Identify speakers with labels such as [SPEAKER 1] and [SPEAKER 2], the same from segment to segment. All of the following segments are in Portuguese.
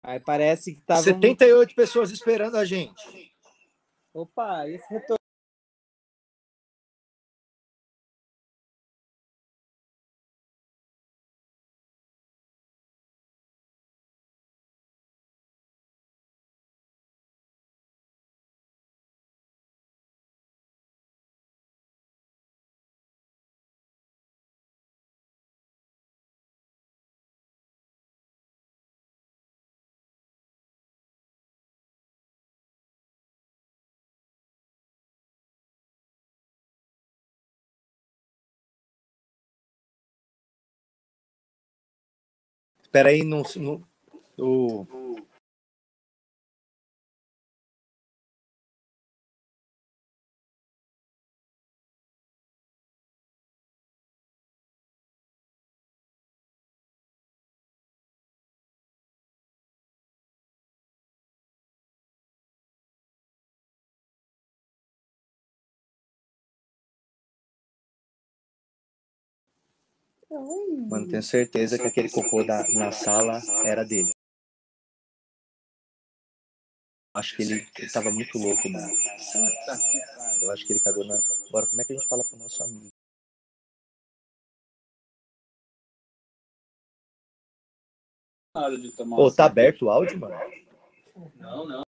[SPEAKER 1] Aí parece que tava...
[SPEAKER 2] 78 pessoas esperando a gente.
[SPEAKER 1] Opa, esse retorno.
[SPEAKER 2] Espera aí, Mano, tenho certeza que aquele cocô na sala era dele. Acho que ele tava muito louco, mano. Eu acho que ele cagou na... Agora, como é que a gente fala pro nosso amigo? Ô, tá aberto o áudio, mano?
[SPEAKER 3] Não.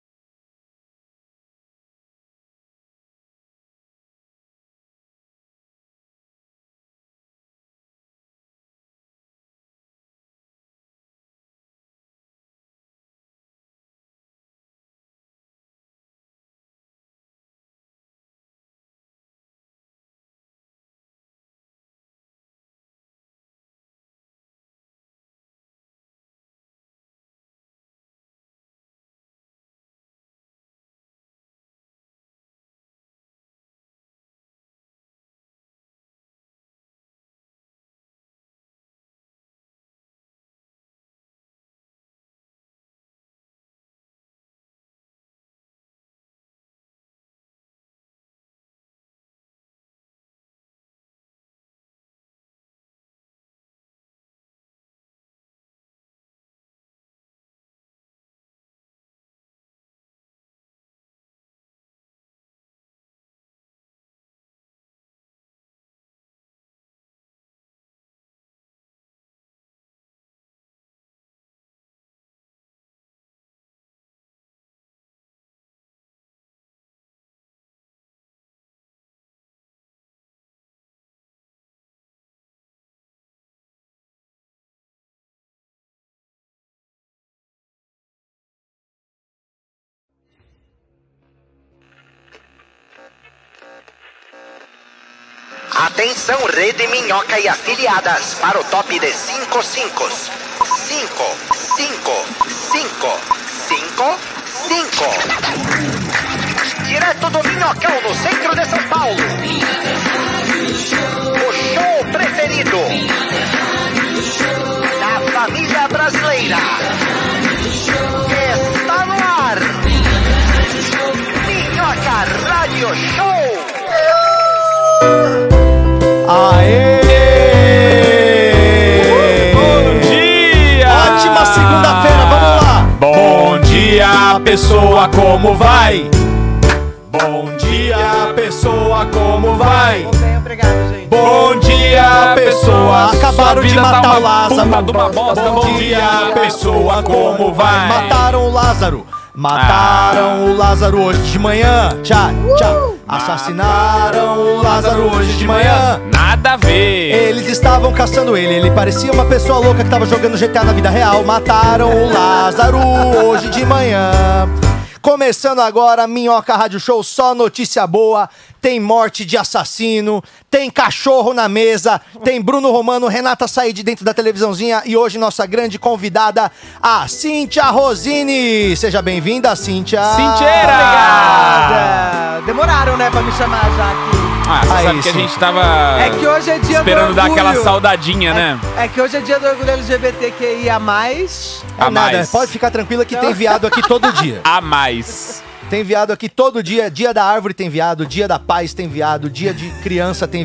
[SPEAKER 4] Atenção, Rede Minhoca e afiliadas, para o top de 5 5. 5, 5, 5, 5, 5. Direto do Minhocão, no centro de São Paulo. O show preferido da família brasileira. Está no ar. Minhoca Radio Show.
[SPEAKER 2] Aê!
[SPEAKER 5] Bom dia!
[SPEAKER 2] Ótima segunda-feira, vamos lá!
[SPEAKER 5] Bom dia, pessoa, como vai? Bom dia, pessoa, como vai?
[SPEAKER 1] Bem, obrigado, gente.
[SPEAKER 5] Bom dia, pessoa.
[SPEAKER 2] Acabaram de matar o Lázaro.
[SPEAKER 5] Puta de uma bosta. Bom dia, pessoa, como vai?
[SPEAKER 2] Mataram o Lázaro. Mataram o Lázaro hoje de manhã. Tchau. Assassinaram o Lázaro hoje de manhã.
[SPEAKER 5] Nada a ver.
[SPEAKER 2] Eles estavam caçando ele. Ele parecia uma pessoa louca que tava jogando GTA na vida real. Mataram o Lázaro hoje de manhã. Começando agora, Minhoca Rádio Show, só notícia boa. Tem morte de assassino, tem cachorro na mesa, tem Bruno Romano, Renata Said dentro da televisãozinha e hoje nossa grande convidada, a Cíntia Rosini. Seja bem-vinda, Cíntia.
[SPEAKER 5] Cinteira!
[SPEAKER 1] Obrigada. Demoraram, né, pra me chamar já aqui.
[SPEAKER 5] Ah, você sabe
[SPEAKER 2] Aí,
[SPEAKER 5] que a
[SPEAKER 2] sim.
[SPEAKER 5] gente tava
[SPEAKER 1] É que hoje é dia
[SPEAKER 5] esperando
[SPEAKER 1] do
[SPEAKER 5] dar
[SPEAKER 1] orgulho.
[SPEAKER 5] aquela saudadinha, né?
[SPEAKER 1] É que hoje é dia do orgulho LGBTQIA+.
[SPEAKER 5] A
[SPEAKER 2] Nada,
[SPEAKER 5] mais.
[SPEAKER 2] pode ficar tranquila que tem viado aqui todo dia.
[SPEAKER 5] A mais.
[SPEAKER 2] Tem viado aqui todo dia, dia da árvore tem viado, dia da paz tem viado, dia de criança tem viado.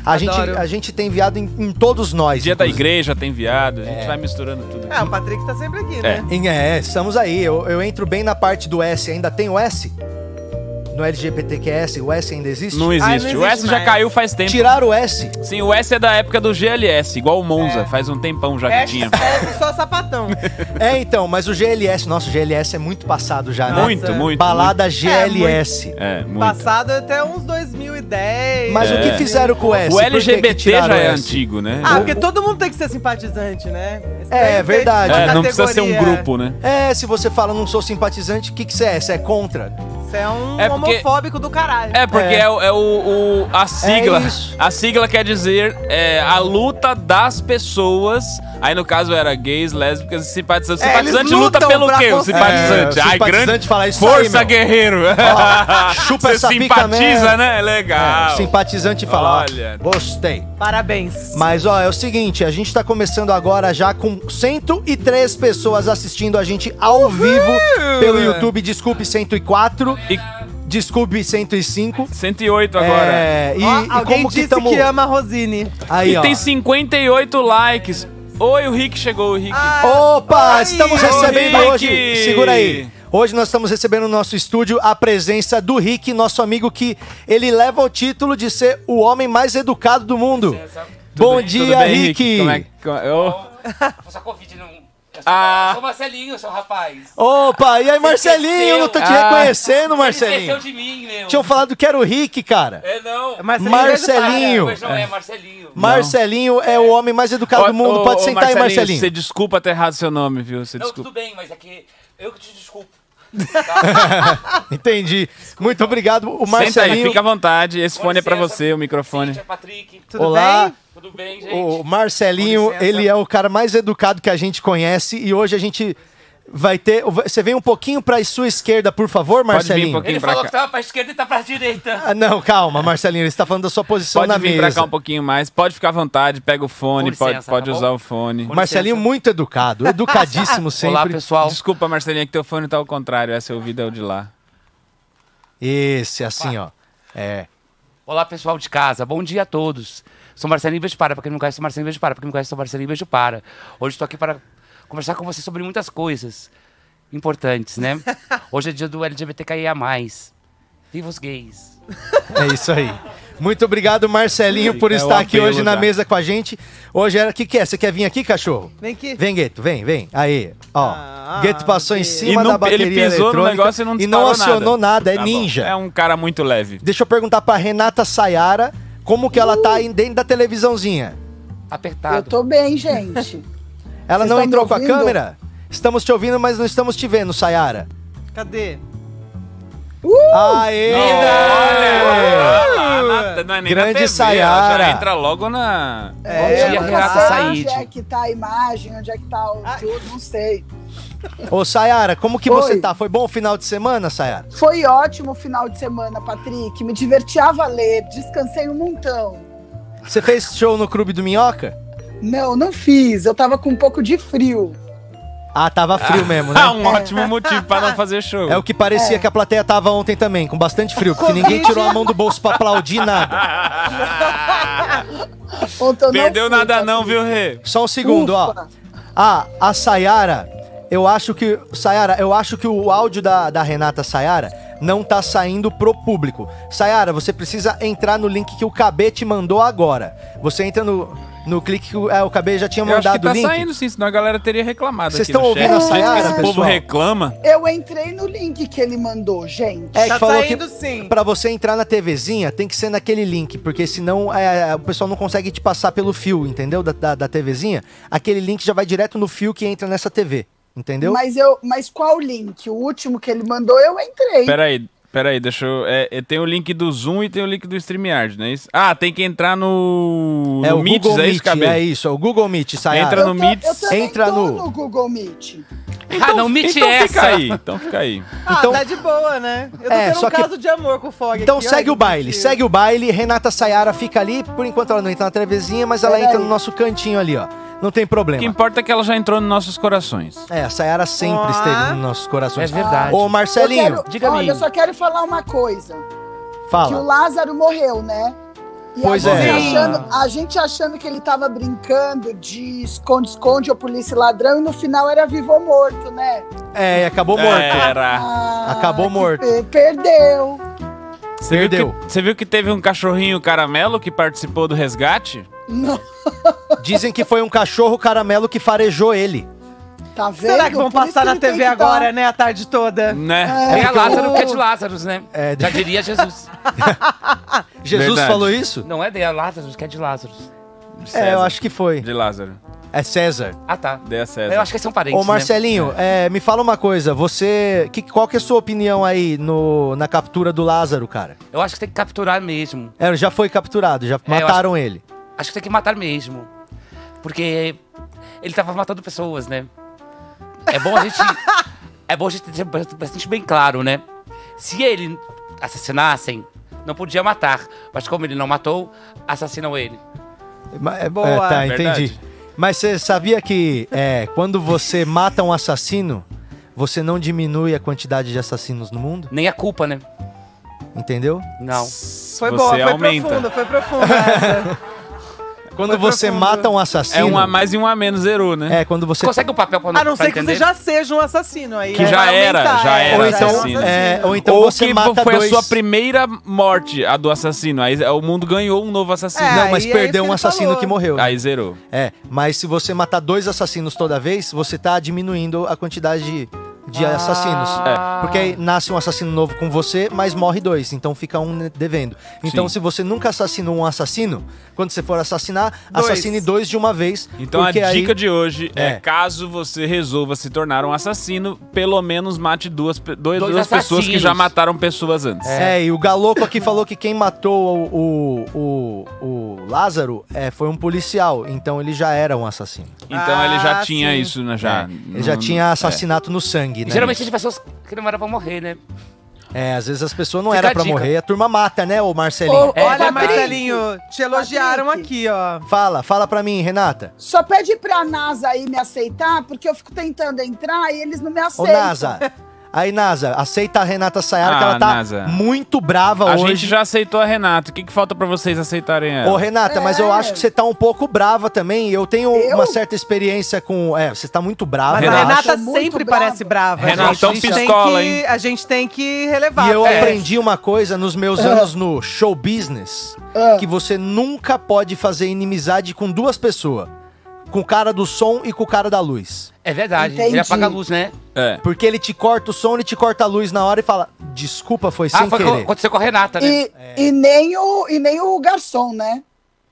[SPEAKER 2] A gente tem viado em todos nós.
[SPEAKER 5] Dia da
[SPEAKER 2] inclusive.
[SPEAKER 5] igreja tem viado, a gente vai misturando tudo.
[SPEAKER 1] O Patrick tá sempre aqui, né?
[SPEAKER 2] Estamos aí. Eu entro bem na parte do S. Ainda tem o S? No LGBTQS, o S ainda existe?
[SPEAKER 5] Não existe. O S já caiu faz tempo.
[SPEAKER 2] Tiraram o S?
[SPEAKER 5] Sim, o S é da época do GLS, igual o Monza. Faz um tempão já que tinha.
[SPEAKER 1] É só sapatão.
[SPEAKER 2] Então, mas o GLS, nossa, o GLS é muito passado já, né?
[SPEAKER 5] Muito.
[SPEAKER 2] Balada GLS.
[SPEAKER 5] Muito.
[SPEAKER 1] Passado até uns 2010.
[SPEAKER 2] Mas o que fizeram com o S?
[SPEAKER 5] O
[SPEAKER 2] Por que que
[SPEAKER 5] LGBT
[SPEAKER 2] tiraram
[SPEAKER 5] já é
[SPEAKER 2] o S?
[SPEAKER 5] antigo, né?
[SPEAKER 1] Porque todo mundo tem que ser simpatizante, né?
[SPEAKER 2] Verdade.
[SPEAKER 5] Não precisa ser um grupo, né?
[SPEAKER 2] Se você fala não sou simpatizante, o que você é? Você é contra?
[SPEAKER 1] Você é um
[SPEAKER 5] porque-
[SPEAKER 1] homofóbico do caralho.
[SPEAKER 5] Porque a sigla.
[SPEAKER 2] isso.
[SPEAKER 5] A sigla quer dizer a luta das pessoas. Aí no caso era gays, lésbicas e simpatizantes. Simpatizante
[SPEAKER 1] eles
[SPEAKER 5] luta
[SPEAKER 1] lutam
[SPEAKER 5] pelo
[SPEAKER 1] pra
[SPEAKER 5] quê? O
[SPEAKER 1] conseguir.
[SPEAKER 5] simpatizante. Ai,
[SPEAKER 2] simpatizante
[SPEAKER 5] grande
[SPEAKER 2] fala isso aí,
[SPEAKER 5] força
[SPEAKER 2] meu.
[SPEAKER 5] guerreiro.
[SPEAKER 2] Chupa
[SPEAKER 5] Você
[SPEAKER 2] essa pica
[SPEAKER 5] simpatiza,
[SPEAKER 2] mesmo.
[SPEAKER 5] né? Legal.
[SPEAKER 2] Simpatizante fala,
[SPEAKER 5] Olha.
[SPEAKER 2] gostei.
[SPEAKER 1] Parabéns.
[SPEAKER 2] Mas, é o seguinte, a gente tá começando agora já com 103 pessoas assistindo a gente ao vivo pelo YouTube. Desculpe, 104.
[SPEAKER 5] E
[SPEAKER 2] Desculpe, 105.
[SPEAKER 5] 108 agora.
[SPEAKER 1] Alguém
[SPEAKER 2] como
[SPEAKER 1] disse
[SPEAKER 2] tamo...
[SPEAKER 1] que ama a Rosine.
[SPEAKER 2] Aí,
[SPEAKER 5] E
[SPEAKER 2] ó.
[SPEAKER 5] tem 58 likes. Oi, o Rick chegou, o Rick.
[SPEAKER 2] Opa,
[SPEAKER 1] Ai,
[SPEAKER 2] estamos
[SPEAKER 1] ô,
[SPEAKER 2] recebendo
[SPEAKER 5] Rick.
[SPEAKER 2] hoje. Segura aí. Hoje nós estamos recebendo no nosso estúdio a presença do Rick, nosso amigo que ele leva o título de ser o homem mais educado do mundo. Bom dia,
[SPEAKER 5] Tudo bem,
[SPEAKER 2] Rick.
[SPEAKER 5] Como é que...
[SPEAKER 6] Só convite não. Eu
[SPEAKER 5] Ah.
[SPEAKER 6] sou Marcelinho, seu rapaz.
[SPEAKER 2] Opa, e aí, Marcelinho? Eu não tô te reconhecendo,
[SPEAKER 6] Ele esqueceu
[SPEAKER 2] Marcelinho.
[SPEAKER 6] de mim, meu.
[SPEAKER 2] Tinham falado que era o Rick, cara.
[SPEAKER 6] Não.
[SPEAKER 2] Marcelinho.
[SPEAKER 6] Mas não é Marcelinho.
[SPEAKER 2] Marcelinho é o homem mais educado do mundo. Pode sentar aí, Marcelinho.
[SPEAKER 5] Você desculpa ter errado seu nome, viu? Você
[SPEAKER 6] Não,
[SPEAKER 5] desculpa.
[SPEAKER 6] tudo bem, mas é que eu que te desculpo.
[SPEAKER 2] Entendi. Muito obrigado. O
[SPEAKER 5] Senta aí,
[SPEAKER 2] Marcelinho.
[SPEAKER 5] fica à vontade. Esse
[SPEAKER 6] Com
[SPEAKER 5] fone é pra
[SPEAKER 6] licença.
[SPEAKER 5] você, o microfone.
[SPEAKER 6] Cíntia, Patrick.
[SPEAKER 1] Tudo
[SPEAKER 2] Olá.
[SPEAKER 1] bem?
[SPEAKER 6] Tudo bem, gente?
[SPEAKER 2] O Marcelinho,
[SPEAKER 6] Com licença.
[SPEAKER 2] ele é o cara mais educado que a gente conhece e hoje a gente vai ter... Você vem um pouquinho pra sua esquerda, por favor,
[SPEAKER 5] Pode vir um
[SPEAKER 2] Marcelinho?
[SPEAKER 5] pouquinho
[SPEAKER 6] Ele
[SPEAKER 5] pra
[SPEAKER 6] falou
[SPEAKER 5] cá.
[SPEAKER 6] que tava pra esquerda e tá pra direita.
[SPEAKER 2] Ah, não, calma, Marcelinho, ele está falando da sua posição
[SPEAKER 5] Pode
[SPEAKER 2] na
[SPEAKER 5] vir
[SPEAKER 2] mesa.
[SPEAKER 5] pra cá um pouquinho mais. Pode ficar à vontade, pega o fone,
[SPEAKER 6] Com licença,
[SPEAKER 5] pode
[SPEAKER 6] tá bom?
[SPEAKER 5] usar o fone.
[SPEAKER 6] Com
[SPEAKER 2] Marcelinho
[SPEAKER 6] licença.
[SPEAKER 2] muito educado, educadíssimo sempre.
[SPEAKER 6] Olá, pessoal.
[SPEAKER 5] Desculpa, Marcelinho, que teu fone tá ao contrário. Esse ouvido é o de lá.
[SPEAKER 2] Esse, assim, ó. É.
[SPEAKER 6] Olá, pessoal de casa. Bom dia a todos. Sou Marcelinho Beijo Para. Pra quem não me conhece, sou Marcelinho Beijo Para. Pra quem me conhece, sou Marcelinho Beijo Para. Hoje estou aqui para conversar com vocês sobre muitas coisas importantes, né? Hoje é dia do LGBTQIA+. Viva os gays.
[SPEAKER 2] É isso aí. Muito obrigado, Marcelinho, por
[SPEAKER 5] É o
[SPEAKER 2] estar aqui
[SPEAKER 5] apelo
[SPEAKER 2] hoje na
[SPEAKER 5] já.
[SPEAKER 2] mesa com a gente. Hoje era... O que é? Você quer vir aqui, cachorro?
[SPEAKER 1] Vem aqui.
[SPEAKER 2] Vem, Gueto, vem. Aí, ó. Gueto passou em
[SPEAKER 1] Gueto.
[SPEAKER 2] cima
[SPEAKER 5] E não-
[SPEAKER 2] da bateria
[SPEAKER 5] ele pisou no
[SPEAKER 2] eletrônica
[SPEAKER 5] negócio e não
[SPEAKER 2] não
[SPEAKER 5] disparou
[SPEAKER 2] acionou nada. É
[SPEAKER 5] Tá bom.
[SPEAKER 2] ninja.
[SPEAKER 5] É um cara muito leve.
[SPEAKER 2] Deixa eu perguntar pra Renata Sayara como que ela tá aí dentro da televisãozinha.
[SPEAKER 6] Apertado.
[SPEAKER 7] Eu tô bem, gente.
[SPEAKER 2] Ela
[SPEAKER 7] Vocês
[SPEAKER 2] não
[SPEAKER 7] estão me
[SPEAKER 2] entrou com a
[SPEAKER 7] ouvindo?
[SPEAKER 2] câmera? Estamos te ouvindo, mas não estamos te vendo, Sayara.
[SPEAKER 1] Cadê?
[SPEAKER 2] Aê!
[SPEAKER 5] Olha! Não é nem
[SPEAKER 2] Grande
[SPEAKER 5] na TV,
[SPEAKER 2] Sayara.
[SPEAKER 5] ela já entra logo na...
[SPEAKER 6] Bom dia,
[SPEAKER 7] eu não
[SPEAKER 6] Renata
[SPEAKER 7] sei
[SPEAKER 6] Said.
[SPEAKER 7] onde é que tá a imagem, onde é que tá o tudo, não sei.
[SPEAKER 2] Ô, Sayara, como que
[SPEAKER 7] Oi.
[SPEAKER 2] você tá? Foi bom o final de semana, Sayara?
[SPEAKER 7] Foi ótimo o final de semana, Patrick. Me diverti a valer, descansei um montão.
[SPEAKER 2] Você fez show no Clube do Minhoca?
[SPEAKER 7] Não fiz. Eu tava com um pouco de frio.
[SPEAKER 2] Ah, tava frio mesmo, né?
[SPEAKER 5] Ah, um ótimo motivo pra não fazer show.
[SPEAKER 2] É o que parecia que a plateia tava ontem também, com bastante frio, porque ninguém tirou a mão do bolso pra aplaudir nada.
[SPEAKER 7] Ontem eu não
[SPEAKER 5] Perdeu
[SPEAKER 7] fui,
[SPEAKER 5] nada não,
[SPEAKER 7] Patrick.
[SPEAKER 5] viu, Rê?
[SPEAKER 2] Só um segundo, ó.
[SPEAKER 7] Ufa.
[SPEAKER 2] Ah, a Sayara, eu acho que o áudio da Renata Sayara não tá saindo pro público. Sayara, você precisa entrar no link que o KB te mandou agora. Você entra no clique que o KB já tinha
[SPEAKER 5] Eu acho que
[SPEAKER 2] mandado
[SPEAKER 5] tá
[SPEAKER 2] o link.
[SPEAKER 5] saindo sim, senão a galera teria reclamado.
[SPEAKER 2] Vocês
[SPEAKER 5] aqui no
[SPEAKER 2] estão ouvindo
[SPEAKER 5] chat.
[SPEAKER 2] a Sayara,
[SPEAKER 5] Esse povo
[SPEAKER 2] pessoal?
[SPEAKER 5] reclama.
[SPEAKER 7] Eu entrei no link que ele mandou, gente.
[SPEAKER 2] É,
[SPEAKER 1] Tá
[SPEAKER 2] que falou
[SPEAKER 1] saindo
[SPEAKER 2] que
[SPEAKER 1] sim.
[SPEAKER 2] pra você entrar na TVzinha tem que ser naquele link, porque senão o pessoal não consegue te passar pelo fio, entendeu? Da TVzinha. Aquele link já vai direto no fio que entra nessa TV, entendeu?
[SPEAKER 7] Mas qual link? O último que ele mandou, eu entrei.
[SPEAKER 5] Peraí, deixa eu... tem o link do Zoom e tem o link do StreamYard, não é isso? Ah, tem que entrar no...
[SPEAKER 2] É
[SPEAKER 5] no
[SPEAKER 2] o
[SPEAKER 5] Meets,
[SPEAKER 2] Google
[SPEAKER 5] é
[SPEAKER 2] Meet,
[SPEAKER 5] isso, KB?
[SPEAKER 2] é isso, é o Google Meet, Sayara.
[SPEAKER 5] Entra no Meets,
[SPEAKER 7] Eu também
[SPEAKER 2] entra
[SPEAKER 7] tô
[SPEAKER 2] no-
[SPEAKER 7] Google Meet.
[SPEAKER 6] Não, Meet
[SPEAKER 5] então
[SPEAKER 6] essa.
[SPEAKER 5] fica aí, então fica aí.
[SPEAKER 2] Então-
[SPEAKER 1] tá de boa, né? Eu tô
[SPEAKER 2] É,
[SPEAKER 1] tendo
[SPEAKER 2] só
[SPEAKER 1] um
[SPEAKER 2] que-
[SPEAKER 1] caso de amor com o Fog
[SPEAKER 2] Então
[SPEAKER 1] aqui,
[SPEAKER 2] segue
[SPEAKER 1] olha
[SPEAKER 2] o baile,
[SPEAKER 1] que bonitinho.
[SPEAKER 2] segue o baile. Renata Sayara fica ali, por enquanto ela não entra na TVzinha, mas ela
[SPEAKER 7] Peraí.
[SPEAKER 2] entra no nosso cantinho ali, ó. Não tem
[SPEAKER 5] O que
[SPEAKER 2] problema.
[SPEAKER 5] importa é que ela já entrou nos nossos corações.
[SPEAKER 2] É, a Sayara sempre
[SPEAKER 1] Ah.
[SPEAKER 2] esteve nos nossos corações.
[SPEAKER 6] É verdade.
[SPEAKER 2] Ô, Marcelinho,
[SPEAKER 6] Diga-me.
[SPEAKER 7] Olha, eu só quero falar uma coisa. Que o
[SPEAKER 2] fala.
[SPEAKER 7] Lázaro morreu, né? E
[SPEAKER 2] Pois
[SPEAKER 7] a gente
[SPEAKER 2] é.
[SPEAKER 7] a gente achando que ele tava brincando de esconde-esconde ou polícia e ladrão, e no final era vivo ou morto, né?
[SPEAKER 2] É, acabou morto.
[SPEAKER 5] Era.
[SPEAKER 2] Acabou
[SPEAKER 7] que
[SPEAKER 2] morto.
[SPEAKER 7] Perdeu.
[SPEAKER 2] Perdeu.
[SPEAKER 5] Você viu que teve um cachorrinho caramelo que participou do resgate?
[SPEAKER 7] Não,
[SPEAKER 2] Dizem que foi um cachorro caramelo que farejou ele.
[SPEAKER 7] tá vendo?
[SPEAKER 1] Será que vão
[SPEAKER 7] Por isso
[SPEAKER 1] passar na
[SPEAKER 7] ele tem
[SPEAKER 1] TV
[SPEAKER 7] que
[SPEAKER 1] agora,
[SPEAKER 7] tá-
[SPEAKER 1] né? A tarde toda.
[SPEAKER 5] Né?
[SPEAKER 6] É a Lázaro que é de Lázaros, né?
[SPEAKER 2] É,
[SPEAKER 6] Já diria Jesus.
[SPEAKER 2] Jesus
[SPEAKER 5] Verdade.
[SPEAKER 2] falou isso?
[SPEAKER 6] Não é de Lázaros que é de Lázaros.
[SPEAKER 2] É, eu acho que foi.
[SPEAKER 5] De Lázaro.
[SPEAKER 2] É César.
[SPEAKER 6] Ah, tá.
[SPEAKER 5] De a César.
[SPEAKER 6] Eu acho que são parentes,
[SPEAKER 2] Ô, Marcelinho, me fala uma coisa. Qual que é a sua opinião aí na captura do Lázaro, cara?
[SPEAKER 6] né? Eu acho que tem que capturar mesmo.
[SPEAKER 2] Já foi capturado, já
[SPEAKER 6] eu
[SPEAKER 2] mataram ele.
[SPEAKER 6] Acho que tem que matar mesmo. Porque ele tava matando pessoas, né? É bom a gente... é bom a gente ter bastante bem claro, né? Se ele assassinassem, não podia matar. Mas como ele não matou, assassinam ele.
[SPEAKER 1] Boa.
[SPEAKER 2] Tá,
[SPEAKER 5] Verdade.
[SPEAKER 2] entendi. Mas você sabia que quando você mata um assassino, você não diminui a quantidade de assassinos no mundo?
[SPEAKER 6] Nem a culpa, né?
[SPEAKER 2] Entendeu?
[SPEAKER 6] Não.
[SPEAKER 1] Foi
[SPEAKER 5] Você
[SPEAKER 1] boa, foi
[SPEAKER 5] aumenta.
[SPEAKER 1] profunda, foi profunda essa.
[SPEAKER 2] Quando
[SPEAKER 1] Foi
[SPEAKER 2] você
[SPEAKER 1] profundo.
[SPEAKER 2] mata um
[SPEAKER 5] É
[SPEAKER 2] assassino...
[SPEAKER 5] um a mais e um a menos, zerou, né?
[SPEAKER 2] quando você...
[SPEAKER 6] Consegue um papel pra
[SPEAKER 1] A não
[SPEAKER 6] pra
[SPEAKER 1] ser que
[SPEAKER 6] entender?
[SPEAKER 1] você já seja um assassino aí.
[SPEAKER 5] Que
[SPEAKER 1] né?
[SPEAKER 5] já
[SPEAKER 1] Vai
[SPEAKER 5] era,
[SPEAKER 1] aumentar,
[SPEAKER 5] já era
[SPEAKER 2] Ou
[SPEAKER 1] já
[SPEAKER 2] então,
[SPEAKER 1] um assassino.
[SPEAKER 2] ou então
[SPEAKER 5] Ou
[SPEAKER 2] você
[SPEAKER 5] que
[SPEAKER 2] mata
[SPEAKER 5] foi
[SPEAKER 2] dois...
[SPEAKER 5] a sua primeira morte, a do assassino. Aí o mundo ganhou um novo assassino.
[SPEAKER 1] É,
[SPEAKER 2] Não, mas
[SPEAKER 1] aí é
[SPEAKER 2] perdeu
[SPEAKER 1] isso que
[SPEAKER 2] um
[SPEAKER 1] ele
[SPEAKER 2] assassino
[SPEAKER 1] falou.
[SPEAKER 2] que morreu. né?
[SPEAKER 5] Aí zerou.
[SPEAKER 2] Mas se você matar 2 assassinos toda vez, você tá diminuindo a quantidade de assassinos. Porque aí nasce um assassino novo com você, mas morre 2, então fica um devendo. Então
[SPEAKER 5] Sim.
[SPEAKER 2] se você nunca assassinou um assassino, quando você for assassinar,
[SPEAKER 1] 2.
[SPEAKER 2] assassine 2 de uma vez.
[SPEAKER 5] Então a
[SPEAKER 2] porque aí-
[SPEAKER 5] dica de hoje é,
[SPEAKER 2] É.
[SPEAKER 5] caso você resolva se tornar um assassino, pelo menos mate duas pessoas
[SPEAKER 6] assassinos.
[SPEAKER 5] que já mataram pessoas antes.
[SPEAKER 2] E o Galoco aqui falou que quem matou o Lázaro foi um policial, então ele já era um assassino.
[SPEAKER 5] Então ele já
[SPEAKER 1] Ah,
[SPEAKER 5] tinha
[SPEAKER 1] sim.
[SPEAKER 5] isso, né? Já.
[SPEAKER 2] Ele já tinha assassinato no sangue,
[SPEAKER 6] E
[SPEAKER 2] né?
[SPEAKER 6] geralmente tem pessoas que não eram pra morrer, né?
[SPEAKER 2] Às vezes as pessoas não
[SPEAKER 6] Fica
[SPEAKER 2] eram
[SPEAKER 6] a
[SPEAKER 2] pra
[SPEAKER 6] dica.
[SPEAKER 2] morrer, a turma mata, né, ô Marcelinho?
[SPEAKER 7] Ô,
[SPEAKER 1] Olha,
[SPEAKER 7] Patrick,
[SPEAKER 1] Marcelinho, te elogiaram
[SPEAKER 7] Patrick.
[SPEAKER 1] aqui, ó.
[SPEAKER 2] Fala pra mim, Renata.
[SPEAKER 7] Só pede pra NASA aí me aceitar, porque eu fico tentando entrar e eles não me
[SPEAKER 2] Ô,
[SPEAKER 7] aceitam.
[SPEAKER 2] NASA. Aí, NASA, aceita a Renata Sayara, que ela tá
[SPEAKER 5] NASA.
[SPEAKER 2] muito brava
[SPEAKER 5] A
[SPEAKER 2] hoje.
[SPEAKER 5] gente já aceitou a Renata. O que falta pra vocês aceitarem ela?
[SPEAKER 2] Ô, Renata, mas eu acho que você tá um pouco brava também. Eu tenho uma certa experiência com... você tá muito brava,
[SPEAKER 1] Mas
[SPEAKER 2] eu
[SPEAKER 1] a
[SPEAKER 2] acho.
[SPEAKER 1] Renata
[SPEAKER 7] Muito
[SPEAKER 1] sempre
[SPEAKER 7] brava.
[SPEAKER 1] parece brava.
[SPEAKER 5] Renatão
[SPEAKER 1] gente.
[SPEAKER 5] pistola,
[SPEAKER 1] A gente tem que relevar.
[SPEAKER 2] E eu
[SPEAKER 1] É.
[SPEAKER 2] aprendi uma coisa nos meus anos no show business, que você nunca pode fazer inimizade com 2 pessoas. Com o cara do som e com o cara da luz.
[SPEAKER 6] É verdade.
[SPEAKER 7] Entendi.
[SPEAKER 6] Ele apaga a luz, né?
[SPEAKER 5] É.
[SPEAKER 2] Porque ele te corta o som, ele te corta a luz na hora e fala, desculpa, foi sem
[SPEAKER 6] Foi
[SPEAKER 2] querer.
[SPEAKER 6] aconteceu com a Renata, né?
[SPEAKER 7] E nem o garçom, né?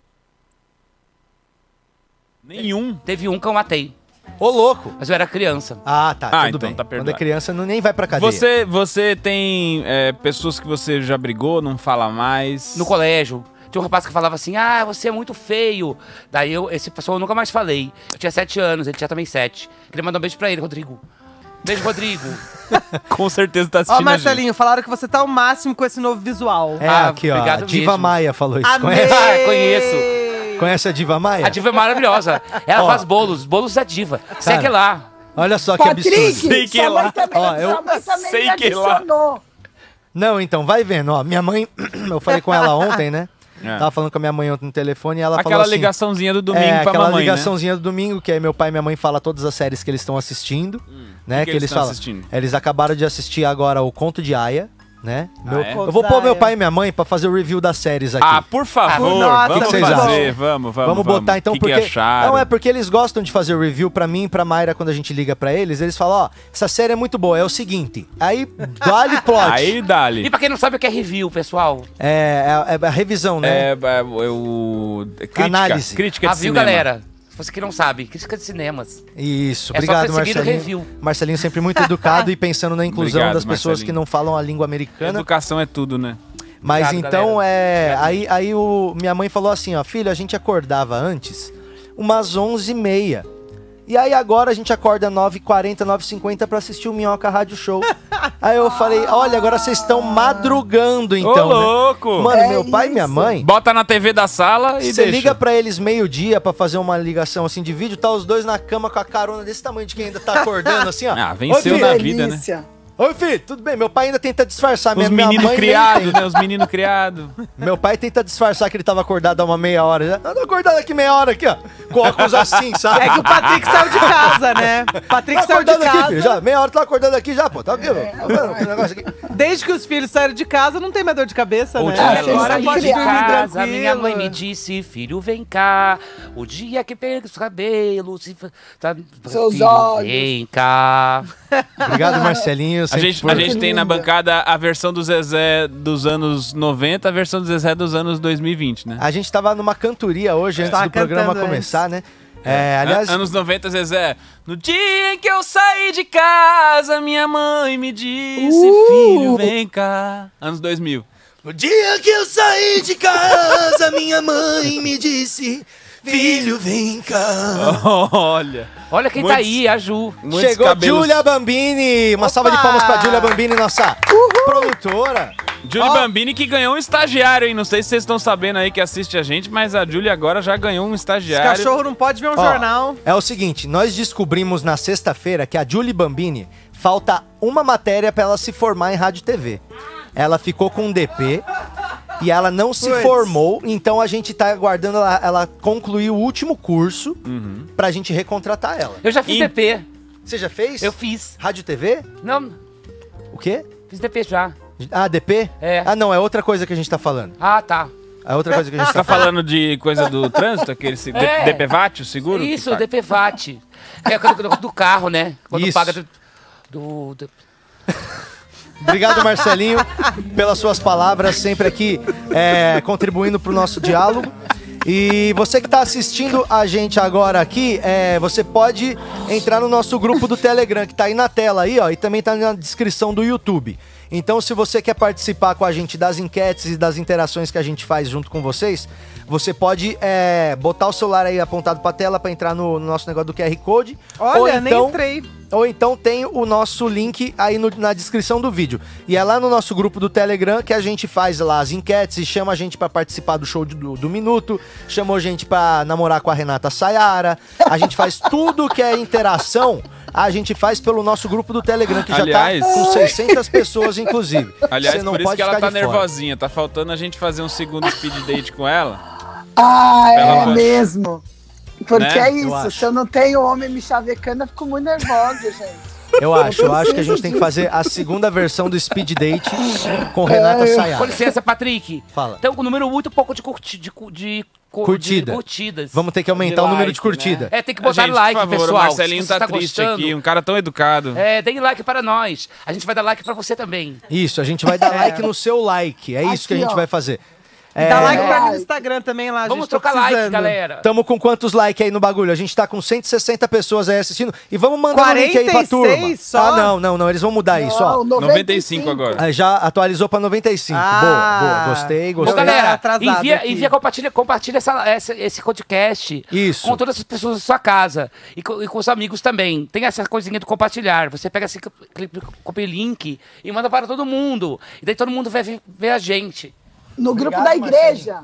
[SPEAKER 5] Nenhum.
[SPEAKER 6] Teve um que eu matei.
[SPEAKER 2] Ô, louco.
[SPEAKER 6] Mas eu era criança.
[SPEAKER 2] Ah, tá, tudo
[SPEAKER 5] então
[SPEAKER 2] bem.
[SPEAKER 5] tá
[SPEAKER 2] Quando
[SPEAKER 5] perdoado.
[SPEAKER 2] é criança, nem vai pra cadeia.
[SPEAKER 5] Você tem pessoas que você já brigou, não fala mais?
[SPEAKER 6] No colégio. Tinha um rapaz que falava assim, você é muito feio. Daí esse pessoal eu nunca mais falei. Eu tinha 7 anos, ele tinha também 7. Queria mandar um beijo pra ele, Rodrigo. Beijo, Rodrigo.
[SPEAKER 5] Com certeza tá assistindo
[SPEAKER 1] Ó,
[SPEAKER 5] a gente.
[SPEAKER 1] Marcelinho, falaram que você tá ao máximo com esse novo visual.
[SPEAKER 2] Aqui, ó.
[SPEAKER 6] obrigado
[SPEAKER 2] A Diva
[SPEAKER 6] mesmo.
[SPEAKER 2] Maia falou isso.
[SPEAKER 1] Amei!
[SPEAKER 6] Conheço.
[SPEAKER 2] Conhece a Diva Maia?
[SPEAKER 6] A diva é maravilhosa. Ela faz bolos da diva. Segue lá.
[SPEAKER 2] Olha só que absurdo.
[SPEAKER 7] Patrick,
[SPEAKER 5] que
[SPEAKER 7] sua
[SPEAKER 5] lá.
[SPEAKER 7] mãe também,
[SPEAKER 2] Ó, eu-
[SPEAKER 7] sua mãe também
[SPEAKER 5] sei
[SPEAKER 7] me
[SPEAKER 5] que lá.
[SPEAKER 7] adicionou.
[SPEAKER 2] Não, então, vai vendo. Ó, minha mãe... eu falei com ela ontem, né?
[SPEAKER 5] É.
[SPEAKER 2] Tava falando com a minha mãe ontem no telefone e ela
[SPEAKER 5] Aquela
[SPEAKER 2] falou assim...
[SPEAKER 5] ligaçãozinha do domingo pra
[SPEAKER 2] aquela
[SPEAKER 5] mamãe,
[SPEAKER 2] ligaçãozinha do domingo, que aí meu pai e minha mãe falam todas as séries que eles estão assistindo, né?
[SPEAKER 5] que eles estão
[SPEAKER 2] falam.
[SPEAKER 5] assistindo?
[SPEAKER 2] Eles acabaram de assistir agora o Conto de Aya, né?
[SPEAKER 5] é?
[SPEAKER 2] Eu vou pôr meu pai e minha mãe pra fazer o review das séries aqui.
[SPEAKER 5] Ah, por favor,
[SPEAKER 1] Nossa,
[SPEAKER 5] vamos
[SPEAKER 2] o que vocês
[SPEAKER 5] fazer,
[SPEAKER 2] acham?
[SPEAKER 5] vamos.
[SPEAKER 2] Vamos botar então,
[SPEAKER 5] O que
[SPEAKER 2] porque...
[SPEAKER 5] que acharam?
[SPEAKER 2] Não, é porque eles gostam de fazer o review pra mim e pra Mayra quando a gente liga pra eles. Eles falam, ó, essa série é muito boa, é o seguinte. Aí, dá-lhe plot.
[SPEAKER 5] Aí,
[SPEAKER 6] E
[SPEAKER 5] dali.
[SPEAKER 6] pra quem não sabe o que é review, pessoal.
[SPEAKER 2] É a revisão, né?
[SPEAKER 5] Crítica.
[SPEAKER 2] Análise.
[SPEAKER 5] Crítica de
[SPEAKER 6] Viu,
[SPEAKER 5] cinema.
[SPEAKER 6] galera? Você que não sabe, crítica de cinemas.
[SPEAKER 2] Isso,
[SPEAKER 6] É
[SPEAKER 2] obrigado,
[SPEAKER 6] só perseguir o
[SPEAKER 2] Marcelinho.
[SPEAKER 6] review.
[SPEAKER 2] Marcelinho sempre muito educado e pensando na inclusão
[SPEAKER 5] Obrigado,
[SPEAKER 2] das pessoas
[SPEAKER 5] Marcelinho.
[SPEAKER 2] que não falam a língua americana.
[SPEAKER 5] Educação é tudo, né?
[SPEAKER 2] Mas
[SPEAKER 6] Obrigado,
[SPEAKER 2] então,
[SPEAKER 6] galera.
[SPEAKER 2] aí minha mãe falou assim, ó, filho, a gente acordava antes umas 11h30. E aí agora a gente acorda 9h40, 9h50 pra assistir o Minhoca Rádio Show. Aí eu falei, olha, agora vocês estão madrugando então,
[SPEAKER 5] Ô,
[SPEAKER 2] né?
[SPEAKER 5] louco!
[SPEAKER 2] Mano,
[SPEAKER 7] É
[SPEAKER 2] meu pai e minha
[SPEAKER 7] isso.
[SPEAKER 2] mãe,
[SPEAKER 5] Bota na TV da sala e
[SPEAKER 2] você
[SPEAKER 5] deixa.
[SPEAKER 2] liga pra eles meio-dia pra fazer uma ligação assim de vídeo, tá os dois na cama com a carona desse tamanho de quem ainda tá acordando, assim, ó.
[SPEAKER 5] Ah, venceu
[SPEAKER 2] Ô,
[SPEAKER 5] na
[SPEAKER 2] filho,
[SPEAKER 5] vida, né?
[SPEAKER 7] Delícia.
[SPEAKER 2] Oi, filho, tudo bem? Meu pai ainda tenta disfarçar.
[SPEAKER 5] Os
[SPEAKER 2] minha
[SPEAKER 5] meninos
[SPEAKER 2] mãe nem
[SPEAKER 5] criados,
[SPEAKER 2] tenta.
[SPEAKER 5] né? Os meninos criados.
[SPEAKER 2] Meu pai tenta disfarçar que ele tava acordado há uma meia hora. Já tô acordado aqui meia hora aqui, ó. Com óculos assim, sabe?
[SPEAKER 1] É que o Patrick saiu de casa, né? Patrick
[SPEAKER 2] Tá
[SPEAKER 1] saiu de
[SPEAKER 2] acordando aqui,
[SPEAKER 1] casa.
[SPEAKER 2] filho, já. Meia hora tá acordando aqui já, pô. Tá aqui, ó. Tá vendo esse negócio aqui?
[SPEAKER 1] Desde que os filhos saíram de casa, não tem mais dor de cabeça,
[SPEAKER 6] O
[SPEAKER 1] né?
[SPEAKER 6] dia que eu
[SPEAKER 7] Agora
[SPEAKER 6] saí
[SPEAKER 7] pode
[SPEAKER 6] de
[SPEAKER 7] dormir
[SPEAKER 6] casa,
[SPEAKER 1] tranquilo.
[SPEAKER 6] minha mãe me disse, filho, vem cá. O dia que pega os cabelos,
[SPEAKER 7] Seus
[SPEAKER 6] filho,
[SPEAKER 7] olhos.
[SPEAKER 6] vem cá.
[SPEAKER 2] Obrigado, Marcelinho.
[SPEAKER 5] A
[SPEAKER 2] sempre
[SPEAKER 5] gente,
[SPEAKER 2] por-
[SPEAKER 5] a gente tem na
[SPEAKER 7] linda.
[SPEAKER 5] bancada a versão do Zezé dos anos 90, a versão do Zezé dos anos 2020, né?
[SPEAKER 2] A gente tava numa cantoria hoje, antes
[SPEAKER 1] Tava
[SPEAKER 2] do programa
[SPEAKER 1] cantando
[SPEAKER 2] começar, né? Aliás,
[SPEAKER 5] Anos 90, Zezé. No dia em que eu saí de casa, minha mãe me disse, filho, vem cá. Anos 2000.
[SPEAKER 2] no dia que eu saí de casa, minha mãe me disse, filho, vem cá.
[SPEAKER 5] Olha.
[SPEAKER 6] Olha quem
[SPEAKER 5] Muitos-
[SPEAKER 6] tá aí, a Ju.
[SPEAKER 5] Muitos
[SPEAKER 2] Chegou
[SPEAKER 5] cabelos.
[SPEAKER 2] Julia Bambini. Uma salva de palmas pra Julia Bambini, nossa produtora.
[SPEAKER 5] Julie Bambini que ganhou um estagiário, hein? Não sei se vocês estão sabendo aí que assiste a gente, mas a Julie agora já ganhou um
[SPEAKER 1] Os
[SPEAKER 5] estagiário.
[SPEAKER 1] cachorros não podem ver um
[SPEAKER 2] Ó,
[SPEAKER 1] jornal.
[SPEAKER 2] É o seguinte, nós descobrimos na sexta-feira que a Julie Bambini falta uma matéria pra ela se formar em rádio e TV. Ela ficou com um DP e ela não se
[SPEAKER 1] Puts.
[SPEAKER 2] formou, então a gente tá aguardando ela concluir o último curso pra gente recontratar ela.
[SPEAKER 6] Eu já fiz
[SPEAKER 5] E-
[SPEAKER 6] DP.
[SPEAKER 2] Você já fez?
[SPEAKER 6] Eu fiz.
[SPEAKER 2] Rádio e TV?
[SPEAKER 6] Não,
[SPEAKER 2] O quê?
[SPEAKER 6] fiz DP já.
[SPEAKER 2] Ah, DP?
[SPEAKER 6] É.
[SPEAKER 2] Ah, não, é outra coisa que a gente tá falando.
[SPEAKER 6] Ah, tá.
[SPEAKER 2] É outra coisa que a gente
[SPEAKER 5] Você
[SPEAKER 2] tá
[SPEAKER 5] tá falando de coisa do trânsito, aquele
[SPEAKER 6] É.
[SPEAKER 5] DPVAT, o seguro?
[SPEAKER 6] Isso,
[SPEAKER 5] Que faz?
[SPEAKER 6] DPVAT. É do carro, né? Quando
[SPEAKER 2] Isso.
[SPEAKER 6] paga do...
[SPEAKER 2] Obrigado, Marcelinho, pelas suas palavras, sempre aqui contribuindo pro nosso diálogo. E você que está assistindo a gente agora aqui, você pode entrar no nosso grupo do Telegram, que tá aí na tela aí, ó, e também tá na descrição do YouTube. Então, se você quer participar com a gente das enquetes e das interações que a gente faz junto com vocês, você pode botar o celular aí apontado pra tela pra entrar no nosso negócio do QR Code.
[SPEAKER 1] Olha, nem entrei.
[SPEAKER 2] Ou então tem o nosso link aí na descrição do vídeo. E é lá no nosso grupo do Telegram que a gente faz lá as enquetes e chama a gente pra participar do show do Minuto, chamou a gente pra namorar com a Renata Sayara. A gente faz tudo que é interação, a gente faz pelo nosso grupo do Telegram, que
[SPEAKER 5] Aliás-
[SPEAKER 2] já tá com 600 pessoas, inclusive.
[SPEAKER 5] Aliás,
[SPEAKER 2] Você não
[SPEAKER 5] por isso
[SPEAKER 2] pode
[SPEAKER 5] que ela
[SPEAKER 2] ficar
[SPEAKER 5] tá
[SPEAKER 2] de fora.
[SPEAKER 5] nervosinha. Tá faltando a gente fazer um segundo speed date com ela.
[SPEAKER 7] Ah,
[SPEAKER 5] Pelo
[SPEAKER 7] é
[SPEAKER 5] amor.
[SPEAKER 7] mesmo. Porque
[SPEAKER 5] Né?
[SPEAKER 7] é
[SPEAKER 2] Eu
[SPEAKER 7] isso,
[SPEAKER 2] acho.
[SPEAKER 7] se eu não tenho homem me chavecando, eu fico muito nervosa, gente.
[SPEAKER 2] Eu acho que a gente tem que fazer a segunda versão do Speed Date com Renata
[SPEAKER 6] Com
[SPEAKER 2] Sayara.
[SPEAKER 6] licença, Patrick.
[SPEAKER 2] Fala.
[SPEAKER 6] Tem um número muito pouco de
[SPEAKER 2] Curtida.
[SPEAKER 6] curtidas.
[SPEAKER 2] Vamos ter que aumentar o número de
[SPEAKER 5] like, né?
[SPEAKER 2] curtida.
[SPEAKER 6] É, tem que botar
[SPEAKER 5] Gente,
[SPEAKER 6] like,
[SPEAKER 5] por favor,
[SPEAKER 6] pessoal.
[SPEAKER 5] o Marcelinho
[SPEAKER 6] Se você
[SPEAKER 5] tá
[SPEAKER 6] tá
[SPEAKER 5] triste
[SPEAKER 6] gostando,
[SPEAKER 5] aqui, um cara tão educado.
[SPEAKER 6] deem like para nós. A gente vai dar like para você também.
[SPEAKER 2] Isso, a gente vai dar like no seu like. É isso que a
[SPEAKER 7] Aqui,
[SPEAKER 2] gente
[SPEAKER 7] ó.
[SPEAKER 2] vai fazer.
[SPEAKER 1] Dá like pra mim no
[SPEAKER 7] Like.
[SPEAKER 1] Instagram também lá,
[SPEAKER 6] Vamos
[SPEAKER 1] gente. tô
[SPEAKER 6] trocar like,
[SPEAKER 1] precisando.
[SPEAKER 6] galera.
[SPEAKER 2] Tamo com quantos likes aí no bagulho? A gente tá com 160 pessoas aí assistindo. E vamos mandar o link aí pra
[SPEAKER 1] 46
[SPEAKER 2] turma.
[SPEAKER 1] só?
[SPEAKER 2] Ah, não. Eles vão mudar isso, ó.
[SPEAKER 7] Não,
[SPEAKER 5] 95 agora.
[SPEAKER 2] Aí já atualizou pra 95.
[SPEAKER 1] Ah.
[SPEAKER 2] Boa. Gostei.
[SPEAKER 6] Ô,
[SPEAKER 1] Meu
[SPEAKER 6] galera,
[SPEAKER 1] atrasado
[SPEAKER 6] envia
[SPEAKER 1] aqui.
[SPEAKER 6] compartilha esse podcast
[SPEAKER 2] Isso.
[SPEAKER 6] com todas as pessoas da sua casa e com os amigos também. Tem essa coisinha do compartilhar. Você pega esse copia link e manda para todo mundo. E daí todo mundo vai ver a gente.
[SPEAKER 7] No grupo
[SPEAKER 2] Obrigado,
[SPEAKER 7] da igreja.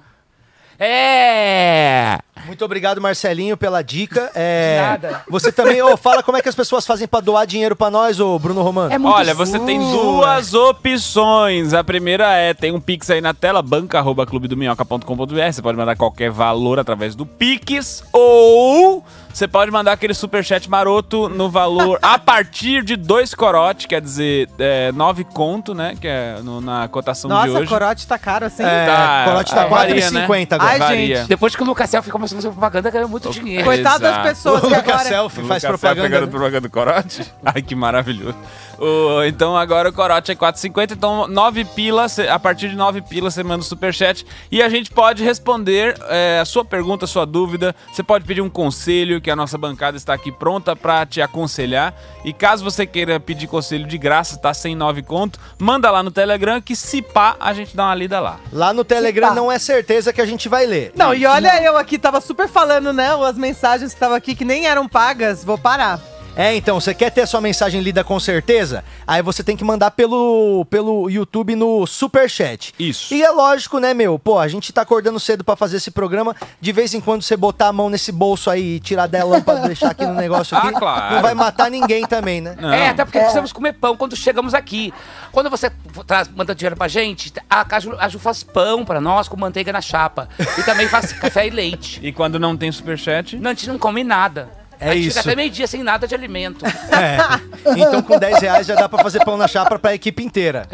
[SPEAKER 6] É!
[SPEAKER 2] Muito obrigado, Marcelinho, pela dica.
[SPEAKER 6] Nada.
[SPEAKER 2] Você também, fala como é que as pessoas fazem pra doar dinheiro pra nós, ô Bruno Romano.
[SPEAKER 6] É muito
[SPEAKER 5] Olha, você tem duas opções. A primeira tem um Pix aí na tela, banca@clubedominhoca.com.br. Você pode mandar qualquer valor através do Pix, ou você pode mandar aquele superchat maroto no valor a partir de 2 corote, quer dizer, 9 conto, né? Que é na cotação de
[SPEAKER 1] Nossa,
[SPEAKER 5] hoje.
[SPEAKER 1] corote tá caro assim.
[SPEAKER 2] Corote tá
[SPEAKER 5] varia,
[SPEAKER 2] 4,50
[SPEAKER 5] né?
[SPEAKER 2] agora.
[SPEAKER 1] Ai,
[SPEAKER 5] Varia.
[SPEAKER 1] gente.
[SPEAKER 6] Depois que o Lucas Selfie começou a fazer propaganda, ganhou muito dinheiro.
[SPEAKER 1] Coitado das
[SPEAKER 5] Exato.
[SPEAKER 1] pessoas
[SPEAKER 2] O
[SPEAKER 1] que
[SPEAKER 2] Lucas
[SPEAKER 1] agora...
[SPEAKER 2] Selfie faz
[SPEAKER 5] Lucas
[SPEAKER 2] propaganda.
[SPEAKER 5] pegando propaganda do corote? Ai, que maravilhoso. Então agora o corote é 4,50, então 9 pila, a partir de 9 pila você manda o superchat e a gente pode responder a sua pergunta, a sua dúvida. Você pode pedir um conselho, que a nossa bancada está aqui pronta para te aconselhar. E caso você queira pedir conselho de graça, tá sem 9 conto, manda lá no Telegram que se pá, a gente dá uma lida lá.
[SPEAKER 2] Lá no Telegram
[SPEAKER 7] Tá.
[SPEAKER 2] não é certeza que a gente vai ler.
[SPEAKER 1] Não, e olha, eu aqui tava super falando, né? As mensagens que estavam aqui que nem eram pagas, vou parar.
[SPEAKER 2] Então, você quer ter a sua mensagem lida com certeza? Aí você tem que mandar pelo YouTube no Superchat.
[SPEAKER 5] Isso.
[SPEAKER 2] E é lógico, né, meu? Pô, a gente tá acordando cedo pra fazer esse programa. De vez em quando você botar a mão nesse bolso aí e tirar dela pra deixar aqui no negócio aqui.
[SPEAKER 5] Claro.
[SPEAKER 2] Não vai matar ninguém também, né?
[SPEAKER 5] Não.
[SPEAKER 6] Até porque precisamos comer pão quando chegamos aqui. Quando você manda dinheiro pra gente, a Ju faz pão pra nós com manteiga na chapa. E também faz café e leite.
[SPEAKER 5] E quando não tem superchat?
[SPEAKER 6] Não, a gente não come nada.
[SPEAKER 2] É
[SPEAKER 6] a gente
[SPEAKER 2] isso.
[SPEAKER 6] fica até meio-dia sem nada de alimento.
[SPEAKER 2] Então com 10 reais já dá pra fazer pão na chapa pra equipe inteira.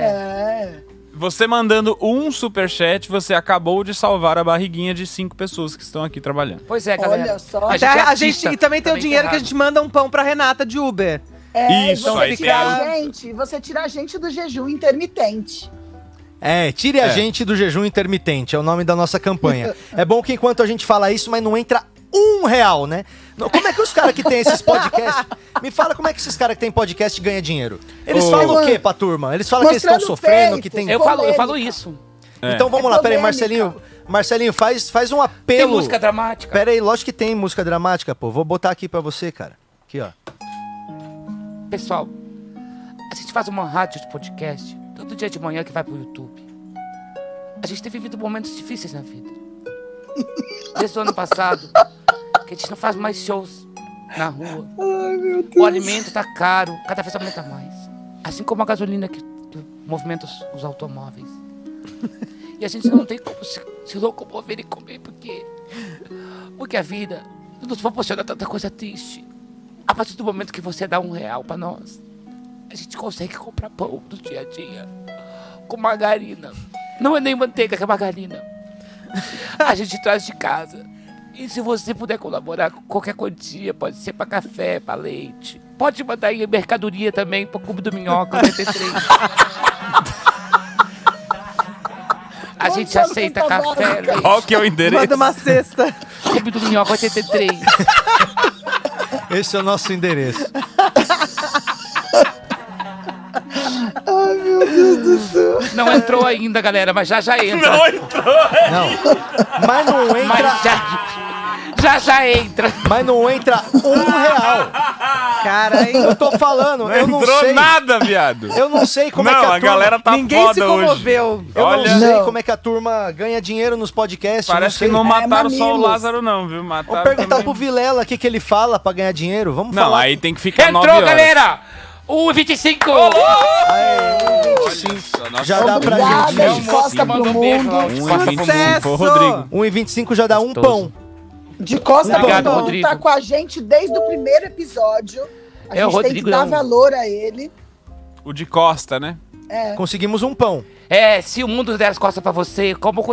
[SPEAKER 5] Você mandando um superchat, você acabou de salvar a barriguinha de 5 pessoas que estão aqui trabalhando.
[SPEAKER 6] Pois é, galera.
[SPEAKER 7] Olha só.
[SPEAKER 6] A gente
[SPEAKER 1] Até
[SPEAKER 6] é
[SPEAKER 1] a gente,
[SPEAKER 6] artista,
[SPEAKER 1] e também tem o dinheiro que a
[SPEAKER 6] ferrado.
[SPEAKER 1] gente manda um pão pra Renata de Uber.
[SPEAKER 5] Isso,
[SPEAKER 7] você
[SPEAKER 5] aí
[SPEAKER 7] tira
[SPEAKER 5] tem-
[SPEAKER 7] a gente, você tira a gente do jejum intermitente.
[SPEAKER 2] Tire a gente do jejum intermitente, é o nome da nossa campanha. É bom que enquanto a gente fala isso, mas não entra R$1, né? Como é que os caras que tem esses podcasts... Me fala como é que esses caras que tem podcast ganham dinheiro. Eles falam o quê pra turma? Eles falam que eles estão
[SPEAKER 7] Mostrando
[SPEAKER 2] sofrendo,
[SPEAKER 7] peito.
[SPEAKER 2] que tem...
[SPEAKER 6] Eu falo isso.
[SPEAKER 2] Então vamos lá, peraí,
[SPEAKER 7] polêmica.
[SPEAKER 2] Marcelinho, faz um
[SPEAKER 6] Tem
[SPEAKER 2] apelo.
[SPEAKER 6] música dramática.
[SPEAKER 2] Peraí, lógico que tem música dramática, pô. Vou botar aqui pra você, cara. Aqui, ó.
[SPEAKER 6] Pessoal, a gente faz uma rádio de podcast todo dia de manhã que vai pro YouTube. A gente tem vivido momentos difíceis na vida. Desde o ano passado, que a gente não faz mais shows na rua.
[SPEAKER 7] Ai, meu Deus.
[SPEAKER 6] O alimento tá caro, cada vez aumenta mais. Assim como a gasolina que movimenta os automóveis. E a gente não tem como se locomover e comer, porque a vida nos proporciona tanta coisa triste. A partir do momento que você dá R$1 pra nós, a gente consegue comprar pão do dia a dia com margarina. Não é nem manteiga, que é margarina. A gente traz de casa. E se você puder colaborar com qualquer quantia, pode ser pra café, pra leite. Pode mandar aí mercadoria também pro Clube do Minhoca 83. A gente
[SPEAKER 7] Vamos
[SPEAKER 6] aceita
[SPEAKER 7] tentar
[SPEAKER 6] café,
[SPEAKER 7] básica.
[SPEAKER 6] leite.
[SPEAKER 5] Qual que é o endereço?
[SPEAKER 1] Manda uma cesta.
[SPEAKER 6] Clube do Minhoca 83.
[SPEAKER 2] Esse é o nosso endereço.
[SPEAKER 7] Ai, meu Deus do céu.
[SPEAKER 6] Não entrou ainda, galera, mas já entra.
[SPEAKER 2] Não. Mas não entra...
[SPEAKER 6] Mas já entra.
[SPEAKER 2] Mas não entra R$1.
[SPEAKER 1] Cara, hein?
[SPEAKER 2] Eu tô falando, eu não
[SPEAKER 5] entrou
[SPEAKER 2] sei.
[SPEAKER 5] nada, viado.
[SPEAKER 2] Eu não sei como é
[SPEAKER 5] Não,
[SPEAKER 2] que a
[SPEAKER 5] a galera tá
[SPEAKER 1] Ninguém
[SPEAKER 5] foda
[SPEAKER 1] se
[SPEAKER 5] hoje.
[SPEAKER 1] comoveu.
[SPEAKER 2] Eu
[SPEAKER 5] Olha,
[SPEAKER 2] não sei
[SPEAKER 7] Não.
[SPEAKER 2] como é que a turma ganha dinheiro nos podcasts.
[SPEAKER 5] Parece que
[SPEAKER 2] sei.
[SPEAKER 5] não mataram só o
[SPEAKER 7] mamilos.
[SPEAKER 5] Lázaro, não, viu?
[SPEAKER 2] Vou
[SPEAKER 5] Mataram
[SPEAKER 2] perguntar
[SPEAKER 5] também.
[SPEAKER 2] pro Vilela o que ele fala pra ganhar dinheiro. Vamos
[SPEAKER 5] Não,
[SPEAKER 2] falar.
[SPEAKER 5] aí tem que ficar 9
[SPEAKER 6] Entrou,
[SPEAKER 5] horas.
[SPEAKER 6] galera! 1,25!
[SPEAKER 2] Já dá pra
[SPEAKER 7] Obrigada,
[SPEAKER 2] gente.
[SPEAKER 7] de costa
[SPEAKER 6] Manda
[SPEAKER 7] pro
[SPEAKER 6] um beijo
[SPEAKER 7] mundo.
[SPEAKER 6] lá, de costa pro mundo.
[SPEAKER 1] Sucesso!
[SPEAKER 5] Rodrigo.
[SPEAKER 2] 1,25 já dá um
[SPEAKER 6] Gostoso.
[SPEAKER 2] pão.
[SPEAKER 7] De costa
[SPEAKER 6] Obrigado,
[SPEAKER 7] pro mundo,
[SPEAKER 6] Rodrigo.
[SPEAKER 7] tá com a gente desde o primeiro episódio. A
[SPEAKER 6] É, o
[SPEAKER 7] gente tem
[SPEAKER 6] Rodrigo
[SPEAKER 7] que dar
[SPEAKER 6] é um-
[SPEAKER 7] valor a ele.
[SPEAKER 5] O de Costa, né?
[SPEAKER 2] Conseguimos um pão.
[SPEAKER 6] Se o mundo der as costas pra você, como...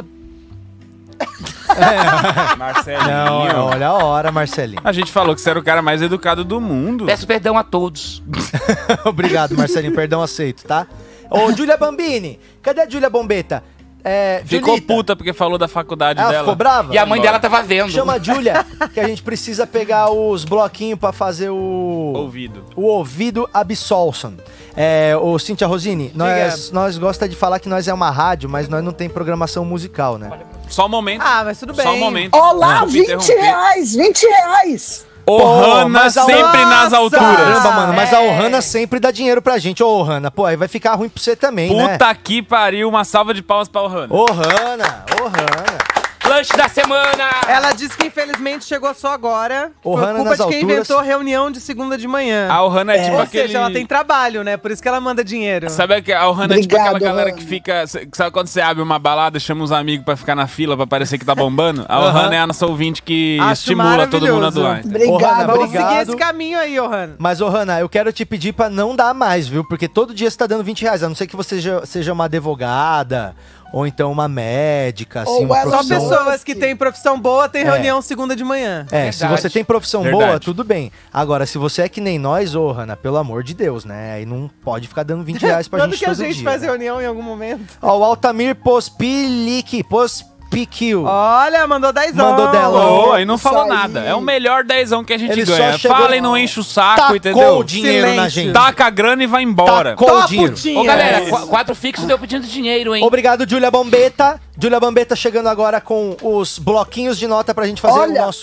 [SPEAKER 5] Marcelinho.
[SPEAKER 2] Não, olha a hora, Marcelinho.
[SPEAKER 5] A gente falou que você era o cara mais educado do mundo.
[SPEAKER 6] Peço perdão a todos.
[SPEAKER 2] Obrigado, Marcelinho. Perdão aceito, tá? Ô, Giulia Bambini. Cadê a Giulia Bombetta?
[SPEAKER 5] Ficou
[SPEAKER 2] Julita.
[SPEAKER 5] puta porque falou da faculdade
[SPEAKER 2] Ela
[SPEAKER 5] dela.
[SPEAKER 2] ficou brava?
[SPEAKER 6] E a mãe dela tava vendo.
[SPEAKER 2] Chama a Giulia, que a gente precisa pegar os bloquinhos pra fazer o
[SPEAKER 5] Ouvido.
[SPEAKER 2] ouvido Absolson. Ô, Cíntia Rosini, nós gosta de falar que nós é uma rádio, mas nós não tem programação musical, né?
[SPEAKER 5] Só um momento.
[SPEAKER 1] Ah, mas tudo bem.
[SPEAKER 5] Só um momento.
[SPEAKER 7] Olá,
[SPEAKER 5] Desculpa
[SPEAKER 7] 20
[SPEAKER 5] interromper.
[SPEAKER 7] reais, 20 reais.
[SPEAKER 5] Ohana
[SPEAKER 2] mas a-
[SPEAKER 5] sempre nas
[SPEAKER 1] Nossa!
[SPEAKER 5] alturas.
[SPEAKER 2] Caramba, mano, mas a
[SPEAKER 1] É.
[SPEAKER 2] Ohana sempre dá dinheiro pra gente. Ô, Ohana, pô, aí vai ficar ruim pra você também, né?
[SPEAKER 5] Puta que pariu, uma salva de palmas pra Ohana.
[SPEAKER 2] Ohana.
[SPEAKER 6] Lanche da semana!
[SPEAKER 1] Ela disse que infelizmente chegou só agora. Foi
[SPEAKER 2] Ohana
[SPEAKER 1] culpa
[SPEAKER 2] nas
[SPEAKER 1] de quem
[SPEAKER 2] alturas.
[SPEAKER 1] inventou reunião de segunda de manhã.
[SPEAKER 5] A Ohana é tipo
[SPEAKER 1] Ou
[SPEAKER 5] aquele...
[SPEAKER 1] seja, ela tem trabalho, né? Por isso que ela manda dinheiro.
[SPEAKER 5] Sabe que a Ohana é tipo
[SPEAKER 7] Obrigado,
[SPEAKER 5] aquela galera
[SPEAKER 7] Ohana.
[SPEAKER 5] que fica... Sabe quando você abre uma balada e chama os amigos pra ficar na fila pra parecer que tá bombando? A Ohana é a nossa ouvinte que
[SPEAKER 1] Acho
[SPEAKER 5] estimula todo mundo a
[SPEAKER 1] maravilhoso.
[SPEAKER 5] doar.
[SPEAKER 7] Obrigada.
[SPEAKER 1] Vamos
[SPEAKER 2] obrigado.
[SPEAKER 1] seguir esse caminho aí, Johanna.
[SPEAKER 2] Mas, Ohana, eu quero te pedir pra não dar mais, viu? Porque todo dia você tá dando 20 reais. A não ser que você seja uma advogada ou então uma médica, assim,
[SPEAKER 7] Ou
[SPEAKER 2] uma
[SPEAKER 7] ela
[SPEAKER 1] Só
[SPEAKER 2] profissão...
[SPEAKER 1] pessoas que têm profissão boa têm reunião segunda de manhã.
[SPEAKER 2] Se
[SPEAKER 6] Verdade.
[SPEAKER 2] você tem profissão
[SPEAKER 5] Verdade.
[SPEAKER 2] boa, tudo bem. Agora, se você é que nem nós, Ohana, pelo amor de Deus, né? Aí não pode ficar dando 20 reais pra
[SPEAKER 1] Quando
[SPEAKER 2] gente
[SPEAKER 1] que a
[SPEAKER 2] todo
[SPEAKER 1] gente
[SPEAKER 2] dia.
[SPEAKER 1] faz
[SPEAKER 2] né?
[SPEAKER 1] reunião em algum momento?
[SPEAKER 2] Ó, o Altamir Pospilik,
[SPEAKER 1] Olha, mandou 10
[SPEAKER 2] Mandou dela.
[SPEAKER 5] Oh, aí não
[SPEAKER 7] Isso
[SPEAKER 5] falou
[SPEAKER 7] aí.
[SPEAKER 5] nada. É o melhor dezão que a gente
[SPEAKER 2] Ele só
[SPEAKER 5] ganha.
[SPEAKER 2] chegou-
[SPEAKER 5] Fala e não enche o saco,
[SPEAKER 2] Tacou
[SPEAKER 5] entendeu?
[SPEAKER 2] o dinheiro na
[SPEAKER 1] Silêncio.
[SPEAKER 2] gente.
[SPEAKER 5] Taca a grana e vai embora.
[SPEAKER 2] Tacou o dinheiro.
[SPEAKER 1] Putinha.
[SPEAKER 6] Ô, galera,
[SPEAKER 5] É.
[SPEAKER 6] 4 fixos deu pedindo dinheiro, hein?
[SPEAKER 2] Obrigado, Giulia Bombetta. Giulia Bombetta chegando agora com os bloquinhos de nota pra gente fazer
[SPEAKER 7] Olha.
[SPEAKER 2] o nosso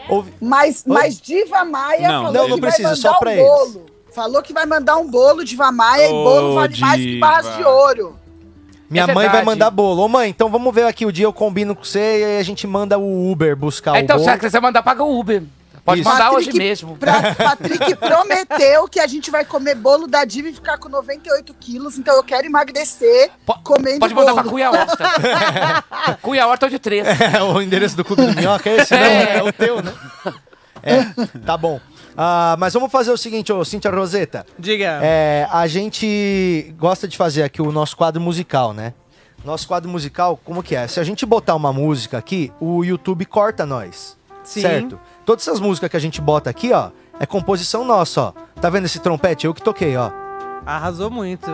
[SPEAKER 7] Mas Diva Maia
[SPEAKER 5] Não,
[SPEAKER 7] falou
[SPEAKER 2] não
[SPEAKER 7] que
[SPEAKER 2] precisa,
[SPEAKER 7] vai
[SPEAKER 2] só
[SPEAKER 7] mandar
[SPEAKER 2] pra
[SPEAKER 7] um bolo. Falou que vai mandar um bolo Diva Maia e bolo vale mais que barras de ouro.
[SPEAKER 2] Minha
[SPEAKER 6] É
[SPEAKER 2] mãe vai
[SPEAKER 6] verdade.
[SPEAKER 2] mandar bolo. Ô mãe, então vamos ver aqui o dia, eu combino com você e aí a gente manda o Uber buscar
[SPEAKER 6] Então,
[SPEAKER 2] o
[SPEAKER 6] se
[SPEAKER 2] bolo.
[SPEAKER 6] você quiser mandar, paga o Uber. Pode
[SPEAKER 2] Isso.
[SPEAKER 6] mandar hoje mesmo.
[SPEAKER 7] Patrick prometeu que a gente vai comer bolo da Diva e ficar com 98 quilos, então eu quero emagrecer comendo
[SPEAKER 6] Pode mandar
[SPEAKER 7] bolo.
[SPEAKER 6] pra Cunha Horta. Cunha Horta de 3.
[SPEAKER 2] É, o endereço do Clube do Minhoca é esse? Não, é o teu, né? É, tá bom. Mas vamos fazer o seguinte, ô Cíntia Roseta.
[SPEAKER 1] Diga.
[SPEAKER 2] A gente gosta de fazer aqui o nosso quadro musical, né? Nosso quadro musical, como que é? Se a gente botar uma música aqui, o YouTube corta nós.
[SPEAKER 1] Sim.
[SPEAKER 2] Certo? Todas essas músicas que a gente bota aqui, ó, é composição nossa, ó. Tá vendo esse trompete? Eu que toquei, ó.
[SPEAKER 1] Arrasou muito.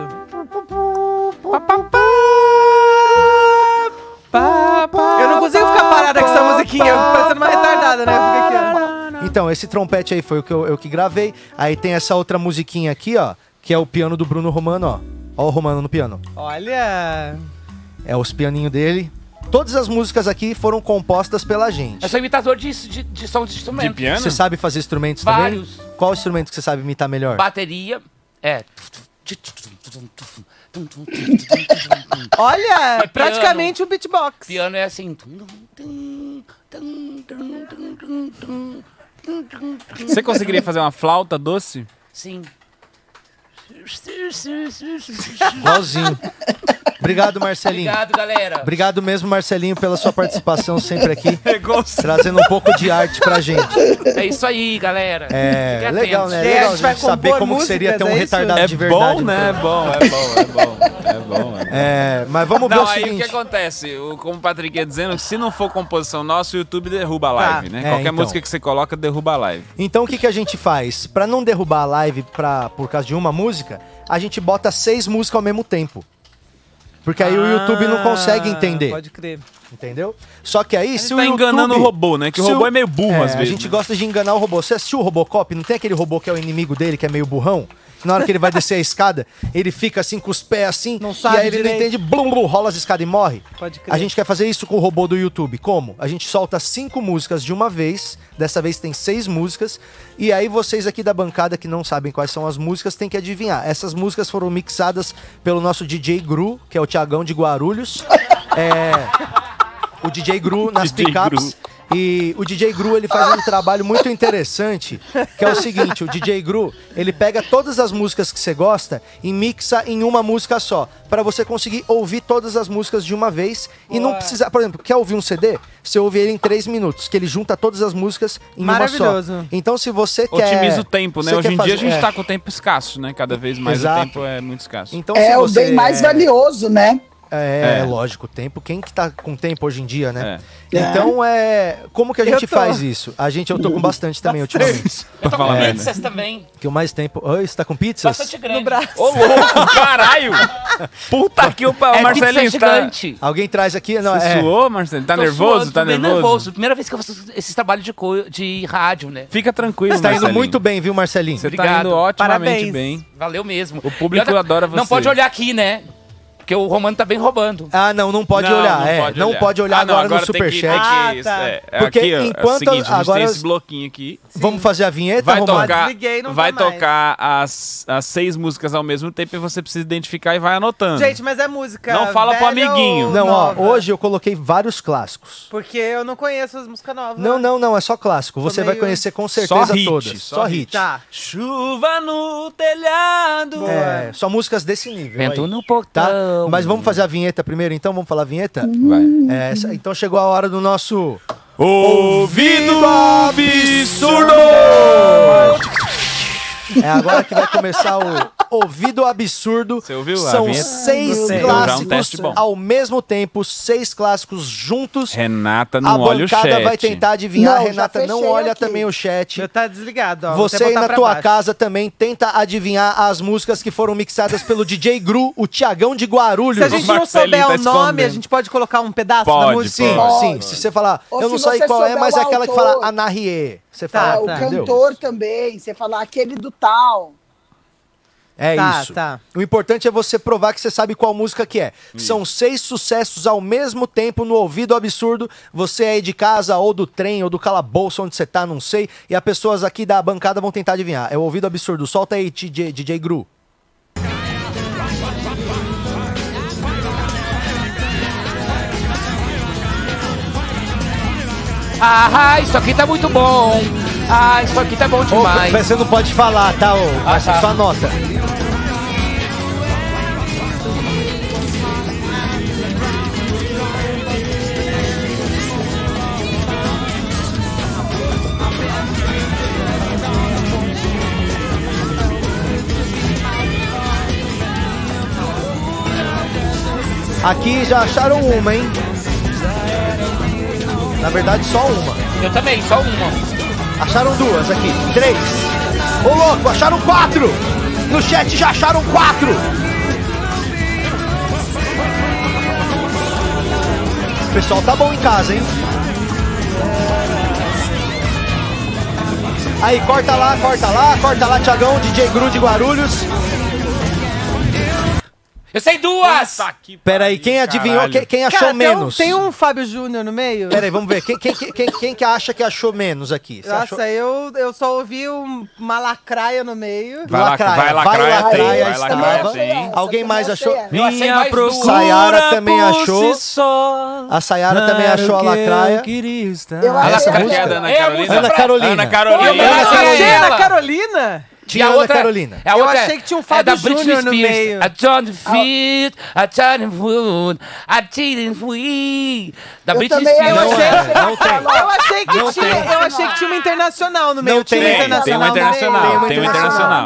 [SPEAKER 1] Eu não consigo ficar parada com essa musiquinha, parecendo uma retardada, né? Fica aqui, ó.
[SPEAKER 2] Então, esse trompete aí foi o que eu que gravei. Aí tem essa outra musiquinha aqui, ó, que é o piano do Bruno Romano, ó. Ó o Romano no piano.
[SPEAKER 1] Olha.
[SPEAKER 2] É os pianinhos dele. Todas as músicas aqui foram compostas pela gente.
[SPEAKER 6] Eu sou imitador de som de instrumento.
[SPEAKER 5] De piano?
[SPEAKER 2] Você sabe fazer instrumentos
[SPEAKER 6] Vários.
[SPEAKER 2] também? Qual instrumento que você sabe imitar melhor?
[SPEAKER 6] Bateria. É.
[SPEAKER 1] Olha,
[SPEAKER 6] É
[SPEAKER 1] praticamente um beatbox.
[SPEAKER 6] Piano é assim.
[SPEAKER 5] Você conseguiria fazer uma flauta doce?
[SPEAKER 6] Sim.
[SPEAKER 2] Igualzinho. Obrigado, Marcelinho.
[SPEAKER 6] Obrigado, galera.
[SPEAKER 2] Obrigado mesmo, Marcelinho, pela sua participação sempre aqui. Trazendo um pouco de arte pra gente.
[SPEAKER 6] É isso aí, galera.
[SPEAKER 2] É,
[SPEAKER 6] Fiquem
[SPEAKER 2] legal,
[SPEAKER 6] atentos.
[SPEAKER 2] né?
[SPEAKER 1] E aí,
[SPEAKER 2] Legal
[SPEAKER 1] a gente vai
[SPEAKER 2] saber
[SPEAKER 1] compor
[SPEAKER 2] como que seria ter um
[SPEAKER 1] músicas, é isso?
[SPEAKER 2] retardado
[SPEAKER 5] É
[SPEAKER 2] de verdade.
[SPEAKER 5] bom,
[SPEAKER 2] no
[SPEAKER 5] né? É
[SPEAKER 2] programa.
[SPEAKER 5] bom.
[SPEAKER 2] Mas vamos ver
[SPEAKER 5] Não,
[SPEAKER 2] o
[SPEAKER 5] aí o
[SPEAKER 2] seguinte.
[SPEAKER 5] que acontece? Como o Patrick ia dizendo, se não for composição nossa, o YouTube derruba a live, né?
[SPEAKER 2] É,
[SPEAKER 5] Qualquer
[SPEAKER 2] então.
[SPEAKER 5] música que você coloca, derruba a live.
[SPEAKER 2] Então o que a gente faz? Pra não derrubar a live por causa de uma música, a gente bota 6 músicas ao mesmo tempo. Porque aí o YouTube não consegue entender.
[SPEAKER 1] Pode crer.
[SPEAKER 2] Entendeu? Só que aí,
[SPEAKER 5] A
[SPEAKER 2] se
[SPEAKER 5] gente
[SPEAKER 2] o
[SPEAKER 5] tá
[SPEAKER 2] YouTube...
[SPEAKER 5] enganando o robô, né? Que o
[SPEAKER 2] se
[SPEAKER 5] robô é meio burro às vezes.
[SPEAKER 2] A gente
[SPEAKER 5] né?
[SPEAKER 2] gosta de enganar o robô. Você assistiu o Robocop? Não tem aquele robô que é o inimigo dele, que é meio burrão? Na hora que ele vai descer a escada, ele fica assim com os pés assim,
[SPEAKER 1] Não sabe
[SPEAKER 2] e aí ele
[SPEAKER 1] direito.
[SPEAKER 2] não entende, blum, blum, rola as escadas e morre.
[SPEAKER 1] Pode crer.
[SPEAKER 2] A gente quer fazer isso com o robô do YouTube. Como? A gente solta 5 músicas de uma vez, dessa vez tem 6 músicas, e aí vocês aqui da bancada que não sabem quais são as músicas, tem que adivinhar. Essas músicas foram mixadas pelo nosso DJ Gru, que é o Thiagão de Guarulhos. O DJ Gru nas
[SPEAKER 5] DJ
[SPEAKER 2] picapes. E o DJ Gru, ele faz um trabalho muito interessante, que é o seguinte, o DJ Gru, ele pega todas as músicas que você gosta e mixa em uma música só, para você conseguir ouvir todas as músicas de uma vez e não precisar, por exemplo, quer ouvir um CD? Você ouve ele em 3 minutos, que ele junta todas as músicas em uma só.
[SPEAKER 1] Maravilhoso.
[SPEAKER 2] Então se você quer...
[SPEAKER 5] Otimiza o tempo, né?
[SPEAKER 2] você
[SPEAKER 5] Hoje
[SPEAKER 2] quer
[SPEAKER 5] em dia a
[SPEAKER 2] fazer-
[SPEAKER 5] gente tá com o tempo escasso, né? Cada vez mais
[SPEAKER 2] Exato.
[SPEAKER 5] o tempo é muito escasso.
[SPEAKER 2] Então,
[SPEAKER 7] É
[SPEAKER 2] se
[SPEAKER 7] o
[SPEAKER 2] você
[SPEAKER 7] bem mais valioso, né?
[SPEAKER 2] Lógico, tempo. Quem que tá com tempo hoje em dia, né?
[SPEAKER 7] É.
[SPEAKER 2] Então, como que a gente
[SPEAKER 1] Eu tô.
[SPEAKER 2] faz isso? Eu tô com bastante também ultimamente.
[SPEAKER 6] Eu tô com
[SPEAKER 5] Fala merda.
[SPEAKER 6] pizzas também.
[SPEAKER 2] Que o mais tempo... Oi, você tá com pizzas?
[SPEAKER 6] Bastante grande.
[SPEAKER 1] No braço.
[SPEAKER 5] Ô, louco, caralho! Puta que o
[SPEAKER 6] É
[SPEAKER 5] Marcelinho
[SPEAKER 6] pizza
[SPEAKER 5] tá...
[SPEAKER 6] gigante.
[SPEAKER 2] Alguém traz aqui... Não,
[SPEAKER 5] Você suou, Marcelinho? Tá
[SPEAKER 6] Tô
[SPEAKER 5] nervoso?
[SPEAKER 6] suando,
[SPEAKER 5] Tá
[SPEAKER 6] tô bem
[SPEAKER 5] nervoso?
[SPEAKER 6] Primeira vez que eu faço esses trabalhos de rádio, né?
[SPEAKER 5] Fica tranquilo,
[SPEAKER 2] Você tá indo
[SPEAKER 5] Marcelinho.
[SPEAKER 2] muito bem, viu, Marcelinho?
[SPEAKER 5] Você tá
[SPEAKER 6] Obrigado.
[SPEAKER 5] indo otimamente
[SPEAKER 1] Parabéns.
[SPEAKER 5] bem.
[SPEAKER 6] Valeu mesmo.
[SPEAKER 5] O público
[SPEAKER 6] E outra-
[SPEAKER 5] adora você.
[SPEAKER 6] Não pode olhar aqui, né? Porque o Romano tá bem roubando.
[SPEAKER 2] Ah, não pode olhar. Não pode olhar agora no Superchat.
[SPEAKER 1] Ah,
[SPEAKER 5] Isso,
[SPEAKER 1] tá.
[SPEAKER 2] Porque
[SPEAKER 5] aqui, ó,
[SPEAKER 2] enquanto
[SPEAKER 5] é o seguinte, a gente
[SPEAKER 2] agora-
[SPEAKER 5] tem esse bloquinho aqui.
[SPEAKER 2] Vamos fazer a vinheta,
[SPEAKER 5] Vai
[SPEAKER 2] Romano?
[SPEAKER 5] tocar,
[SPEAKER 1] Desliguei, não
[SPEAKER 5] vai
[SPEAKER 1] vai mais.
[SPEAKER 5] tocar as 6 músicas ao mesmo tempo e você precisa identificar e vai anotando.
[SPEAKER 1] Gente, mas é música.
[SPEAKER 5] Não fala pro
[SPEAKER 1] velha
[SPEAKER 5] amiguinho.
[SPEAKER 1] ou
[SPEAKER 2] Não,
[SPEAKER 1] nova?
[SPEAKER 2] hoje eu coloquei vários clássicos.
[SPEAKER 1] Porque eu não conheço as músicas novas.
[SPEAKER 2] Não,
[SPEAKER 1] né?
[SPEAKER 2] não, é só clássico. Você vai
[SPEAKER 1] meio-
[SPEAKER 2] conhecer com
[SPEAKER 5] Só
[SPEAKER 2] certeza
[SPEAKER 5] hit,
[SPEAKER 2] todas.
[SPEAKER 5] só
[SPEAKER 2] Só
[SPEAKER 5] hit.
[SPEAKER 2] hit.
[SPEAKER 1] Tá.
[SPEAKER 5] Chuva no telhado.
[SPEAKER 2] Só músicas desse nível.
[SPEAKER 6] Vento
[SPEAKER 2] aí,
[SPEAKER 6] no
[SPEAKER 2] tá?
[SPEAKER 6] portão.
[SPEAKER 2] Mas vamos fazer a vinheta primeiro, então? Vamos falar a vinheta?
[SPEAKER 5] Vai.
[SPEAKER 2] Então chegou a hora do nosso...
[SPEAKER 5] Ouvido absurdo!
[SPEAKER 2] É agora que vai começar o Ouvido Absurdo.
[SPEAKER 5] Você ouviu a
[SPEAKER 2] São
[SPEAKER 5] vinheta?
[SPEAKER 2] 6
[SPEAKER 1] Gostei.
[SPEAKER 5] Já é um
[SPEAKER 2] clássicos
[SPEAKER 5] teste bom.
[SPEAKER 2] ao mesmo tempo, 6 clássicos juntos.
[SPEAKER 5] Renata
[SPEAKER 2] A
[SPEAKER 5] não olha o
[SPEAKER 2] bancada
[SPEAKER 5] chat.
[SPEAKER 2] vai tentar adivinhar.
[SPEAKER 7] Não, já
[SPEAKER 2] Renata não
[SPEAKER 7] fechei
[SPEAKER 2] olha
[SPEAKER 7] aqui.
[SPEAKER 2] também o chat.
[SPEAKER 1] Já tá desligado, ó.
[SPEAKER 2] Você
[SPEAKER 1] vou
[SPEAKER 2] aí
[SPEAKER 1] até
[SPEAKER 2] na
[SPEAKER 1] botar
[SPEAKER 2] tua
[SPEAKER 1] pra baixo.
[SPEAKER 2] casa também tenta adivinhar as músicas que foram mixadas pelo DJ Gru, o Thiagão de Guarulhos.
[SPEAKER 1] Se a gente não
[SPEAKER 5] Marcelinho
[SPEAKER 1] souber
[SPEAKER 5] tá
[SPEAKER 1] o nome,
[SPEAKER 5] escondendo.
[SPEAKER 1] a gente pode colocar um pedaço
[SPEAKER 5] Pode,
[SPEAKER 1] da música?
[SPEAKER 2] Sim,
[SPEAKER 5] pode.
[SPEAKER 2] sim. Se você falar,
[SPEAKER 7] Ou
[SPEAKER 2] eu não
[SPEAKER 7] se
[SPEAKER 2] sei
[SPEAKER 7] você
[SPEAKER 2] qual é,
[SPEAKER 7] souber
[SPEAKER 2] mas
[SPEAKER 7] o
[SPEAKER 2] é aquela que
[SPEAKER 7] autor.
[SPEAKER 2] fala Anarie. Você
[SPEAKER 7] Tá,
[SPEAKER 2] fala,
[SPEAKER 7] o
[SPEAKER 2] entendeu?
[SPEAKER 7] cantor também, você falar aquele do tal.
[SPEAKER 2] É
[SPEAKER 1] Tá,
[SPEAKER 2] isso.
[SPEAKER 1] tá.
[SPEAKER 2] O importante é você provar que você sabe qual música que é. São 6 sucessos ao mesmo tempo no ouvido absurdo. Você é aí de casa, ou do trem, ou do calabouço, onde você tá, não sei. E as pessoas aqui da bancada vão tentar adivinhar. É o ouvido absurdo. Solta aí, DJ Gru.
[SPEAKER 6] Isso aqui tá muito bom. Isso aqui tá bom demais.
[SPEAKER 2] Você não pode falar, tá? Mas
[SPEAKER 6] tá.
[SPEAKER 2] sua nota. Aqui já acharam uma, hein? Na verdade, só uma.
[SPEAKER 6] Eu também, só uma.
[SPEAKER 2] Acharam 2 aqui. 3. Ô, louco, acharam 4. No chat já acharam 4. O pessoal tá bom em casa, hein? Aí, corta lá, Thiagão, DJ Gru de Guarulhos.
[SPEAKER 6] Eu sei 2!
[SPEAKER 2] Pera aí, quem adivinhou, quem achou
[SPEAKER 1] Cara,
[SPEAKER 2] menos?
[SPEAKER 1] tem um Fábio Júnior no meio?
[SPEAKER 2] Pera aí, vamos ver. Quem que acha que achou menos aqui? Você achou...
[SPEAKER 1] Nossa, eu só ouvi uma lacraia no meio.
[SPEAKER 5] Vai lacraia,
[SPEAKER 2] Lacraia
[SPEAKER 5] estava.
[SPEAKER 2] tem. Alguém mais achou?
[SPEAKER 6] Eu achei mais duas.
[SPEAKER 2] Sayara também achou. A Sayara também achou a lacraia.
[SPEAKER 7] Eu
[SPEAKER 6] A
[SPEAKER 7] achei
[SPEAKER 6] lacraia
[SPEAKER 7] a
[SPEAKER 6] é da
[SPEAKER 5] Ana Carolina.
[SPEAKER 2] Ana Carolina.
[SPEAKER 5] Ana Carolina.
[SPEAKER 6] Eu
[SPEAKER 1] Eu achei
[SPEAKER 6] ela.
[SPEAKER 1] Ana Carolina.
[SPEAKER 2] Tinha
[SPEAKER 6] E a
[SPEAKER 2] Ana
[SPEAKER 6] outra,
[SPEAKER 2] Carolina.
[SPEAKER 6] a outra
[SPEAKER 1] achei que tinha um
[SPEAKER 6] é
[SPEAKER 1] Fábio
[SPEAKER 6] da Britney
[SPEAKER 1] Júnior no
[SPEAKER 6] Spears.
[SPEAKER 1] meio.
[SPEAKER 6] I don't feel, I don't food, I didn't feel. Da
[SPEAKER 7] Eu
[SPEAKER 6] Britney
[SPEAKER 7] também
[SPEAKER 6] Spears.
[SPEAKER 2] Não tem.
[SPEAKER 1] Eu achei que tinha uma internacional no meio.
[SPEAKER 2] Não tem.
[SPEAKER 1] Tinha
[SPEAKER 5] Tem uma
[SPEAKER 1] no meio.
[SPEAKER 5] internacional. Tem uma internacional.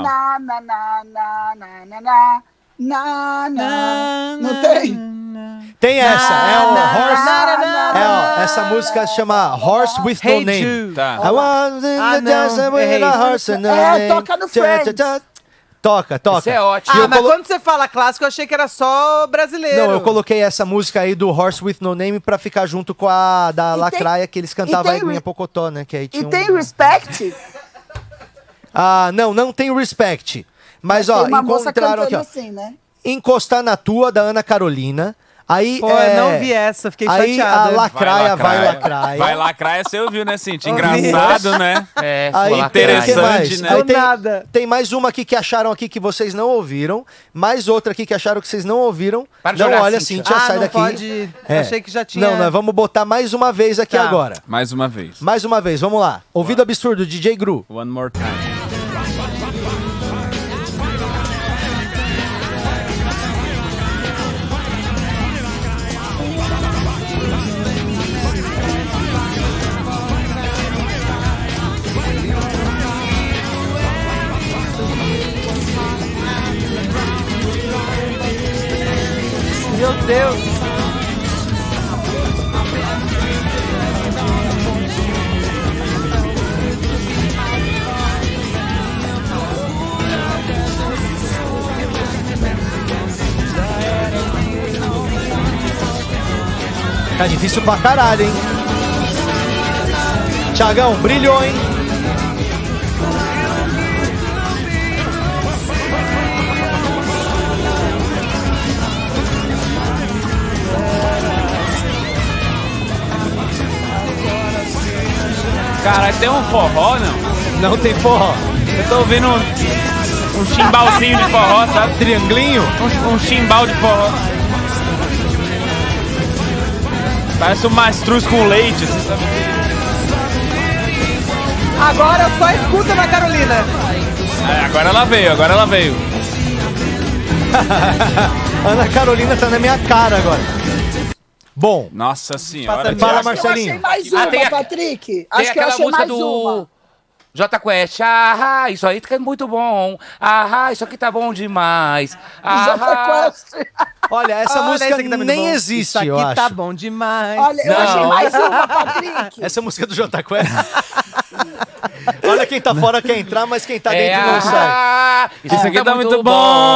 [SPEAKER 7] Não tem?
[SPEAKER 2] Tem essa. É o Horse. Essa música se chama Horse with No
[SPEAKER 1] Hey
[SPEAKER 2] Name.
[SPEAKER 1] Jude.
[SPEAKER 5] Tá.
[SPEAKER 2] I was in
[SPEAKER 1] Ah,
[SPEAKER 2] the
[SPEAKER 1] não,
[SPEAKER 2] desert with
[SPEAKER 1] errei.
[SPEAKER 2] a horse and no
[SPEAKER 7] É,
[SPEAKER 2] name.
[SPEAKER 7] toca no Friends.
[SPEAKER 2] Toca.
[SPEAKER 6] Isso é ótimo.
[SPEAKER 2] E eu
[SPEAKER 1] Mas
[SPEAKER 2] colo-
[SPEAKER 1] quando você fala clássico, eu achei que era só brasileiro.
[SPEAKER 2] Não, eu coloquei essa música aí do Horse with No Name pra ficar junto com a da
[SPEAKER 7] E tem-
[SPEAKER 2] Lacraia, que eles cantavam
[SPEAKER 7] e tem
[SPEAKER 2] Aguinha Pocotó, né? Que aí
[SPEAKER 7] E
[SPEAKER 2] tinha
[SPEAKER 7] tem Respect?
[SPEAKER 2] Ah, não tem Respect. Mas, ó,
[SPEAKER 7] Tem uma moça
[SPEAKER 2] encontraram
[SPEAKER 7] cantando
[SPEAKER 2] aqui, ó.
[SPEAKER 7] assim, né?
[SPEAKER 2] Encostar na Tua, da Ana Carolina. Aí,
[SPEAKER 1] Pô, eu não vi essa, fiquei
[SPEAKER 2] aí
[SPEAKER 1] chateada.
[SPEAKER 2] a Lacraia, vai Lacraia.
[SPEAKER 5] Vai lacraia, você ouviu, né, Cintia? Engraçado, né?
[SPEAKER 6] É,
[SPEAKER 2] Aí
[SPEAKER 6] sua
[SPEAKER 2] tem,
[SPEAKER 6] lacraia.
[SPEAKER 2] que mais?
[SPEAKER 5] Interessante, né?
[SPEAKER 2] Aí
[SPEAKER 1] Do nada.
[SPEAKER 2] tem mais uma aqui que acharam aqui que vocês não ouviram. Mais outra aqui que acharam que vocês não ouviram.
[SPEAKER 6] Para de
[SPEAKER 2] Não,
[SPEAKER 6] olhar,
[SPEAKER 2] olha,
[SPEAKER 6] Cíntia.
[SPEAKER 2] Cíntia, sai
[SPEAKER 1] não
[SPEAKER 2] daqui.
[SPEAKER 1] pode...
[SPEAKER 2] É.
[SPEAKER 1] Achei que já tinha...
[SPEAKER 2] Não, nós vamos botar mais uma vez aqui
[SPEAKER 1] Tá.
[SPEAKER 2] agora.
[SPEAKER 5] Mais uma vez.
[SPEAKER 2] Mais uma vez, vamos lá. Ouvido absurdo, DJ Gru.
[SPEAKER 5] One more time.
[SPEAKER 1] Meu Deus.
[SPEAKER 2] Tá difícil pra caralho, hein? Thiagão, brilhou, hein?
[SPEAKER 5] Caralho, tem um forró, não?
[SPEAKER 2] Não tem forró.
[SPEAKER 5] Eu tô ouvindo um chimbalzinho de forró, sabe?
[SPEAKER 2] Trianglinho?
[SPEAKER 5] Um chimbal de forró. Parece um mastruz com leite, assim, sabe?
[SPEAKER 1] Agora eu só escuto Ana Carolina.
[SPEAKER 5] É, agora ela veio.
[SPEAKER 2] Ana Carolina tá na minha cara agora. Bom,
[SPEAKER 5] Nossa senhora.
[SPEAKER 2] Fala,
[SPEAKER 7] Eu achei
[SPEAKER 2] Marcelinho.
[SPEAKER 7] mais
[SPEAKER 6] Ah,
[SPEAKER 7] uma,
[SPEAKER 6] tem a-
[SPEAKER 7] Patrick.
[SPEAKER 6] Tem
[SPEAKER 7] Acho que eu
[SPEAKER 6] aquela
[SPEAKER 7] achei
[SPEAKER 6] música
[SPEAKER 7] mais
[SPEAKER 6] do
[SPEAKER 7] uma.
[SPEAKER 6] J Quest. Isso aí tá muito bom. Isso aqui tá bom demais.
[SPEAKER 7] Jota Quest.
[SPEAKER 2] Olha, essa
[SPEAKER 1] Olha,
[SPEAKER 2] música
[SPEAKER 1] esse aqui tá muito
[SPEAKER 2] nem
[SPEAKER 1] bom.
[SPEAKER 2] existe,
[SPEAKER 1] Isso
[SPEAKER 2] eu
[SPEAKER 1] aqui
[SPEAKER 2] acho.
[SPEAKER 1] tá bom demais.
[SPEAKER 7] Olha, eu
[SPEAKER 6] Não.
[SPEAKER 7] achei mais uma, Patrick.
[SPEAKER 2] Essa é a música do Jota Quest. Olha, quem tá fora quer entrar, mas quem tá dentro não sai.
[SPEAKER 6] Isso
[SPEAKER 5] aqui tá muito bom.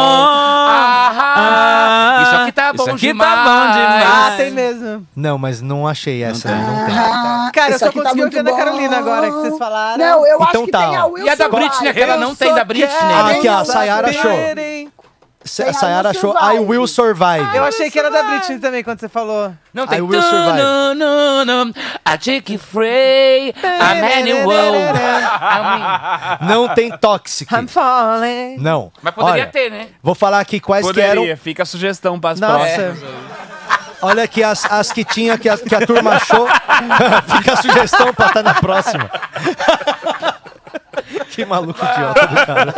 [SPEAKER 6] Isso aqui tá bom
[SPEAKER 5] Isso aqui
[SPEAKER 6] demais.
[SPEAKER 5] tá bom demais.
[SPEAKER 1] Ah, tem mesmo.
[SPEAKER 2] Não, mas não achei essa, não tem.
[SPEAKER 1] Cara, eu
[SPEAKER 7] Isso
[SPEAKER 1] só
[SPEAKER 7] aqui tá
[SPEAKER 1] consegui
[SPEAKER 7] muito
[SPEAKER 1] ouvir Ana
[SPEAKER 7] bom.
[SPEAKER 1] Carolina agora que vocês falaram.
[SPEAKER 7] Não, eu
[SPEAKER 2] Então
[SPEAKER 7] acho que
[SPEAKER 2] tá,
[SPEAKER 7] tem a
[SPEAKER 2] ó.
[SPEAKER 7] Wilson.
[SPEAKER 6] E a da Britney,
[SPEAKER 7] Vai.
[SPEAKER 6] aquela não tem da Britney.
[SPEAKER 2] Ah, aqui, ó, a Sayara achou. A Sayara achou I Will Survive.
[SPEAKER 1] Eu achei que era da Britney também, quando você falou.
[SPEAKER 6] Não, tem...
[SPEAKER 2] I Will Survive.
[SPEAKER 6] A Jake Frey, a Manuel.
[SPEAKER 2] Não tem Toxic.
[SPEAKER 1] I'm falling.
[SPEAKER 2] Não.
[SPEAKER 6] Mas poderia
[SPEAKER 2] Olha,
[SPEAKER 6] ter, né?
[SPEAKER 2] vou falar aqui quais que eram.
[SPEAKER 5] Poderia, fica a sugestão para as
[SPEAKER 1] Nossa.
[SPEAKER 5] próximas.
[SPEAKER 2] Olha aqui as que tinha, que a turma achou. Fica a sugestão pra estar na próxima. Que maluco idiota do cara.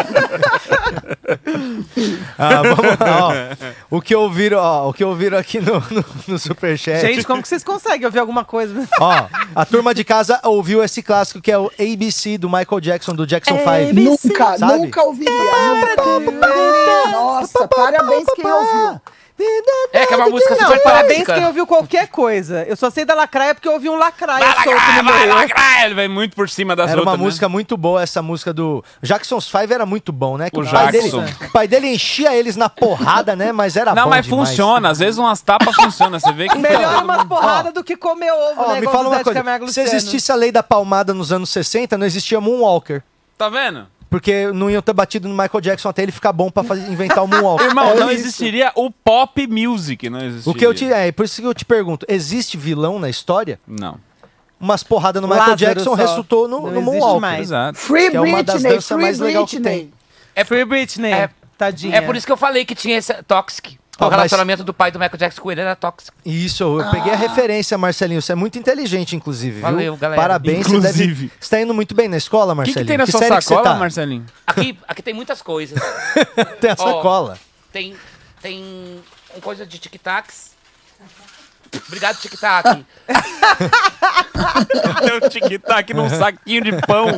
[SPEAKER 2] Vamos lá, ó. O que ouviram aqui no Superchat.
[SPEAKER 1] Gente, como que vocês conseguem ouvir alguma coisa?
[SPEAKER 2] Ó, a turma de casa ouviu esse clássico que é o ABC do Michael Jackson, do Jackson 5.
[SPEAKER 7] Nunca,
[SPEAKER 2] Sabe?
[SPEAKER 7] nunca ouviria. Nunca. Nossa, parabéns quem ouviu.
[SPEAKER 6] É que é uma música
[SPEAKER 1] Não,
[SPEAKER 6] super
[SPEAKER 1] parabéns
[SPEAKER 6] clássica.
[SPEAKER 1] quem ouviu qualquer coisa. Eu só sei da Lacraia porque eu ouvi um Lacraia
[SPEAKER 5] Vai
[SPEAKER 1] solto no
[SPEAKER 5] lacrar, vai
[SPEAKER 1] meio.
[SPEAKER 5] lacrar! Ele vai muito por cima das
[SPEAKER 2] Era
[SPEAKER 5] outras,
[SPEAKER 2] uma música muito boa, essa música do... Jackson's 5 era muito bom, né? Que
[SPEAKER 5] O
[SPEAKER 2] pai
[SPEAKER 5] Jackson.
[SPEAKER 2] o pai dele enchia eles na porrada, né? Mas era
[SPEAKER 5] Não,
[SPEAKER 2] bom
[SPEAKER 5] mas
[SPEAKER 2] demais.
[SPEAKER 5] funciona. Às vezes umas tapas funcionam. Você vê que...
[SPEAKER 1] Melhor umas porradas do que comer ovo,
[SPEAKER 2] Ó,
[SPEAKER 1] né?
[SPEAKER 2] me
[SPEAKER 1] igual
[SPEAKER 2] fala
[SPEAKER 1] o
[SPEAKER 2] uma
[SPEAKER 1] Zé de
[SPEAKER 2] coisa.
[SPEAKER 1] Camargo
[SPEAKER 2] Se
[SPEAKER 1] Luciano.
[SPEAKER 2] existisse a lei da palmada nos anos 60, não existia Moonwalker.
[SPEAKER 5] Tá vendo?
[SPEAKER 2] Porque não iam ter batido no Michael Jackson até ele ficar bom pra inventar o Moonwalker.
[SPEAKER 5] Irmão, não
[SPEAKER 7] isso.
[SPEAKER 5] existiria o pop music. Não existiria.
[SPEAKER 2] O que eu te, por isso que eu te pergunto, existe vilão na história?
[SPEAKER 5] Não.
[SPEAKER 2] Umas porradas no Michael
[SPEAKER 1] Lázaro
[SPEAKER 2] Jackson
[SPEAKER 1] só.
[SPEAKER 2] resultou
[SPEAKER 1] Não
[SPEAKER 2] no
[SPEAKER 1] existe
[SPEAKER 2] Moonwalker.
[SPEAKER 1] mais.
[SPEAKER 5] Exato.
[SPEAKER 7] Free
[SPEAKER 2] Que é uma das
[SPEAKER 7] Britney,
[SPEAKER 2] danças
[SPEAKER 7] Free
[SPEAKER 2] mais legal que
[SPEAKER 7] Britney.
[SPEAKER 6] É
[SPEAKER 1] Free Britney.
[SPEAKER 6] É-
[SPEAKER 1] Tadinha.
[SPEAKER 6] É por isso que eu falei que tinha esse Toxic. O
[SPEAKER 2] Ó,
[SPEAKER 6] relacionamento do pai do Michael Jackson com ele era tóxico.
[SPEAKER 2] Isso, eu peguei a referência, Marcelinho. Você é muito inteligente, inclusive, viu?
[SPEAKER 6] Valeu, galera.
[SPEAKER 2] Parabéns,
[SPEAKER 5] Inclusive.
[SPEAKER 2] você tá indo muito bem na escola,
[SPEAKER 5] O que,
[SPEAKER 2] Marcelinho.
[SPEAKER 5] que tem na sua
[SPEAKER 2] série que você
[SPEAKER 5] sacola,
[SPEAKER 2] tá?
[SPEAKER 5] Marcelinho?
[SPEAKER 6] Aqui tem muitas coisas.
[SPEAKER 2] Tem a
[SPEAKER 6] Ó,
[SPEAKER 2] sacola.
[SPEAKER 6] Tem uma coisa de tic-tacs. Obrigado, tic-tac.
[SPEAKER 5] Tem um tic-tac num saquinho de pão.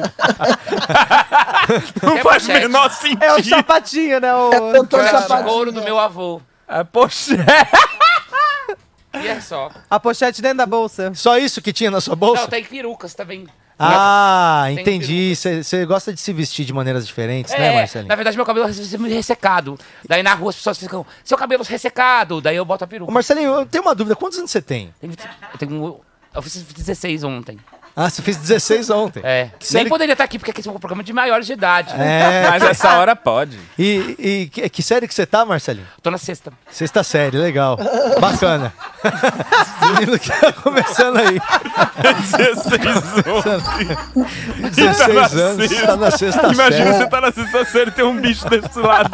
[SPEAKER 5] Não
[SPEAKER 6] É
[SPEAKER 5] faz o
[SPEAKER 6] pochete.
[SPEAKER 5] menor sentido.
[SPEAKER 1] É o sapatinho, né?
[SPEAKER 7] Eu tô
[SPEAKER 6] Cara de
[SPEAKER 7] chapadinho.
[SPEAKER 6] couro do meu avô.
[SPEAKER 5] É pochete.
[SPEAKER 6] E é só.
[SPEAKER 1] A pochete dentro da bolsa.
[SPEAKER 2] Só isso que tinha na sua bolsa?
[SPEAKER 6] Não, tem perucas também.
[SPEAKER 2] Ah,
[SPEAKER 6] Tem
[SPEAKER 2] entendi. Você gosta de se vestir de maneiras diferentes, né,
[SPEAKER 6] É,
[SPEAKER 2] Marcelinho?
[SPEAKER 6] na verdade meu cabelo é sempre ressecado. Daí na rua as pessoas ficam, seu cabelo ressecado. Daí eu boto a
[SPEAKER 2] Ô,
[SPEAKER 6] peruca.
[SPEAKER 2] Marcelinho, eu tenho uma dúvida. Quantos anos você tem?
[SPEAKER 6] Eu fiz 16 ontem.
[SPEAKER 2] Ah, você fez 16 ontem.
[SPEAKER 6] É.
[SPEAKER 2] Que série-
[SPEAKER 6] Nem poderia estar aqui porque aqui é um programa de maiores de idade.
[SPEAKER 2] É.
[SPEAKER 5] Mas essa hora pode.
[SPEAKER 2] E que série que você tá, Marcelinho?
[SPEAKER 6] Tô na sexta.
[SPEAKER 2] Sexta série, legal. Bacana. Menino que tá começando aí. 16 anos, tá na sexta
[SPEAKER 5] Imagina
[SPEAKER 2] série.
[SPEAKER 5] você tá na sexta série e tem um bicho desse lado.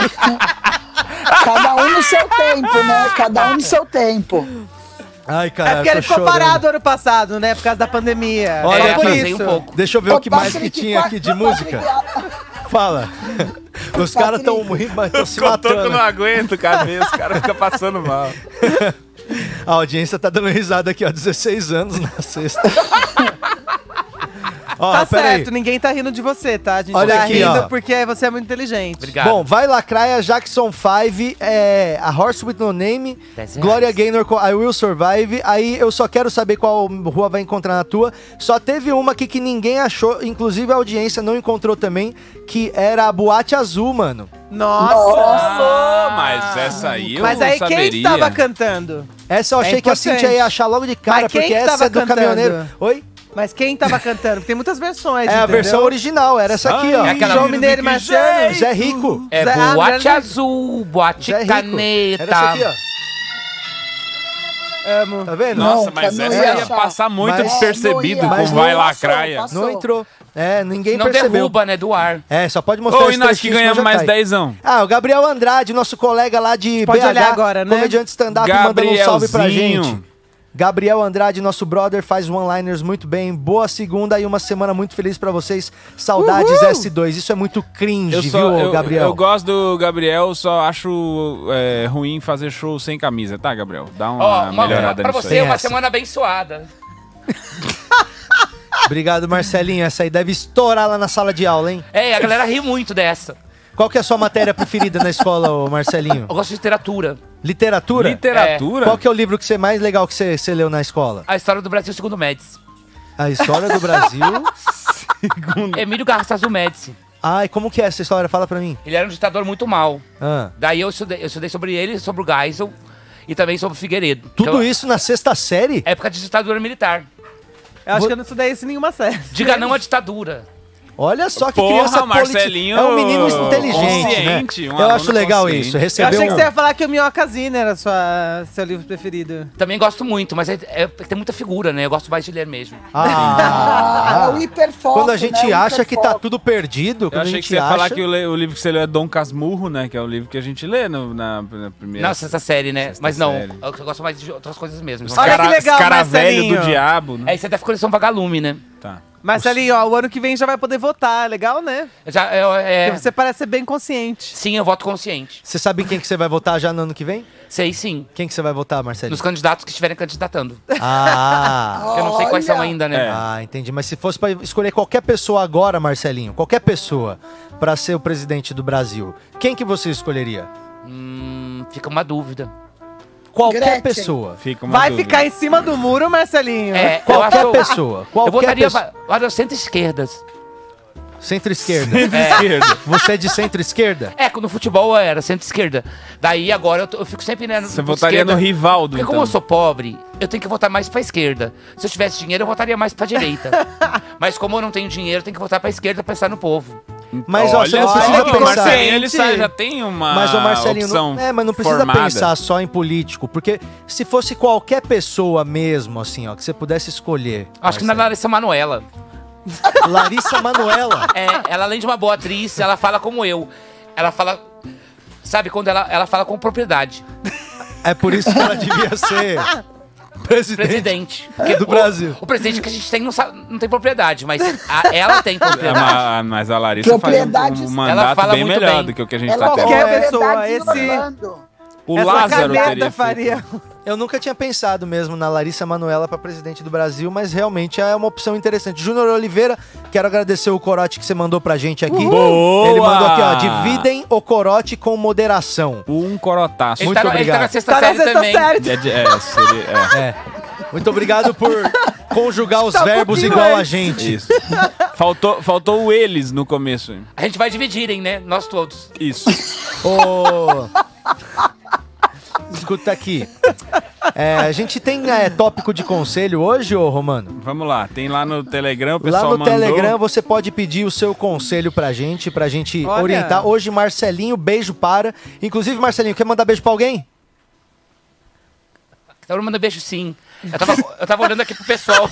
[SPEAKER 7] Cada um no seu tempo, né? Cada um no seu tempo.
[SPEAKER 2] Ai,
[SPEAKER 1] É
[SPEAKER 2] caralho,
[SPEAKER 1] porque ele
[SPEAKER 2] tô
[SPEAKER 1] ficou
[SPEAKER 2] chorando.
[SPEAKER 1] parado ano passado, né? Por causa da pandemia.
[SPEAKER 2] Olha
[SPEAKER 1] Só
[SPEAKER 2] aqui.
[SPEAKER 1] por
[SPEAKER 6] atrasei
[SPEAKER 1] isso.
[SPEAKER 6] um pouco.
[SPEAKER 2] Deixa eu ver o que
[SPEAKER 7] Ô,
[SPEAKER 2] mais que
[SPEAKER 7] Patrick,
[SPEAKER 2] tinha aqui de música.
[SPEAKER 7] Patrick,
[SPEAKER 2] Fala. Os caras tão rindo, mas tão se
[SPEAKER 5] O cotoco
[SPEAKER 2] matando.
[SPEAKER 5] não aguenta, cabeça. O cara fica passando mal.
[SPEAKER 2] A audiência tá dando risada aqui, ó. 16 anos na sexta. Ó,
[SPEAKER 1] Tá
[SPEAKER 2] pera aí.
[SPEAKER 1] certo, ninguém tá rindo de você, tá? A gente
[SPEAKER 2] Olha
[SPEAKER 1] tá
[SPEAKER 2] aqui,
[SPEAKER 1] rindo
[SPEAKER 2] ó.
[SPEAKER 1] porque você é muito inteligente.
[SPEAKER 6] Obrigado.
[SPEAKER 2] Bom, vai Lacraia, Jackson 5, a Horse with No Name,
[SPEAKER 6] 10
[SPEAKER 2] Gloria
[SPEAKER 6] reais.
[SPEAKER 2] Gaynor com I Will Survive. Aí eu só quero saber qual rua vai encontrar na tua. Só teve uma aqui que ninguém achou, inclusive a audiência não encontrou também, que era a Boate Azul, mano.
[SPEAKER 1] Nossa!
[SPEAKER 5] Mas essa aí eu
[SPEAKER 1] Mas aí
[SPEAKER 5] saberia.
[SPEAKER 1] quem tava cantando?
[SPEAKER 2] Essa eu achei que a
[SPEAKER 1] importante.
[SPEAKER 2] Cíntia ia achar logo de cara,
[SPEAKER 1] Mas quem
[SPEAKER 2] porque
[SPEAKER 1] que
[SPEAKER 2] essa
[SPEAKER 1] tava
[SPEAKER 2] é do
[SPEAKER 1] cantando?
[SPEAKER 2] caminhoneiro. Oi?
[SPEAKER 1] Mas quem tava cantando? Porque tem muitas versões,
[SPEAKER 2] É a
[SPEAKER 1] entendeu?
[SPEAKER 2] versão original, era essa aqui, ó.
[SPEAKER 6] É aquela-
[SPEAKER 1] João Mineiro e Marciano.
[SPEAKER 2] Zé Rico.
[SPEAKER 6] É
[SPEAKER 1] Zé-
[SPEAKER 6] boate
[SPEAKER 1] Zé-
[SPEAKER 6] azul, boate
[SPEAKER 2] Zé Rico.
[SPEAKER 6] caneta.
[SPEAKER 2] Era essa aqui, ó.
[SPEAKER 1] Amo.
[SPEAKER 2] Tá vendo?
[SPEAKER 5] Nossa,
[SPEAKER 7] Não,
[SPEAKER 5] mas
[SPEAKER 7] não
[SPEAKER 5] essa
[SPEAKER 7] ia
[SPEAKER 5] ia
[SPEAKER 7] achar.
[SPEAKER 5] passar muito
[SPEAKER 2] Mas-
[SPEAKER 5] despercebido
[SPEAKER 7] não ia.
[SPEAKER 5] com
[SPEAKER 2] Mas
[SPEAKER 5] Vai
[SPEAKER 2] não
[SPEAKER 5] Lacraia.
[SPEAKER 7] passou.
[SPEAKER 2] Não entrou. É, ninguém
[SPEAKER 6] Não
[SPEAKER 2] percebeu.
[SPEAKER 6] derruba, né, do ar.
[SPEAKER 2] É, só pode mostrar
[SPEAKER 5] Ô,
[SPEAKER 2] esse
[SPEAKER 5] e nós que
[SPEAKER 2] trechinho,
[SPEAKER 5] ganhamos
[SPEAKER 2] senão já
[SPEAKER 5] mais
[SPEAKER 2] cai.
[SPEAKER 5] 10.
[SPEAKER 2] Ah, o Gabriel Andrade, nosso colega lá de
[SPEAKER 1] Pode
[SPEAKER 2] BH,
[SPEAKER 1] olhar agora, né?
[SPEAKER 2] comediante stand-up, mandando um salve pra
[SPEAKER 5] Gabrielzinho.
[SPEAKER 2] gente. Gabriel Andrade, nosso brother, faz one-liners muito bem. Boa segunda e uma semana muito feliz pra vocês. Saudades S2. Isso é muito cringe, viu, Gabriel?
[SPEAKER 5] Eu gosto do Gabriel, só acho ruim fazer show sem camisa, tá, Gabriel? Dá uma
[SPEAKER 6] Ó,
[SPEAKER 5] melhorada
[SPEAKER 6] pra
[SPEAKER 5] nisso
[SPEAKER 6] você,
[SPEAKER 5] aí.
[SPEAKER 6] uma
[SPEAKER 2] essa.
[SPEAKER 6] semana abençoada.
[SPEAKER 2] Obrigado, Marcelinho. Essa aí deve estourar lá na sala de aula, hein?
[SPEAKER 6] É, a galera ri muito dessa.
[SPEAKER 2] Qual que é a sua matéria preferida na escola, ô Marcelinho?
[SPEAKER 6] Eu gosto de literatura.
[SPEAKER 2] Literatura?
[SPEAKER 5] Literatura?
[SPEAKER 2] Qual que é o livro que você mais legal que você leu na escola?
[SPEAKER 6] A história do Brasil segundo Médici.
[SPEAKER 2] A História do Brasil.
[SPEAKER 6] Emílio Garrastazu Médici.
[SPEAKER 2] Ai, como que é essa história? Fala pra mim.
[SPEAKER 6] Ele era um ditador muito mau.
[SPEAKER 2] Ah.
[SPEAKER 6] Daí eu estudei sobre ele, sobre o Geisel e também sobre o Figueiredo.
[SPEAKER 2] Tudo
[SPEAKER 6] Então,
[SPEAKER 2] isso na sexta série?
[SPEAKER 6] Época de ditadura militar.
[SPEAKER 1] Eu acho que eu não estudei isso em nenhuma série.
[SPEAKER 6] Diga não à ditadura.
[SPEAKER 2] Olha só que
[SPEAKER 5] Porra,
[SPEAKER 2] criança
[SPEAKER 5] Marcelinho
[SPEAKER 2] É um menino inteligente,
[SPEAKER 5] consciente,
[SPEAKER 2] né?
[SPEAKER 5] um
[SPEAKER 2] Eu
[SPEAKER 5] aluno
[SPEAKER 2] acho legal
[SPEAKER 5] consciente.
[SPEAKER 2] isso.
[SPEAKER 1] Eu
[SPEAKER 2] Recebeu
[SPEAKER 1] achei que você ia falar que o Minhocasina era seu livro preferido.
[SPEAKER 6] Também gosto muito, mas tem muita figura, né? Eu gosto mais de ler mesmo.
[SPEAKER 7] É o hiperfoco.
[SPEAKER 2] Quando a gente
[SPEAKER 7] né? O
[SPEAKER 2] acha que tá
[SPEAKER 7] hiperfoco.
[SPEAKER 2] tudo perdido,
[SPEAKER 5] Eu
[SPEAKER 2] quando a
[SPEAKER 5] achei
[SPEAKER 2] gente
[SPEAKER 5] que você ia
[SPEAKER 2] acha...
[SPEAKER 5] falar que o livro que você leu é Dom Casmurro, né? Que é o livro que a gente lê na primeira...
[SPEAKER 6] Nossa, essa série, né?
[SPEAKER 5] Sexta
[SPEAKER 6] Mas não,
[SPEAKER 5] série.
[SPEAKER 6] eu gosto mais de outras coisas mesmo.
[SPEAKER 1] Olha que legal,
[SPEAKER 5] Escaravelho
[SPEAKER 1] Marcelinho.
[SPEAKER 5] do Diabo, né?
[SPEAKER 6] É, isso é da coleção Vagalume, né?
[SPEAKER 5] Tá.
[SPEAKER 1] Marcelinho, ó, o ano que vem já vai poder votar. Legal, né? Porque você parece ser bem consciente.
[SPEAKER 6] Sim, eu voto consciente.
[SPEAKER 2] Você sabe em quem que você vai votar já no ano que vem?
[SPEAKER 6] Sei sim.
[SPEAKER 2] Quem que você vai votar, Marcelinho?
[SPEAKER 6] Nos candidatos que estiverem candidatando.
[SPEAKER 2] Ah...
[SPEAKER 6] Eu não sei quais são
[SPEAKER 7] Olha.
[SPEAKER 6] ainda, né?
[SPEAKER 5] É.
[SPEAKER 2] Ah, entendi. Mas se fosse pra escolher qualquer pessoa agora, Marcelinho, qualquer pessoa pra ser o presidente do Brasil, quem que você escolheria?
[SPEAKER 6] Fica uma dúvida.
[SPEAKER 2] Qualquer
[SPEAKER 7] Gretchen.
[SPEAKER 2] pessoa.
[SPEAKER 5] Fica uma
[SPEAKER 1] Vai
[SPEAKER 5] dúvida.
[SPEAKER 1] ficar em cima do muro, Marcelinho.
[SPEAKER 6] É,
[SPEAKER 2] Qualquer
[SPEAKER 6] eu
[SPEAKER 2] pessoa.
[SPEAKER 6] Eu
[SPEAKER 2] Qualquer
[SPEAKER 6] votaria
[SPEAKER 2] pessoa.
[SPEAKER 6] para centro-esquerdas.
[SPEAKER 2] Centro-esquerda.
[SPEAKER 5] Esquerda.
[SPEAKER 2] Você é de centro-esquerda?
[SPEAKER 6] É, no futebol era centro-esquerda. Daí agora eu fico sempre, né?
[SPEAKER 5] Você votaria no Rivaldo,
[SPEAKER 6] Porque
[SPEAKER 5] então.
[SPEAKER 6] como eu sou pobre, eu tenho que votar mais pra esquerda. Se eu tivesse dinheiro, eu votaria mais pra direita. Mas como eu não tenho dinheiro, eu tenho que votar pra esquerda pra pensar no povo.
[SPEAKER 2] Mas ó, você não
[SPEAKER 5] Olha
[SPEAKER 2] precisa
[SPEAKER 5] só, o
[SPEAKER 2] pensar.
[SPEAKER 5] Marcelinho, ele já tem uma
[SPEAKER 2] Mas o Marcelinho
[SPEAKER 5] opção
[SPEAKER 2] mas não precisa
[SPEAKER 5] formada.
[SPEAKER 2] pensar só em político, porque se fosse qualquer pessoa mesmo, assim, ó, que você pudesse escolher.
[SPEAKER 6] Acho que na Larissa Manoela.
[SPEAKER 2] Larissa Manoela.
[SPEAKER 6] É, ela além de uma boa atriz, ela fala como eu. Ela fala. Sabe, quando ela fala com propriedade.
[SPEAKER 2] É por isso que ela devia ser presidente.
[SPEAKER 6] Presidente.
[SPEAKER 2] do Brasil.
[SPEAKER 6] O presidente que a gente tem não tem propriedade, mas ela tem propriedade.
[SPEAKER 5] Mas a Larissa faz
[SPEAKER 7] Propriedade,
[SPEAKER 5] um
[SPEAKER 6] ela
[SPEAKER 5] mandato
[SPEAKER 6] fala
[SPEAKER 5] bem
[SPEAKER 6] muito
[SPEAKER 5] melhor
[SPEAKER 6] bem.
[SPEAKER 5] do que o que a gente
[SPEAKER 7] Ela
[SPEAKER 5] tá tendo.
[SPEAKER 1] Qualquer
[SPEAKER 7] é
[SPEAKER 1] pessoa,
[SPEAKER 7] verdade,
[SPEAKER 1] esse-
[SPEAKER 7] Orlando.
[SPEAKER 5] O
[SPEAKER 1] Essa
[SPEAKER 5] Lázaro
[SPEAKER 1] caneta
[SPEAKER 5] teria
[SPEAKER 1] faria.
[SPEAKER 5] feito.
[SPEAKER 2] Eu nunca tinha pensado mesmo na Larissa Manoela para presidente do Brasil, mas realmente é uma opção interessante. Júnior Oliveira, quero agradecer o corote que você mandou pra gente aqui.
[SPEAKER 5] Boa!
[SPEAKER 2] Ele mandou aqui, ó, dividem o corote com moderação.
[SPEAKER 5] Um corotaço.
[SPEAKER 6] Ele
[SPEAKER 2] Muito
[SPEAKER 6] tá, ele tá
[SPEAKER 2] obrigado.
[SPEAKER 6] na sexta
[SPEAKER 1] Tá na
[SPEAKER 6] série
[SPEAKER 1] sexta
[SPEAKER 6] também.
[SPEAKER 1] série.
[SPEAKER 2] É. Muito obrigado por conjugar os
[SPEAKER 1] Tá um
[SPEAKER 2] verbos
[SPEAKER 1] pouquinho
[SPEAKER 2] igual a
[SPEAKER 1] antes.
[SPEAKER 2] gente.
[SPEAKER 5] Isso. Faltou o eles no começo.
[SPEAKER 6] A gente vai dividir, hein, né? Nós todos.
[SPEAKER 5] Isso.
[SPEAKER 2] Ô... Escuta aqui. A gente tem tópico de conselho hoje, ô Romano?
[SPEAKER 5] Vamos lá. Tem lá no Telegram, o
[SPEAKER 2] Lá
[SPEAKER 5] pessoal
[SPEAKER 2] no
[SPEAKER 5] mandou.
[SPEAKER 2] Telegram você pode pedir o seu conselho pra gente
[SPEAKER 1] Olha.
[SPEAKER 2] orientar. Hoje, Marcelinho, beijo para. Inclusive, Marcelinho, quer mandar beijo pra alguém?
[SPEAKER 6] Então eu mando beijo sim. Eu tava olhando aqui pro pessoal.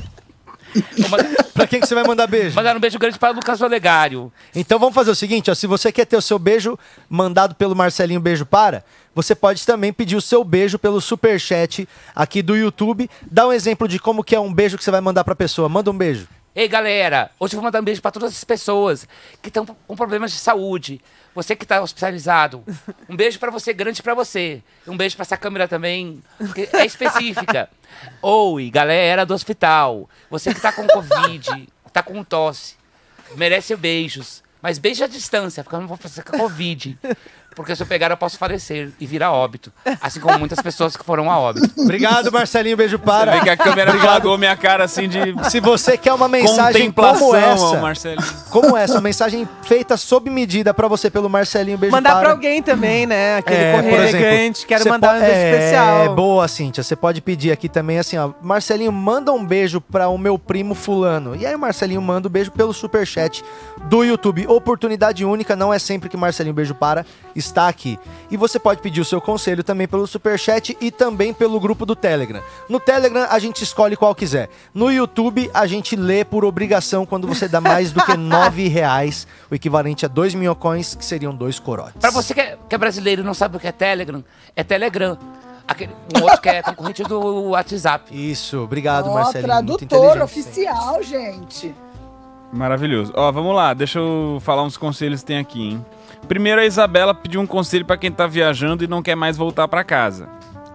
[SPEAKER 2] Pra quem que você vai mandar beijo?
[SPEAKER 6] Mandar um beijo grande para o Lucas Olegário.
[SPEAKER 2] Então vamos fazer o seguinte, ó, se você quer ter o seu beijo mandado pelo Marcelinho Beijo Para, você pode também pedir o seu beijo pelo superchat aqui do YouTube. Dá um exemplo de como que é um beijo que você vai mandar pra pessoa. Manda um beijo.
[SPEAKER 6] Ei, galera, hoje eu vou mandar um beijo para todas as pessoas que estão com problemas de saúde. Você que está hospitalizado. Um beijo para você, grande para você. Um beijo para essa câmera também, que é específica. Oi, galera do hospital. Você que tá com Covid, tá com tosse, merece beijos. Mas beijo à distância, porque eu não vou fazer com a Covid. Porque se eu pegar, eu posso falecer e vir a óbito. Assim como muitas pessoas que foram a óbito.
[SPEAKER 2] Obrigado, Marcelinho Beijo Para.
[SPEAKER 5] Vê que a câmera flagou minha cara assim de
[SPEAKER 2] Se você quer uma mensagem
[SPEAKER 5] contemplação
[SPEAKER 2] como
[SPEAKER 5] ao
[SPEAKER 2] essa,
[SPEAKER 5] Marcelinho.
[SPEAKER 2] como essa, uma mensagem feita sob medida pra você pelo Marcelinho Beijo
[SPEAKER 1] Mandar
[SPEAKER 2] Para.
[SPEAKER 1] pra alguém também, né? Aquele
[SPEAKER 2] por
[SPEAKER 1] correio
[SPEAKER 2] exemplo,
[SPEAKER 1] elegante. Quero
[SPEAKER 2] você
[SPEAKER 1] mandar um beijo especial.
[SPEAKER 2] É, boa, Cíntia. Você pode pedir aqui também assim, ó. Marcelinho, manda um beijo pra o meu primo fulano. E aí o Marcelinho manda um beijo pelo superchat do YouTube. Oportunidade única, não é sempre que Marcelinho Beijo Para está aqui. E você pode pedir o seu conselho também pelo superchat e também pelo grupo do Telegram. No Telegram a gente escolhe qual quiser. No YouTube a gente lê por obrigação quando você dá mais do que R$9, o equivalente a 2 minhocões, que seriam 2 corotes.
[SPEAKER 6] Pra você que é brasileiro e não sabe o que é Telegram, é Telegram. Um outro que é concorrente do WhatsApp.
[SPEAKER 2] Isso, obrigado,
[SPEAKER 7] Ó,
[SPEAKER 2] Marcelinho. Muito
[SPEAKER 7] tradutor
[SPEAKER 2] inteligente.
[SPEAKER 7] oficial, gente.
[SPEAKER 5] Maravilhoso. Ó, vamos lá, deixa eu falar uns conselhos que tem aqui, hein? Primeiro, a Isabela pediu um conselho pra quem tá viajando e não quer mais voltar pra casa.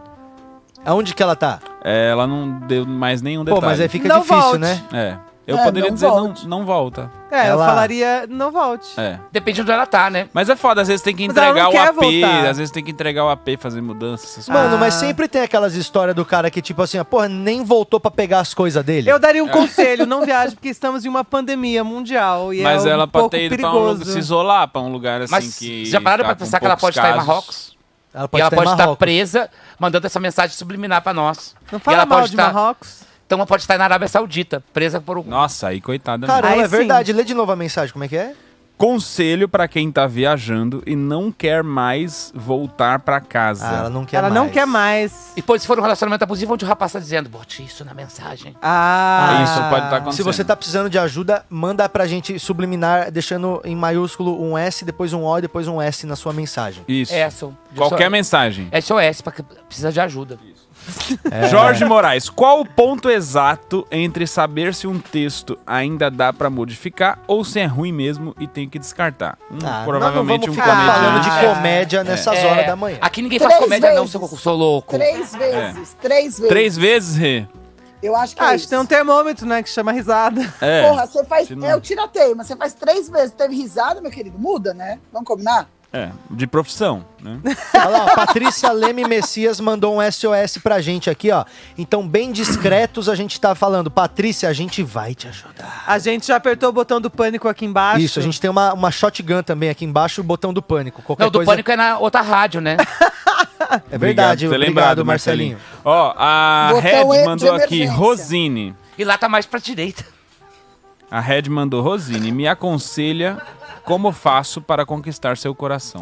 [SPEAKER 2] Aonde que ela tá?
[SPEAKER 5] Ela não deu mais nenhum detalhe.
[SPEAKER 2] Pô, mas aí fica
[SPEAKER 1] Não
[SPEAKER 2] difícil,
[SPEAKER 1] volte.
[SPEAKER 2] né?
[SPEAKER 5] Eu
[SPEAKER 7] É,
[SPEAKER 5] poderia
[SPEAKER 7] não
[SPEAKER 5] dizer
[SPEAKER 7] volte.
[SPEAKER 5] não volta.
[SPEAKER 1] É, eu
[SPEAKER 2] Ela-
[SPEAKER 1] falaria, não volte.
[SPEAKER 6] Depende de onde ela tá, né?
[SPEAKER 5] Mas é foda, às vezes tem que
[SPEAKER 1] Mas ela
[SPEAKER 5] entregar
[SPEAKER 1] não
[SPEAKER 5] o
[SPEAKER 1] quer
[SPEAKER 5] AP,
[SPEAKER 1] voltar.
[SPEAKER 5] às vezes tem que entregar o AP, fazer mudanças, essas
[SPEAKER 2] Mano,
[SPEAKER 1] Ah.
[SPEAKER 2] mas sempre tem aquelas histórias do cara que, tipo assim, ó, porra, nem voltou pra pegar as coisas dele.
[SPEAKER 1] Eu daria um conselho, não viaje, porque estamos em uma pandemia mundial. E
[SPEAKER 5] Mas
[SPEAKER 1] é um
[SPEAKER 5] ela pode
[SPEAKER 1] pouco
[SPEAKER 5] ter ido pra um
[SPEAKER 1] perigoso.
[SPEAKER 5] lugar, se isolar pra um lugar assim
[SPEAKER 6] Mas
[SPEAKER 5] que.
[SPEAKER 6] já pararam
[SPEAKER 5] tá
[SPEAKER 6] pra
[SPEAKER 5] com
[SPEAKER 6] pensar que ela
[SPEAKER 5] poucos
[SPEAKER 6] pode estar em
[SPEAKER 5] casos.
[SPEAKER 6] Marrocos?
[SPEAKER 2] Ela
[SPEAKER 6] E ela
[SPEAKER 2] estar em
[SPEAKER 6] pode estar
[SPEAKER 2] Marrocos.
[SPEAKER 6] presa, mandando essa mensagem subliminar pra nós.
[SPEAKER 1] Não
[SPEAKER 6] E
[SPEAKER 1] fala
[SPEAKER 6] ela
[SPEAKER 1] mal
[SPEAKER 6] pode
[SPEAKER 1] de
[SPEAKER 6] estar-
[SPEAKER 1] Marrocos.
[SPEAKER 6] Então ela pode estar na Arábia Saudita, presa por um...
[SPEAKER 5] Nossa, aí coitada.
[SPEAKER 2] Caramba,
[SPEAKER 1] Aí
[SPEAKER 2] é
[SPEAKER 1] sim.
[SPEAKER 2] verdade. Lê de novo a mensagem, como é que é?
[SPEAKER 5] Conselho pra quem tá viajando e não quer mais voltar pra casa.
[SPEAKER 2] Ah, ela não quer
[SPEAKER 1] Ela
[SPEAKER 2] mais.
[SPEAKER 1] não quer mais.
[SPEAKER 6] E depois, se for um relacionamento abusivo, onde o rapaz tá dizendo, bote isso na mensagem.
[SPEAKER 1] Ah.
[SPEAKER 5] Isso pode estar acontecendo.
[SPEAKER 2] Se você tá precisando de ajuda, manda pra gente subliminar, deixando em maiúsculo um S, depois um O e depois um S na sua mensagem.
[SPEAKER 5] Isso.
[SPEAKER 6] Qualquer
[SPEAKER 5] mensagem.
[SPEAKER 6] SOS, pra que precisa de ajuda.
[SPEAKER 5] Jorge Moraes, qual o ponto exato entre saber se um texto ainda dá pra modificar ou se é ruim mesmo e tem que descartar? Provavelmente
[SPEAKER 2] não
[SPEAKER 5] um
[SPEAKER 2] vamos ficar falando de
[SPEAKER 5] comediante.
[SPEAKER 2] comédia nessas horas da manhã.
[SPEAKER 6] Aqui ninguém faz comédia não, seu sou louco.
[SPEAKER 7] 3 vezes. 3 vezes.
[SPEAKER 5] 3 vezes, Rê?
[SPEAKER 7] Eu acho que é
[SPEAKER 1] Acho
[SPEAKER 7] isso.
[SPEAKER 1] que tem um termômetro, né, que chama risada.
[SPEAKER 5] É.
[SPEAKER 7] Porra, você faz...
[SPEAKER 5] Se não-
[SPEAKER 7] Eu tiratei, mas você faz 3 vezes. Teve risada, meu querido? Muda, né? Vamos combinar?
[SPEAKER 5] É, de profissão, né?
[SPEAKER 2] Olha lá, ó, Patrícia Leme Messias mandou um SOS pra gente aqui, ó. Então, bem discretos, a gente tá falando. Patrícia, a gente vai te ajudar.
[SPEAKER 1] A gente já apertou o botão do pânico aqui embaixo.
[SPEAKER 2] Isso, a gente tem uma shotgun também aqui embaixo, o botão do pânico. Qualquer
[SPEAKER 6] Não, do
[SPEAKER 2] coisa...
[SPEAKER 6] Pânico é na outra rádio, né?
[SPEAKER 2] É verdade,
[SPEAKER 5] Obrigado por ter
[SPEAKER 2] obrigado,
[SPEAKER 5] lembrado,
[SPEAKER 2] Marcelinho.
[SPEAKER 5] Ó, a
[SPEAKER 7] Botão
[SPEAKER 5] Red
[SPEAKER 7] de
[SPEAKER 5] mandou aqui,
[SPEAKER 7] emergência.
[SPEAKER 5] Rosine.
[SPEAKER 6] E lá tá mais pra direita.
[SPEAKER 5] A Red mandou, Rosine, me aconselha como faço para conquistar seu coração.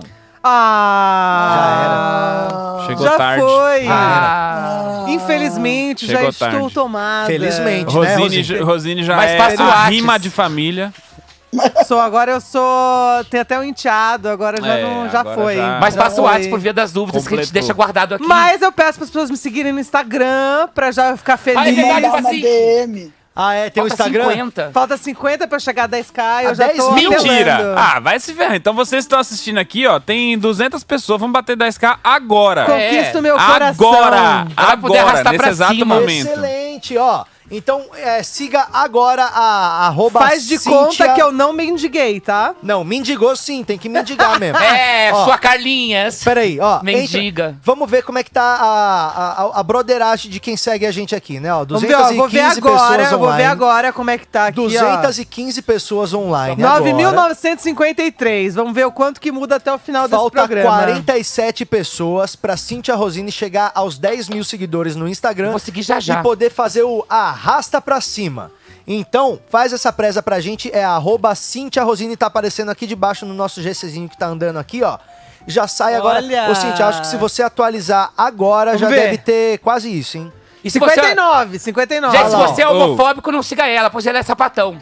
[SPEAKER 1] Ah!
[SPEAKER 5] Chegou
[SPEAKER 1] já
[SPEAKER 5] tarde.
[SPEAKER 1] foi.
[SPEAKER 5] Chegou
[SPEAKER 1] Infelizmente, já estou
[SPEAKER 5] tarde.
[SPEAKER 1] tomada.
[SPEAKER 2] Felizmente.
[SPEAKER 5] Rosine já
[SPEAKER 6] Mas
[SPEAKER 5] é
[SPEAKER 6] passa o
[SPEAKER 5] a
[SPEAKER 6] Whats.
[SPEAKER 5] rima de família.
[SPEAKER 1] Agora eu sou... Tem até um enteado, agora já,
[SPEAKER 5] É,
[SPEAKER 1] não, já
[SPEAKER 5] agora
[SPEAKER 1] foi.
[SPEAKER 5] já-
[SPEAKER 6] Mas
[SPEAKER 1] Já
[SPEAKER 6] passa o
[SPEAKER 1] foi.
[SPEAKER 6] WhatsApp por via das dúvidas que a gente
[SPEAKER 5] Completou.
[SPEAKER 6] deixa guardado aqui.
[SPEAKER 1] Mas eu peço para as pessoas me seguirem no Instagram, pra já ficar feliz.
[SPEAKER 6] Ah, é verdade,
[SPEAKER 7] Mandar uma
[SPEAKER 6] assim.
[SPEAKER 7] DM.
[SPEAKER 2] Ah, é? Tem o
[SPEAKER 6] Falta
[SPEAKER 2] Instagram?
[SPEAKER 6] 50.
[SPEAKER 1] Falta 50 pra chegar a 10k, eu
[SPEAKER 2] A
[SPEAKER 1] já
[SPEAKER 2] 10
[SPEAKER 1] tô
[SPEAKER 2] mil?
[SPEAKER 5] Mentira!
[SPEAKER 1] apelando.
[SPEAKER 5] Ah, vai se ferrar. Então vocês estão assistindo aqui, ó, tem 200 pessoas, vamos bater 10k agora.
[SPEAKER 1] Conquista o meu
[SPEAKER 5] Agora!
[SPEAKER 1] coração.
[SPEAKER 6] Vai poder
[SPEAKER 5] Agora,
[SPEAKER 6] arrastar
[SPEAKER 5] nesse
[SPEAKER 6] pra
[SPEAKER 5] exato
[SPEAKER 6] cima.
[SPEAKER 5] momento.
[SPEAKER 2] Excelente, ó. Então, siga agora a arroba
[SPEAKER 1] Faz de
[SPEAKER 2] Cíntia-
[SPEAKER 1] conta que eu não mendiguei, tá?
[SPEAKER 2] Não, mendigou sim, tem que mendigar mesmo.
[SPEAKER 6] É,
[SPEAKER 2] Ó,
[SPEAKER 6] sua Carlinhas.
[SPEAKER 2] Peraí, ó.
[SPEAKER 6] Mendiga.
[SPEAKER 2] Vamos ver como é que tá a broderagem de quem segue a gente aqui, né? Ó,
[SPEAKER 1] Vamos ver, ó,
[SPEAKER 2] 215
[SPEAKER 1] vou ver
[SPEAKER 2] pessoas
[SPEAKER 1] agora,
[SPEAKER 2] online.
[SPEAKER 1] vou ver agora como é que tá aqui,
[SPEAKER 2] 215 pessoas online agora.
[SPEAKER 1] 9.953. Vamos ver o quanto que muda até o final desse
[SPEAKER 2] Falta
[SPEAKER 1] programa.
[SPEAKER 2] 47 pessoas pra Cíntia Rosine chegar aos 10 mil seguidores no Instagram.
[SPEAKER 6] Vou seguir já já.
[SPEAKER 2] E poder fazer o arrasta pra cima. Então, faz essa presa pra gente, é arroba Cíntia Rosine, tá aparecendo aqui debaixo no nosso GCzinho que tá andando aqui, ó. Já sai agora.
[SPEAKER 1] Olha!
[SPEAKER 2] Ô, Cíntia, acho que se você atualizar agora,
[SPEAKER 1] Vamos
[SPEAKER 2] já
[SPEAKER 1] ver.
[SPEAKER 2] deve ter quase isso, hein?
[SPEAKER 6] E se você,
[SPEAKER 1] 59, 59.
[SPEAKER 6] gente, se
[SPEAKER 2] Olha lá,
[SPEAKER 6] você é
[SPEAKER 5] ó.
[SPEAKER 6] homofóbico, não siga ela, pois ela é sapatão.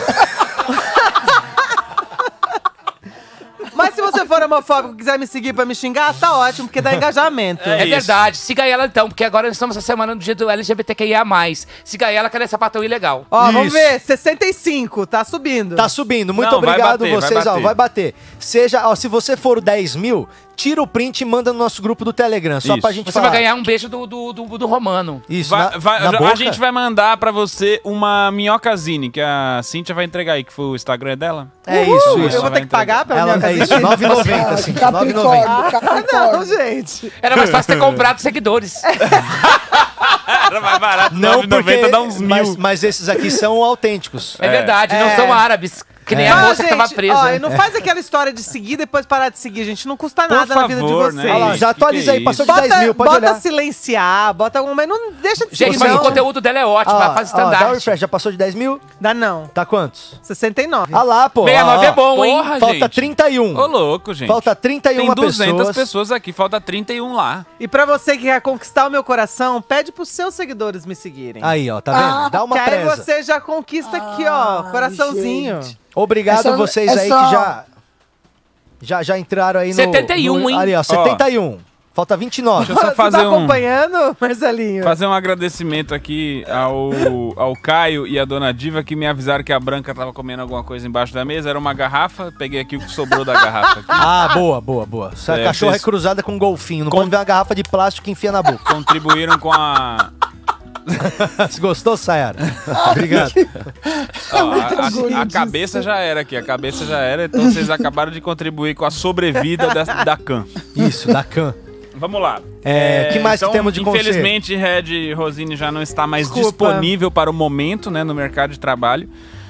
[SPEAKER 1] Mas se você for homofóbico e quiser me seguir pra me xingar, tá ótimo, porque dá engajamento.
[SPEAKER 6] É
[SPEAKER 5] isso.
[SPEAKER 6] verdade, siga ela então, porque agora nós estamos essa semana no dia do LGBTQIA+. Siga ela que ela é sapatão ilegal.
[SPEAKER 1] Ó, vamos
[SPEAKER 2] Isso.
[SPEAKER 1] ver, 65, tá subindo.
[SPEAKER 2] Tá subindo. Muito
[SPEAKER 5] Não, vai
[SPEAKER 2] obrigado
[SPEAKER 5] bater,
[SPEAKER 2] vocês,
[SPEAKER 5] vai
[SPEAKER 2] ó.
[SPEAKER 5] bater.
[SPEAKER 2] Vai bater. Seja, ó, se você for o 10 mil, tira o print e manda no nosso grupo do Telegram, só
[SPEAKER 5] Isso.
[SPEAKER 2] pra gente
[SPEAKER 6] Você
[SPEAKER 2] falar.
[SPEAKER 6] vai ganhar um beijo do Romano.
[SPEAKER 2] Isso,
[SPEAKER 5] A
[SPEAKER 2] boca?
[SPEAKER 5] gente vai mandar pra você uma minhocazine, que a Cíntia vai entregar aí, que foi o Instagram dela.
[SPEAKER 2] É
[SPEAKER 1] Uhul,
[SPEAKER 2] isso,
[SPEAKER 1] Eu
[SPEAKER 2] isso.
[SPEAKER 1] vou ter que pagar pela
[SPEAKER 2] Ela,
[SPEAKER 1] minha
[SPEAKER 2] é isso,
[SPEAKER 1] casinha?
[SPEAKER 2] 9,90, assim, 9,90.
[SPEAKER 7] Capricórnio,
[SPEAKER 1] Ah,
[SPEAKER 7] Capricórnio.
[SPEAKER 1] não, gente.
[SPEAKER 6] Era mais fácil ter comprado seguidores.
[SPEAKER 5] Era mais barato,
[SPEAKER 2] Não,
[SPEAKER 5] 9,90
[SPEAKER 2] porque,
[SPEAKER 5] dá uns mil.
[SPEAKER 2] mas esses aqui são autênticos.
[SPEAKER 6] É verdade, não
[SPEAKER 1] É.
[SPEAKER 6] são árabes. Que nem
[SPEAKER 2] É.
[SPEAKER 6] a
[SPEAKER 1] Ah,
[SPEAKER 6] moça que tava
[SPEAKER 1] gente,
[SPEAKER 6] presa.
[SPEAKER 1] Ó, e não faz aquela história de seguir e depois parar de seguir, gente. Não custa
[SPEAKER 5] Por
[SPEAKER 1] nada na vida de
[SPEAKER 5] favor,
[SPEAKER 1] vocês.
[SPEAKER 5] né?
[SPEAKER 2] Olha lá, já
[SPEAKER 5] Que
[SPEAKER 2] atualiza
[SPEAKER 5] é
[SPEAKER 2] aí, passou
[SPEAKER 5] isso?
[SPEAKER 2] de 10 mil, pode
[SPEAKER 1] bota
[SPEAKER 2] olhar.
[SPEAKER 1] silenciar, bota alguma, mas não deixa de
[SPEAKER 6] Gente,
[SPEAKER 1] seguir,
[SPEAKER 6] mas
[SPEAKER 1] não.
[SPEAKER 6] o conteúdo dela é ótimo, ela faz
[SPEAKER 2] Dá um
[SPEAKER 6] standard.
[SPEAKER 2] refresh, já passou de 10 mil?
[SPEAKER 1] Dá não.
[SPEAKER 2] Tá quantos?
[SPEAKER 1] 69.
[SPEAKER 2] Ah lá, pô.
[SPEAKER 6] 69
[SPEAKER 2] ó,
[SPEAKER 6] é bom, hein?
[SPEAKER 5] Porra,
[SPEAKER 2] Falta
[SPEAKER 5] gente.
[SPEAKER 2] 31.
[SPEAKER 5] Ô, louco, gente.
[SPEAKER 2] Falta 31
[SPEAKER 5] Tem 200
[SPEAKER 2] pessoas.
[SPEAKER 5] pessoas aqui, falta 31 lá.
[SPEAKER 1] E pra você que quer conquistar o meu coração, pede pros seus seguidores me seguirem.
[SPEAKER 2] Aí, ó, tá vendo? Dá uma
[SPEAKER 1] que aí
[SPEAKER 2] presa.
[SPEAKER 1] você já conquista aqui, ó,
[SPEAKER 7] Ai,
[SPEAKER 1] coraçãozinho.
[SPEAKER 7] gente.
[SPEAKER 2] Obrigado
[SPEAKER 7] É só-
[SPEAKER 2] vocês
[SPEAKER 7] é
[SPEAKER 2] aí
[SPEAKER 7] só-
[SPEAKER 2] que já entraram aí no...
[SPEAKER 6] 71, hein?
[SPEAKER 2] Ali, ó, 71. Falta 29.
[SPEAKER 5] Deixa eu só
[SPEAKER 1] Você
[SPEAKER 5] fazer
[SPEAKER 1] tá
[SPEAKER 5] um...
[SPEAKER 1] acompanhando, Marcelinho?
[SPEAKER 5] Fazer um agradecimento aqui ao Caio e a Dona Diva, que me avisaram que a Branca tava comendo alguma coisa embaixo da mesa. Era uma garrafa, peguei aqui o que sobrou da garrafa aqui.
[SPEAKER 2] Ah, boa, boa, boa. Essa
[SPEAKER 5] É,
[SPEAKER 2] cachorra
[SPEAKER 5] vocês-
[SPEAKER 2] é cruzada com golfinho. Não pode ver uma garrafa de plástico e enfia na boca.
[SPEAKER 5] Contribuíram com a...
[SPEAKER 2] Você gostou, Sayara? Obrigado.
[SPEAKER 5] Ó, a cabeça já era aqui, a cabeça já era, então vocês acabaram de contribuir com a sobrevida da Can.
[SPEAKER 2] Isso, da Can.
[SPEAKER 5] Vamos lá.
[SPEAKER 2] Que mais
[SPEAKER 5] então,
[SPEAKER 2] que temos de conselho?
[SPEAKER 5] infelizmente, Red Rosine já não está mais
[SPEAKER 1] Desculpa.
[SPEAKER 5] disponível para o momento, né, no mercado de trabalho.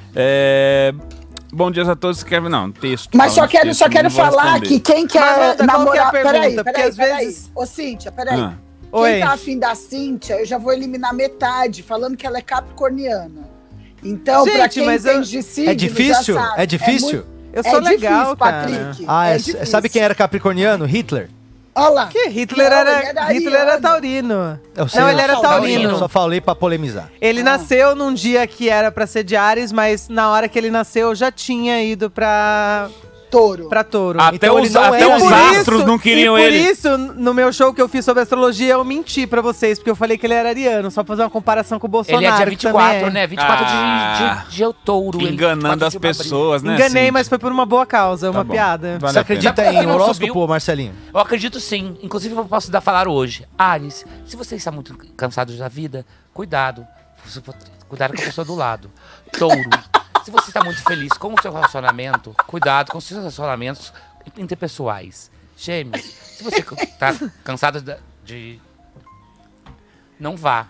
[SPEAKER 5] Bom dia a todos que querem... Não, texto.
[SPEAKER 7] Mas só
[SPEAKER 5] falando de
[SPEAKER 7] quero,
[SPEAKER 5] texto,
[SPEAKER 7] só
[SPEAKER 5] não
[SPEAKER 7] quero
[SPEAKER 5] vou
[SPEAKER 7] falar
[SPEAKER 5] responder.
[SPEAKER 7] que quem
[SPEAKER 1] Mas,
[SPEAKER 7] quer
[SPEAKER 1] Amanda, qual que é a
[SPEAKER 7] namorar...
[SPEAKER 1] pergunta?
[SPEAKER 7] Peraí,
[SPEAKER 1] Porque
[SPEAKER 7] peraí,
[SPEAKER 1] às
[SPEAKER 7] peraí.
[SPEAKER 1] vezes-
[SPEAKER 7] Ô, Cíntia, peraí.
[SPEAKER 5] Ah.
[SPEAKER 1] Oi.
[SPEAKER 7] Quem tá afim da Cíntia, eu já vou eliminar metade, falando que ela é capricorniana. Então, pra
[SPEAKER 1] Gente,
[SPEAKER 7] quem
[SPEAKER 1] mas
[SPEAKER 7] tem
[SPEAKER 1] eu-
[SPEAKER 7] de signo,
[SPEAKER 2] É difícil?
[SPEAKER 7] já sabe.
[SPEAKER 2] É difícil?
[SPEAKER 1] Eu sou legal, cara.
[SPEAKER 7] Patrick.
[SPEAKER 2] Ah,
[SPEAKER 7] difícil.
[SPEAKER 2] sabe quem era capricorniano? Hitler.
[SPEAKER 7] Olha lá.
[SPEAKER 1] Que Hitler
[SPEAKER 7] Não,
[SPEAKER 1] era,
[SPEAKER 7] ele era
[SPEAKER 1] Hitler era
[SPEAKER 7] ariano.
[SPEAKER 1] taurino.
[SPEAKER 2] Eu sei,
[SPEAKER 1] Não, ele era taurino.
[SPEAKER 2] Eu só falei pra polemizar.
[SPEAKER 1] Ele nasceu num dia que era pra ser de Áries, mas na hora que ele nasceu já tinha ido pra
[SPEAKER 7] Touro.
[SPEAKER 1] touro.
[SPEAKER 5] Até
[SPEAKER 2] Então ele
[SPEAKER 5] os,
[SPEAKER 2] não
[SPEAKER 5] até
[SPEAKER 2] é
[SPEAKER 5] os
[SPEAKER 2] por
[SPEAKER 5] astros não queriam
[SPEAKER 1] e por
[SPEAKER 5] ele.
[SPEAKER 1] isso, no meu show que eu fiz sobre astrologia, eu menti pra vocês, porque eu falei que ele era ariano, só pra fazer uma comparação com o Bolsonaro.
[SPEAKER 6] Ele é dia
[SPEAKER 1] que
[SPEAKER 6] 24,
[SPEAKER 1] também é.
[SPEAKER 6] né? 24
[SPEAKER 5] Ah.
[SPEAKER 6] de touro. ele,
[SPEAKER 5] Enganando
[SPEAKER 6] 24
[SPEAKER 5] as
[SPEAKER 6] de abril.
[SPEAKER 5] pessoas, né?
[SPEAKER 1] Enganei,
[SPEAKER 5] Cíntia?
[SPEAKER 1] mas foi por uma boa causa, uma
[SPEAKER 5] bom.
[SPEAKER 1] piada.
[SPEAKER 5] Vale
[SPEAKER 2] Você
[SPEAKER 5] a pena.
[SPEAKER 2] acredita
[SPEAKER 6] Sabe por que
[SPEAKER 2] em
[SPEAKER 6] não
[SPEAKER 2] horóscopo,
[SPEAKER 6] subiu?
[SPEAKER 2] Marcelinho?
[SPEAKER 6] Eu acredito sim. Inclusive, eu posso falar hoje. Ares, se você está muito cansado da vida, cuidado. Cuidado com a pessoa do lado. Touro, se você está muito feliz com o seu relacionamento, cuidado com os seus relacionamentos interpessoais. Gêmeos, se você está cansado de... Não vá.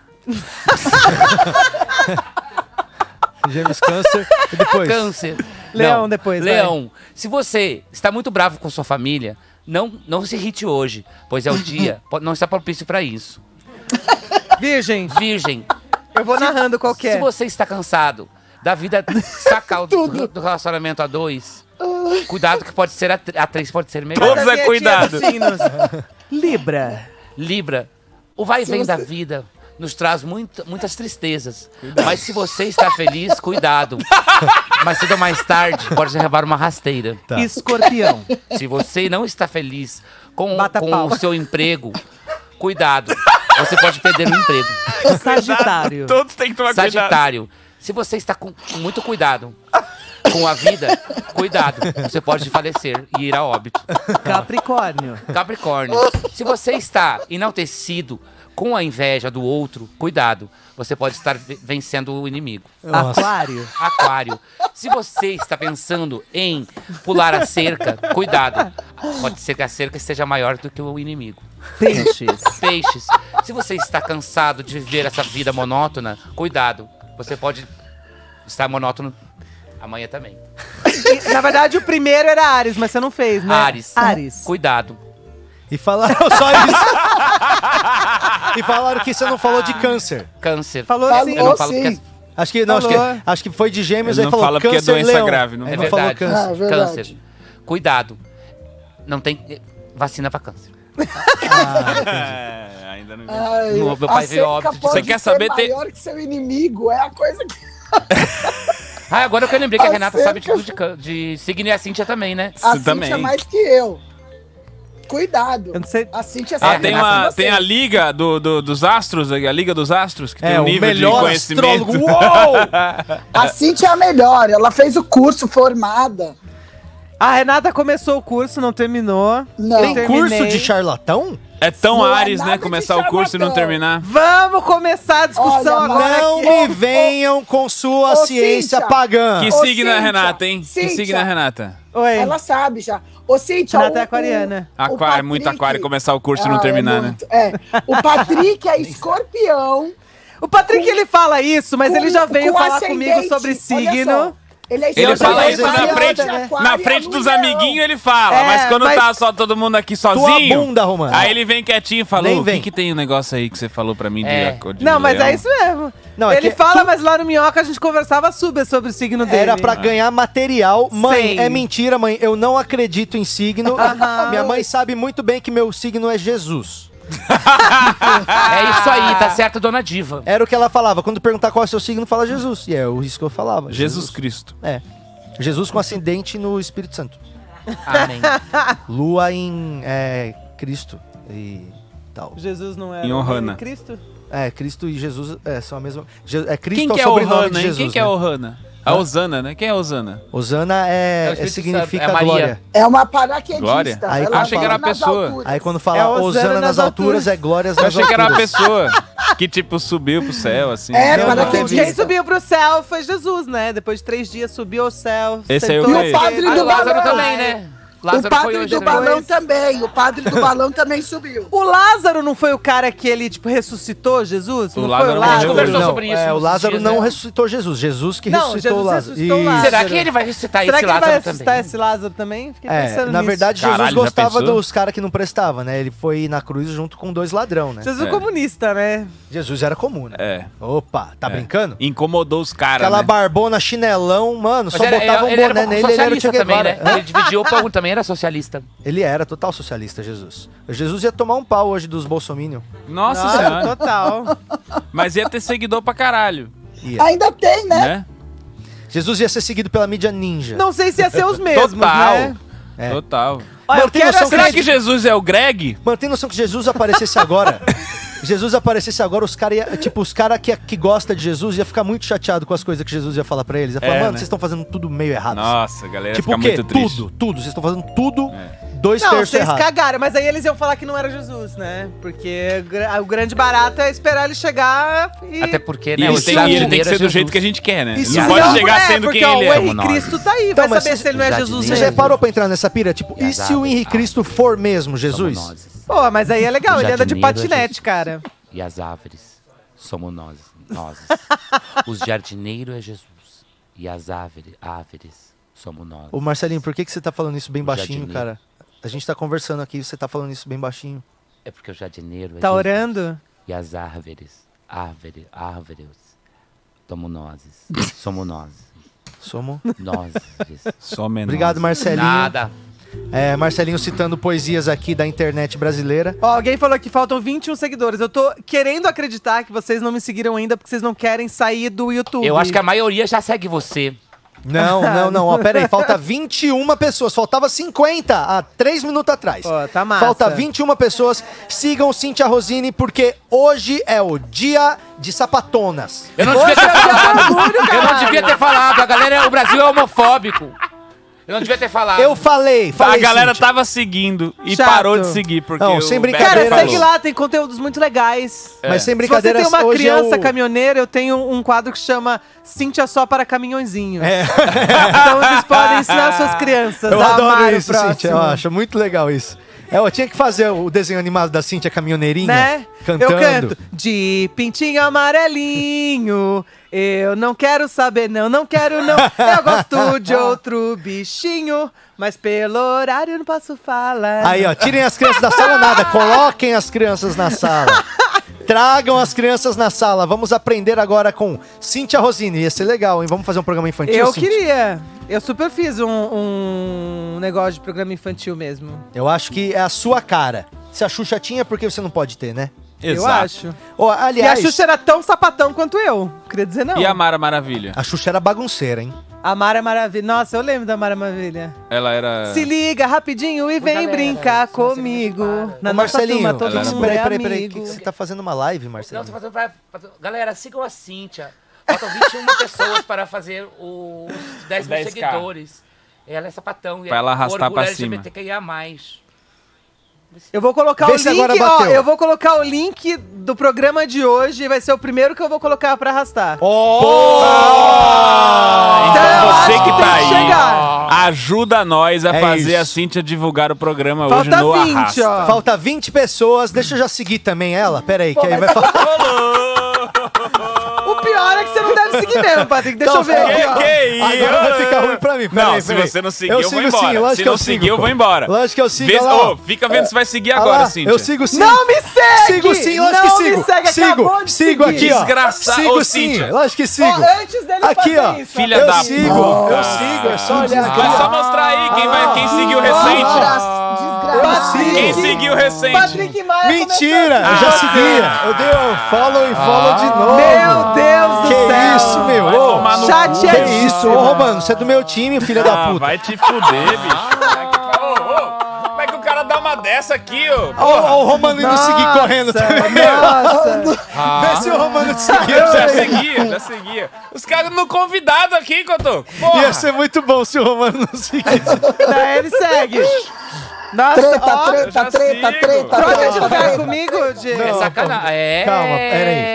[SPEAKER 2] Gêmeos, câncer e depois.
[SPEAKER 6] Câncer.
[SPEAKER 1] Leão
[SPEAKER 6] Não.
[SPEAKER 1] depois, vai.
[SPEAKER 6] Leão, se você está muito bravo com sua família, não se irrite hoje, pois é o dia, não está propício para isso.
[SPEAKER 1] Virgem,
[SPEAKER 6] Virgem,
[SPEAKER 1] eu vou narrando
[SPEAKER 6] se
[SPEAKER 1] qualquer.
[SPEAKER 6] você está cansado da vida sacal do relacionamento a dois, cuidado que pode ser a três pode ser melhor.
[SPEAKER 5] Todos é cuidado.
[SPEAKER 1] Libra.
[SPEAKER 6] Libra, o vai e vem da vida nos traz muitas tristezas. Mas se você está feliz, cuidado. Mais cedo ou mais tarde, pode levar uma rasteira.
[SPEAKER 2] Tá.
[SPEAKER 1] Escorpião.
[SPEAKER 6] Se você não está feliz com
[SPEAKER 1] Bata pau.
[SPEAKER 6] o seu emprego, cuidado. Você pode perder o emprego.
[SPEAKER 1] Sagitário.
[SPEAKER 5] Todos têm que tomar cuidado.
[SPEAKER 6] Sagitário, se você está com muito cuidado com a vida, cuidado. Você pode falecer e ir a óbito.
[SPEAKER 1] Capricórnio.
[SPEAKER 6] Capricórnio, se você está enaltecido com a inveja do outro, cuidado. Você pode estar vencendo o inimigo.
[SPEAKER 1] Aquário.
[SPEAKER 6] Aquário, se você está pensando em pular a cerca, cuidado. Pode ser que a cerca seja maior do que o inimigo.
[SPEAKER 1] Peixes.
[SPEAKER 6] Peixes, se você está cansado de viver essa vida monótona, cuidado. Você pode estar monótono amanhã também.
[SPEAKER 1] E, na verdade, o primeiro era Áries, mas você não fez, né?
[SPEAKER 6] Áries,
[SPEAKER 1] Áries.
[SPEAKER 6] cuidado.
[SPEAKER 2] E falaram só isso. E falaram que você não falou de câncer.
[SPEAKER 6] Câncer.
[SPEAKER 1] Falou
[SPEAKER 7] Falou
[SPEAKER 1] sim.
[SPEAKER 6] Eu não falo
[SPEAKER 7] sim.
[SPEAKER 6] porque
[SPEAKER 2] Acho que, não, acho
[SPEAKER 1] Falou.
[SPEAKER 2] acho que foi de gêmeos,
[SPEAKER 5] Ele
[SPEAKER 2] aí
[SPEAKER 5] não
[SPEAKER 2] falou
[SPEAKER 5] fala porque é
[SPEAKER 2] câncer,
[SPEAKER 5] doença
[SPEAKER 2] leão.
[SPEAKER 5] grave, não
[SPEAKER 2] Aí
[SPEAKER 6] é
[SPEAKER 2] não falou
[SPEAKER 6] verdade.
[SPEAKER 2] câncer.
[SPEAKER 7] Ah, verdade.
[SPEAKER 6] Câncer. Cuidado. Não tem vacina pra câncer.
[SPEAKER 5] É, ainda não vi.
[SPEAKER 7] Ai,
[SPEAKER 6] Meu pai
[SPEAKER 7] a
[SPEAKER 6] veio
[SPEAKER 7] cerca
[SPEAKER 6] óbito de-
[SPEAKER 7] pode
[SPEAKER 5] Você quer
[SPEAKER 7] ser
[SPEAKER 5] saber ter-
[SPEAKER 7] maior que seu inimigo, é a coisa que...
[SPEAKER 6] Ah, agora que eu lembrei que a
[SPEAKER 7] A
[SPEAKER 6] Renata
[SPEAKER 7] cerca-
[SPEAKER 6] sabe de tudo de signo e a Cíntia também, né?
[SPEAKER 7] A
[SPEAKER 5] Você também.
[SPEAKER 7] Cíntia é mais que eu. Cuidado.
[SPEAKER 1] Eu não sei.
[SPEAKER 7] A Cíntia
[SPEAKER 5] Ah,
[SPEAKER 7] sabe
[SPEAKER 5] tem,
[SPEAKER 7] mais
[SPEAKER 5] uma,
[SPEAKER 7] que você.
[SPEAKER 5] tem a Liga dos Astros, a Liga dos Astros, que tem
[SPEAKER 2] É,
[SPEAKER 5] um
[SPEAKER 2] o
[SPEAKER 5] nível de
[SPEAKER 2] melhor
[SPEAKER 5] conhecimento.
[SPEAKER 2] astrólogo. Uou!
[SPEAKER 7] A Cíntia é a melhor. Ela fez o curso formada.
[SPEAKER 1] A Renata começou o curso, não terminou.
[SPEAKER 7] Não.
[SPEAKER 2] Tem curso
[SPEAKER 1] Terminei.
[SPEAKER 2] de charlatão?
[SPEAKER 5] É tão
[SPEAKER 7] Não é
[SPEAKER 5] Ares,
[SPEAKER 7] nada
[SPEAKER 5] né?
[SPEAKER 7] de
[SPEAKER 5] Começar o curso e não
[SPEAKER 7] charlatão.
[SPEAKER 5] terminar.
[SPEAKER 1] Vamos começar a discussão
[SPEAKER 7] Olha,
[SPEAKER 1] agora.
[SPEAKER 2] Não
[SPEAKER 1] aqui.
[SPEAKER 2] me venham com sua
[SPEAKER 7] Ô,
[SPEAKER 2] ciência
[SPEAKER 7] Cíntia.
[SPEAKER 2] pagã.
[SPEAKER 5] Que
[SPEAKER 7] Ô,
[SPEAKER 5] signo é
[SPEAKER 7] Cíntia,
[SPEAKER 5] Renata, hein? Que
[SPEAKER 7] Cíntia.
[SPEAKER 5] signo é Renata?
[SPEAKER 1] Oi.
[SPEAKER 7] Ela sabe já. Ô, Cíntia,
[SPEAKER 1] Renata é aquariana.
[SPEAKER 7] o
[SPEAKER 5] Aquário, muito
[SPEAKER 7] Patrick-
[SPEAKER 5] aquário começar o curso e não
[SPEAKER 7] Ah,
[SPEAKER 5] terminar,
[SPEAKER 7] é
[SPEAKER 5] né?
[SPEAKER 7] muito- É. O Patrick é escorpião.
[SPEAKER 1] O Patrick, ele fala isso, mas ele já veio
[SPEAKER 7] com
[SPEAKER 1] falar comigo
[SPEAKER 7] ascendente.
[SPEAKER 1] sobre
[SPEAKER 7] Olha
[SPEAKER 1] signo.
[SPEAKER 7] só, Ele, é
[SPEAKER 5] Ele
[SPEAKER 7] escorpião,
[SPEAKER 5] fala isso na
[SPEAKER 7] ascendente,
[SPEAKER 5] frente,
[SPEAKER 7] aquário,
[SPEAKER 5] na frente
[SPEAKER 7] lua
[SPEAKER 5] dos
[SPEAKER 7] e leão.
[SPEAKER 5] amiguinhos, ele fala.
[SPEAKER 1] É,
[SPEAKER 5] mas quando
[SPEAKER 1] mas-
[SPEAKER 5] tá só todo mundo aqui sozinho.
[SPEAKER 2] Tua bunda, Romano.
[SPEAKER 5] Aí ele vem quietinho e fala:
[SPEAKER 2] Nem
[SPEAKER 5] "Ô, o
[SPEAKER 2] vem.
[SPEAKER 5] que tem um negócio aí que você falou pra mim
[SPEAKER 6] É.
[SPEAKER 5] de
[SPEAKER 1] Não, mas
[SPEAKER 5] leão?"
[SPEAKER 1] é isso mesmo.
[SPEAKER 2] Não, é
[SPEAKER 1] ele
[SPEAKER 2] que
[SPEAKER 1] fala, mas lá no Minhoca a gente conversava sobre o signo dele.
[SPEAKER 2] Era pra ganhar material. Mãe,
[SPEAKER 1] Sei.
[SPEAKER 2] é mentira, mãe. Eu não acredito em signo. Minha mãe sabe muito bem que meu signo é Jesus.
[SPEAKER 6] É isso aí, tá certo, dona Diva.
[SPEAKER 2] Era o que ela falava. Quando perguntar qual é o seu signo, fala Jesus. E é isso que eu falava.
[SPEAKER 5] Jesus Cristo.
[SPEAKER 2] É. Jesus com ascendente no Espírito Santo.
[SPEAKER 6] Amém.
[SPEAKER 2] Lua em Cristo e tal.
[SPEAKER 1] Jesus não é
[SPEAKER 5] Em Ohana.
[SPEAKER 1] Cristo?
[SPEAKER 2] É, Cristo e Jesus são a mesma. Cristo
[SPEAKER 5] Quem
[SPEAKER 2] é o
[SPEAKER 5] que é
[SPEAKER 2] sobrenome
[SPEAKER 5] Ohana,
[SPEAKER 2] de
[SPEAKER 5] hein?
[SPEAKER 2] Jesus.
[SPEAKER 5] Quem que é
[SPEAKER 2] né?
[SPEAKER 5] Ohana? A Osana, né? Quem é Osana?
[SPEAKER 2] Osana
[SPEAKER 6] É o Espírito
[SPEAKER 2] significa
[SPEAKER 6] Santo, é Maria.
[SPEAKER 2] glória.
[SPEAKER 7] É uma paraquedista.
[SPEAKER 5] Glória?
[SPEAKER 2] Aí
[SPEAKER 7] Ela
[SPEAKER 2] achei que
[SPEAKER 5] era a
[SPEAKER 7] nas
[SPEAKER 5] pessoa.
[SPEAKER 7] alturas.
[SPEAKER 2] Aí quando fala
[SPEAKER 1] É Osana
[SPEAKER 2] Osana nas
[SPEAKER 1] nas
[SPEAKER 2] alturas,
[SPEAKER 1] alturas.
[SPEAKER 2] é glórias
[SPEAKER 5] Eu
[SPEAKER 2] nas
[SPEAKER 5] achei que era uma
[SPEAKER 2] alturas.
[SPEAKER 5] pessoa que, tipo, subiu pro céu, assim.
[SPEAKER 7] É,
[SPEAKER 1] Não,
[SPEAKER 7] paraquedista.
[SPEAKER 1] quem subiu pro céu foi Jesus, né? Depois de 3 dias subiu ao céu.
[SPEAKER 5] Esse aí eu
[SPEAKER 1] sentou
[SPEAKER 5] conheço.
[SPEAKER 1] na
[SPEAKER 7] E o padre
[SPEAKER 1] cadeira.
[SPEAKER 6] Ah,
[SPEAKER 7] do
[SPEAKER 6] o Lázaro
[SPEAKER 7] balão.
[SPEAKER 6] também, né? Lázaro
[SPEAKER 7] o padre
[SPEAKER 6] foi hoje
[SPEAKER 7] do
[SPEAKER 6] também.
[SPEAKER 7] balão também. O padre do balão também subiu.
[SPEAKER 1] O Lázaro não foi o cara que ele, tipo, ressuscitou Jesus?
[SPEAKER 5] O
[SPEAKER 1] Não
[SPEAKER 5] Lázaro
[SPEAKER 1] foi o
[SPEAKER 5] morreu.
[SPEAKER 6] A gente
[SPEAKER 1] Lázaro?
[SPEAKER 6] conversou sobre isso
[SPEAKER 2] o
[SPEAKER 6] nos
[SPEAKER 2] Lázaro
[SPEAKER 6] dias,
[SPEAKER 2] não
[SPEAKER 6] né?
[SPEAKER 2] ressuscitou Jesus. Jesus que
[SPEAKER 1] Não,
[SPEAKER 2] ressuscitou
[SPEAKER 1] Jesus
[SPEAKER 2] o Lázaro.
[SPEAKER 1] ressuscitou o
[SPEAKER 2] Isso.
[SPEAKER 1] Lázaro.
[SPEAKER 6] Será que ele vai ressuscitar
[SPEAKER 1] Será
[SPEAKER 6] esse
[SPEAKER 1] que ele vai
[SPEAKER 6] Lázaro
[SPEAKER 1] ressuscitar
[SPEAKER 6] também?
[SPEAKER 1] esse Lázaro também? Fiquei
[SPEAKER 2] É,
[SPEAKER 1] pensando
[SPEAKER 2] na
[SPEAKER 1] nisso.
[SPEAKER 2] verdade,
[SPEAKER 5] Caralho,
[SPEAKER 2] Jesus
[SPEAKER 5] já
[SPEAKER 2] gostava
[SPEAKER 5] pensou?
[SPEAKER 2] dos caras que não prestavam, né? Ele foi na cruz junto com 2 ladrão, né?
[SPEAKER 1] Jesus
[SPEAKER 5] É.
[SPEAKER 1] comunista, né?
[SPEAKER 2] Jesus era comum, né?
[SPEAKER 5] É.
[SPEAKER 2] Opa, tá brincando?
[SPEAKER 5] Incomodou os caras,
[SPEAKER 2] Aquela
[SPEAKER 5] né?
[SPEAKER 2] barbona, chinelão, mano,
[SPEAKER 6] Mas
[SPEAKER 2] só botava um
[SPEAKER 6] ele era
[SPEAKER 2] boné
[SPEAKER 6] um
[SPEAKER 2] nele, ele era o Che
[SPEAKER 6] socialista também,
[SPEAKER 2] Guevara.
[SPEAKER 6] né? Ele dividiu o pão, também era socialista.
[SPEAKER 2] Ele era total socialista, Jesus. Jesus ia tomar um pau hoje dos bolsominion.
[SPEAKER 5] Nossa
[SPEAKER 1] Nossa,
[SPEAKER 5] senhora.
[SPEAKER 1] total.
[SPEAKER 5] Mas ia ter seguidor pra caralho,
[SPEAKER 2] Ia.
[SPEAKER 7] Ainda tem, né?
[SPEAKER 5] né?
[SPEAKER 2] Jesus ia ser seguido pela mídia ninja.
[SPEAKER 1] Não sei se ia ser os mesmos,
[SPEAKER 5] Total.
[SPEAKER 1] né?
[SPEAKER 2] É.
[SPEAKER 5] Total.
[SPEAKER 1] Olha, eu
[SPEAKER 2] Mano, tem
[SPEAKER 1] quero
[SPEAKER 2] noção
[SPEAKER 1] essa...
[SPEAKER 5] Será que Jesus é o Greg?
[SPEAKER 2] Mano, tem noção que Jesus aparecesse agora? Jesus aparecesse agora, os caras tipo, os caras que gostam de Jesus ia ficar muito chateado com as coisas que Jesus ia falar pra eles. Ia falar,
[SPEAKER 5] É,
[SPEAKER 2] mano,
[SPEAKER 5] né?
[SPEAKER 2] vocês estão fazendo tudo meio errado.
[SPEAKER 5] Nossa, a galera
[SPEAKER 2] Tipo
[SPEAKER 5] fica
[SPEAKER 2] o quê?
[SPEAKER 5] muito triste.
[SPEAKER 2] Tudo. Vocês estão fazendo tudo 2
[SPEAKER 1] Não,
[SPEAKER 2] terços
[SPEAKER 1] vocês
[SPEAKER 2] errado.
[SPEAKER 1] cagaram, mas aí eles iam falar que não era Jesus, né? Porque o grande barato é esperar ele chegar e...
[SPEAKER 6] Até porque,
[SPEAKER 5] E
[SPEAKER 6] né?
[SPEAKER 5] ele
[SPEAKER 6] o
[SPEAKER 5] tem, e ele tem que
[SPEAKER 6] jardineiro
[SPEAKER 5] ser
[SPEAKER 6] é
[SPEAKER 5] do jeito
[SPEAKER 6] Jesus.
[SPEAKER 5] que a gente quer, né?
[SPEAKER 2] E
[SPEAKER 5] Ele
[SPEAKER 2] se
[SPEAKER 5] não
[SPEAKER 2] não,
[SPEAKER 5] pode chegar sendo
[SPEAKER 1] porque,
[SPEAKER 5] quem
[SPEAKER 1] ó,
[SPEAKER 5] ele
[SPEAKER 1] o
[SPEAKER 5] é.
[SPEAKER 1] Henrique Cristo tá aí,
[SPEAKER 2] Então,
[SPEAKER 1] vai
[SPEAKER 2] mas
[SPEAKER 1] saber
[SPEAKER 2] se-
[SPEAKER 1] se ele não é
[SPEAKER 6] jardineiro.
[SPEAKER 1] Jesus
[SPEAKER 2] Você
[SPEAKER 1] mesmo.
[SPEAKER 2] já parou pra entrar nessa pira? Tipo,
[SPEAKER 6] E
[SPEAKER 2] e
[SPEAKER 6] as
[SPEAKER 2] se o
[SPEAKER 6] árvores?
[SPEAKER 2] Henrique Cristo for mesmo Jesus?
[SPEAKER 6] Somos nós.
[SPEAKER 1] Pô, mas aí é legal,
[SPEAKER 6] O
[SPEAKER 1] ele anda de
[SPEAKER 6] jardineiro é
[SPEAKER 1] patinete,
[SPEAKER 6] Jesus.
[SPEAKER 1] cara.
[SPEAKER 6] E as árvores somos nós. Os jardineiros é Jesus. E as árvores somos nós.
[SPEAKER 2] Ô Marcelinho, por que você tá falando isso bem
[SPEAKER 6] O
[SPEAKER 2] baixinho,
[SPEAKER 6] jardineiro.
[SPEAKER 2] cara? A gente tá conversando aqui e você tá falando isso bem baixinho.
[SPEAKER 6] É porque o jardineiro é
[SPEAKER 1] Tá
[SPEAKER 6] Jesus.
[SPEAKER 1] orando?
[SPEAKER 6] E as árvores somos nós. Somos nós.
[SPEAKER 2] Somos.
[SPEAKER 6] Nós.
[SPEAKER 5] Só menor.
[SPEAKER 2] Obrigado, Marcelinho.
[SPEAKER 6] Nada.
[SPEAKER 2] É, Marcelinho citando poesias aqui da internet brasileira.
[SPEAKER 1] Ó, alguém falou que faltam 21 seguidores. Eu tô querendo acreditar que vocês não me seguiram ainda porque vocês não querem sair do YouTube.
[SPEAKER 6] Eu acho que a maioria já segue você.
[SPEAKER 2] Não. Ó, pera aí, falta 21 pessoas. Faltava 50 há 3 minutos atrás.
[SPEAKER 1] Ó, tá massa.
[SPEAKER 2] Falta 21 pessoas. Sigam Cíntia Rosini, porque hoje é o dia de sapatonas.
[SPEAKER 6] Eu não devia ter falado. Eu não devia ter falado. A galera, o Brasil é homofóbico. Eu não devia ter falado.
[SPEAKER 2] Eu falei
[SPEAKER 5] A galera
[SPEAKER 2] Cíntia.
[SPEAKER 5] tava seguindo e
[SPEAKER 1] Chato.
[SPEAKER 5] parou de seguir, porque
[SPEAKER 2] Não,
[SPEAKER 5] o
[SPEAKER 2] sem
[SPEAKER 5] Beto
[SPEAKER 2] brincadeira,
[SPEAKER 1] Cara,
[SPEAKER 5] falou.
[SPEAKER 1] segue lá, tem conteúdos muito legais.
[SPEAKER 2] Mas sem
[SPEAKER 1] Se você
[SPEAKER 2] brincadeiras,
[SPEAKER 1] tem uma
[SPEAKER 2] hoje
[SPEAKER 1] criança
[SPEAKER 2] é o...
[SPEAKER 1] caminhoneira, eu tenho um quadro que chama Cíntia só para caminhõezinhos.
[SPEAKER 2] É.
[SPEAKER 1] Então vocês podem ensinar suas crianças
[SPEAKER 2] Eu
[SPEAKER 1] a amar
[SPEAKER 2] adoro
[SPEAKER 1] o
[SPEAKER 2] isso,
[SPEAKER 1] próximo.
[SPEAKER 2] Cíntia. Eu acho muito legal isso. Eu tinha que fazer o desenho animado da Cíntia caminhoneirinha,
[SPEAKER 1] Né?
[SPEAKER 2] cantando.
[SPEAKER 1] Eu canto de pintinho amarelinho. Eu não quero saber, não quero não. Eu gosto de outro bichinho, mas pelo horário não posso falar.
[SPEAKER 2] Aí, ó, tirem as crianças da sala nada, coloquem as crianças na sala. Tragam as crianças na sala. Vamos aprender agora com Cíntia Rosini. Ia ser legal, hein? Vamos fazer um programa infantil,
[SPEAKER 1] Eu
[SPEAKER 2] Cíntia?
[SPEAKER 1] queria. Eu super fiz um negócio de programa infantil mesmo.
[SPEAKER 2] Eu acho que é a sua cara. Se a Xuxa tinha, por que você não pode ter, né?
[SPEAKER 1] Eu
[SPEAKER 5] Exato.
[SPEAKER 1] acho.
[SPEAKER 2] Ó,
[SPEAKER 1] E a
[SPEAKER 2] aliás,
[SPEAKER 1] Xuxa era tão sapatão quanto eu. Queria dizer não.
[SPEAKER 5] E a Mara Maravilha?
[SPEAKER 2] a Xuxa era bagunceira, hein?
[SPEAKER 1] A Mara Maravilha. Nossa, eu lembro da Mara Maravilha.
[SPEAKER 5] Ela era...
[SPEAKER 1] Se liga rapidinho e vem
[SPEAKER 6] galera,
[SPEAKER 1] brincar
[SPEAKER 6] se você
[SPEAKER 1] comigo.
[SPEAKER 6] não
[SPEAKER 1] Na
[SPEAKER 2] Ô,
[SPEAKER 1] nossa
[SPEAKER 2] Marcelinho,
[SPEAKER 1] turma, todo
[SPEAKER 5] ela era
[SPEAKER 1] mundo
[SPEAKER 5] boa.
[SPEAKER 1] é
[SPEAKER 2] peraí.
[SPEAKER 1] amigo.
[SPEAKER 2] Que você tá fazendo uma live,
[SPEAKER 6] Não,
[SPEAKER 2] Marcelinho?
[SPEAKER 6] tô fazendo pra... Galera, sigam a Cíntia. Faltam 21 pessoas para fazer os 10 mil
[SPEAKER 5] 10K.
[SPEAKER 6] seguidores. Ela é sapatão.
[SPEAKER 5] Pra ela arrastar pra cima.
[SPEAKER 6] LGBTQIA+.
[SPEAKER 1] Eu vou colocar
[SPEAKER 2] Vê
[SPEAKER 1] o
[SPEAKER 2] se
[SPEAKER 1] link,
[SPEAKER 2] agora
[SPEAKER 1] ó,
[SPEAKER 2] bateu.
[SPEAKER 1] eu vou colocar o link do programa de hoje, vai ser o primeiro que eu vou colocar pra arrastar. Então, eu
[SPEAKER 5] Então
[SPEAKER 1] acho
[SPEAKER 5] você que
[SPEAKER 1] tem
[SPEAKER 5] tá
[SPEAKER 1] que
[SPEAKER 5] aí,
[SPEAKER 1] chegar.
[SPEAKER 5] ajuda nós a
[SPEAKER 2] É
[SPEAKER 5] fazer a
[SPEAKER 2] isso.
[SPEAKER 5] Cíntia divulgar o programa hoje
[SPEAKER 1] Falta
[SPEAKER 5] no
[SPEAKER 1] 20,
[SPEAKER 5] Arrasta.
[SPEAKER 1] ó.
[SPEAKER 2] Falta 20 pessoas. Deixa eu já seguir também ela. Pera aí, que aí vai falar.
[SPEAKER 1] O pior é que você não deve seguir mesmo, Patrick. Deixa eu ver aqui, ó.
[SPEAKER 2] Agora vai ficar ruim pra mim. Pera
[SPEAKER 5] Não,
[SPEAKER 2] aí,
[SPEAKER 5] se
[SPEAKER 2] pera aí.
[SPEAKER 5] você não seguir, eu vou
[SPEAKER 2] sigo
[SPEAKER 5] embora.
[SPEAKER 2] Sim, lógico
[SPEAKER 5] Se
[SPEAKER 2] que eu
[SPEAKER 5] não
[SPEAKER 2] sigo,
[SPEAKER 5] seguir, eu
[SPEAKER 2] pô.
[SPEAKER 5] vou embora.
[SPEAKER 2] Lógico que eu sigo.
[SPEAKER 5] Vê-
[SPEAKER 2] olha lá.
[SPEAKER 5] Ô, fica vendo se vai seguir
[SPEAKER 2] Olha
[SPEAKER 5] agora,
[SPEAKER 2] lá,
[SPEAKER 5] Cíntia.
[SPEAKER 2] Eu sigo sim.
[SPEAKER 1] Não me segue!
[SPEAKER 2] Sigo sim, lógico
[SPEAKER 1] Não
[SPEAKER 2] que sigo.
[SPEAKER 1] me segue, acabou de
[SPEAKER 2] sigo
[SPEAKER 1] seguir.
[SPEAKER 2] aqui, ó.
[SPEAKER 5] Desgraçado.
[SPEAKER 2] Sigo
[SPEAKER 5] Ô,
[SPEAKER 2] sim,
[SPEAKER 5] Cíntia.
[SPEAKER 2] lógico que
[SPEAKER 1] Ó,
[SPEAKER 2] sigo.
[SPEAKER 1] antes dele
[SPEAKER 2] Aqui,
[SPEAKER 1] fazer
[SPEAKER 2] ó.
[SPEAKER 1] isso.
[SPEAKER 5] Filha
[SPEAKER 2] eu
[SPEAKER 5] da
[SPEAKER 2] sigo,
[SPEAKER 5] puta.
[SPEAKER 2] eu sigo. É só olhar aqui.
[SPEAKER 5] Vai só mostrar aí quem seguiu recente. Quem seguiu recente?
[SPEAKER 1] Patrick Maia
[SPEAKER 2] Mentira, eu já seguia. Eu dei um follow e follow de novo.
[SPEAKER 1] Meu Deus do
[SPEAKER 2] Que
[SPEAKER 1] céu.
[SPEAKER 2] isso, meu?
[SPEAKER 5] Vai
[SPEAKER 2] Ô,
[SPEAKER 5] tomar no
[SPEAKER 1] Chateadíssimo.
[SPEAKER 2] que isso? Ô, Romano, você é do meu time, filha da puta.
[SPEAKER 5] Vai te fuder, bicho. Como é que o cara dá uma dessa aqui, ô?
[SPEAKER 2] Ó, o Romano indo seguir correndo também.
[SPEAKER 1] Nossa.
[SPEAKER 2] Vê se o Romano te seguiu.
[SPEAKER 5] Já seguia. Os caras não convidados aqui, Cotô. Porra.
[SPEAKER 2] Ia ser muito bom se o Romano não seguisse.
[SPEAKER 1] Não, ele segue. Nossa,
[SPEAKER 7] Treta,
[SPEAKER 1] ó,
[SPEAKER 7] treta,
[SPEAKER 5] já
[SPEAKER 7] treta,
[SPEAKER 5] sigo.
[SPEAKER 7] treta.
[SPEAKER 1] troca de
[SPEAKER 7] treta,
[SPEAKER 1] lugar
[SPEAKER 7] treta.
[SPEAKER 1] comigo, Diego.
[SPEAKER 6] É sacanagem. É.
[SPEAKER 2] Calma, peraí.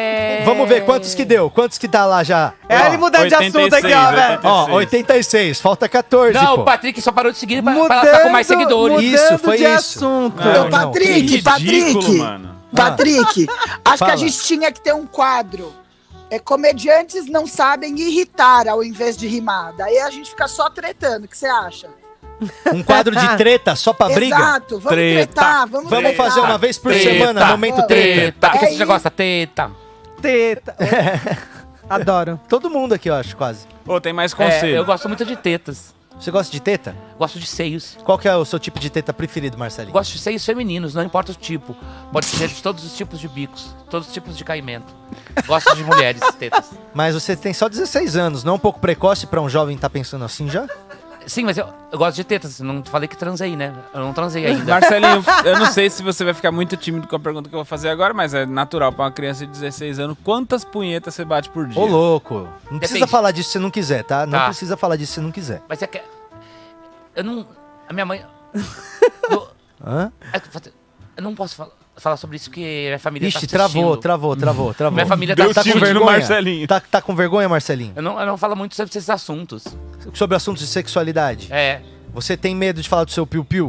[SPEAKER 2] Vamos ver quantos que deu. Quantos que tá lá já?
[SPEAKER 1] É ele mudando de assunto aqui, ó, velho.
[SPEAKER 2] Ó, 86. Falta 14,
[SPEAKER 6] Não,
[SPEAKER 2] pô.
[SPEAKER 6] o Patrick só parou de seguir pra ela ficar com mais seguidores.
[SPEAKER 2] Isso, foi
[SPEAKER 1] de
[SPEAKER 2] isso.
[SPEAKER 1] assunto.
[SPEAKER 2] Não,
[SPEAKER 7] Ô, Patrick, Patrick,
[SPEAKER 5] mano.
[SPEAKER 7] Patrick, acho
[SPEAKER 2] Fala.
[SPEAKER 7] que a gente tinha que ter um quadro. Comediantes não sabem irritar ao invés de rimar. Daí a gente fica só tretando. O que você acha?
[SPEAKER 2] Um quadro de treta só pra briga?
[SPEAKER 7] Exato, vamos
[SPEAKER 5] Treta.
[SPEAKER 7] tretar, vamos
[SPEAKER 2] Vamos
[SPEAKER 7] tretar.
[SPEAKER 2] fazer uma vez por
[SPEAKER 6] Treta.
[SPEAKER 2] semana, momento treta.
[SPEAKER 6] Teta, que
[SPEAKER 7] É
[SPEAKER 6] você já
[SPEAKER 7] isso.
[SPEAKER 6] gosta? Teta.
[SPEAKER 1] Teta. Adoro.
[SPEAKER 2] Todo mundo aqui, eu acho, quase.
[SPEAKER 5] Ô, tem mais
[SPEAKER 6] É,
[SPEAKER 5] conselho.
[SPEAKER 6] eu gosto muito de tetas.
[SPEAKER 2] Você gosta de teta?
[SPEAKER 6] Gosto de seios.
[SPEAKER 2] Qual que é o seu tipo de teta preferido, Marcelinho?
[SPEAKER 6] Gosto de seios femininos, não importa o tipo. Pode ser de todos os tipos de bicos, todos os tipos de caimento. Gosto de mulheres, tetas.
[SPEAKER 2] Mas você tem só 16 anos, não é um pouco precoce pra um jovem tá pensando assim já?
[SPEAKER 6] Sim, mas eu gosto de tetas. Não falei que transei, né? Eu não transei ainda.
[SPEAKER 5] Marcelinho, eu não sei se você vai ficar muito tímido com a pergunta que eu vou fazer agora, mas é natural pra uma criança de 16 anos. Quantas punhetas você bate por dia?
[SPEAKER 2] Ô, louco. Não precisa
[SPEAKER 6] Depende.
[SPEAKER 2] falar disso se você não quiser, tá? Não
[SPEAKER 6] Tá.
[SPEAKER 2] precisa falar disso se você não quiser.
[SPEAKER 6] Mas é que. Eu não. A minha mãe.
[SPEAKER 2] Hã?
[SPEAKER 6] Eu não posso falar sobre isso porque a família
[SPEAKER 2] Ixi,
[SPEAKER 6] tá assistindo.
[SPEAKER 2] travou.
[SPEAKER 6] Minha família
[SPEAKER 5] Deu
[SPEAKER 6] tá
[SPEAKER 5] tilt
[SPEAKER 6] assistindo.
[SPEAKER 5] no Marcelinho.
[SPEAKER 2] Tá com vergonha, Marcelinho?
[SPEAKER 6] Eu não falo muito sobre esses assuntos.
[SPEAKER 2] Sobre assuntos de sexualidade.
[SPEAKER 6] É.
[SPEAKER 2] Você tem medo de falar do seu piu-piu?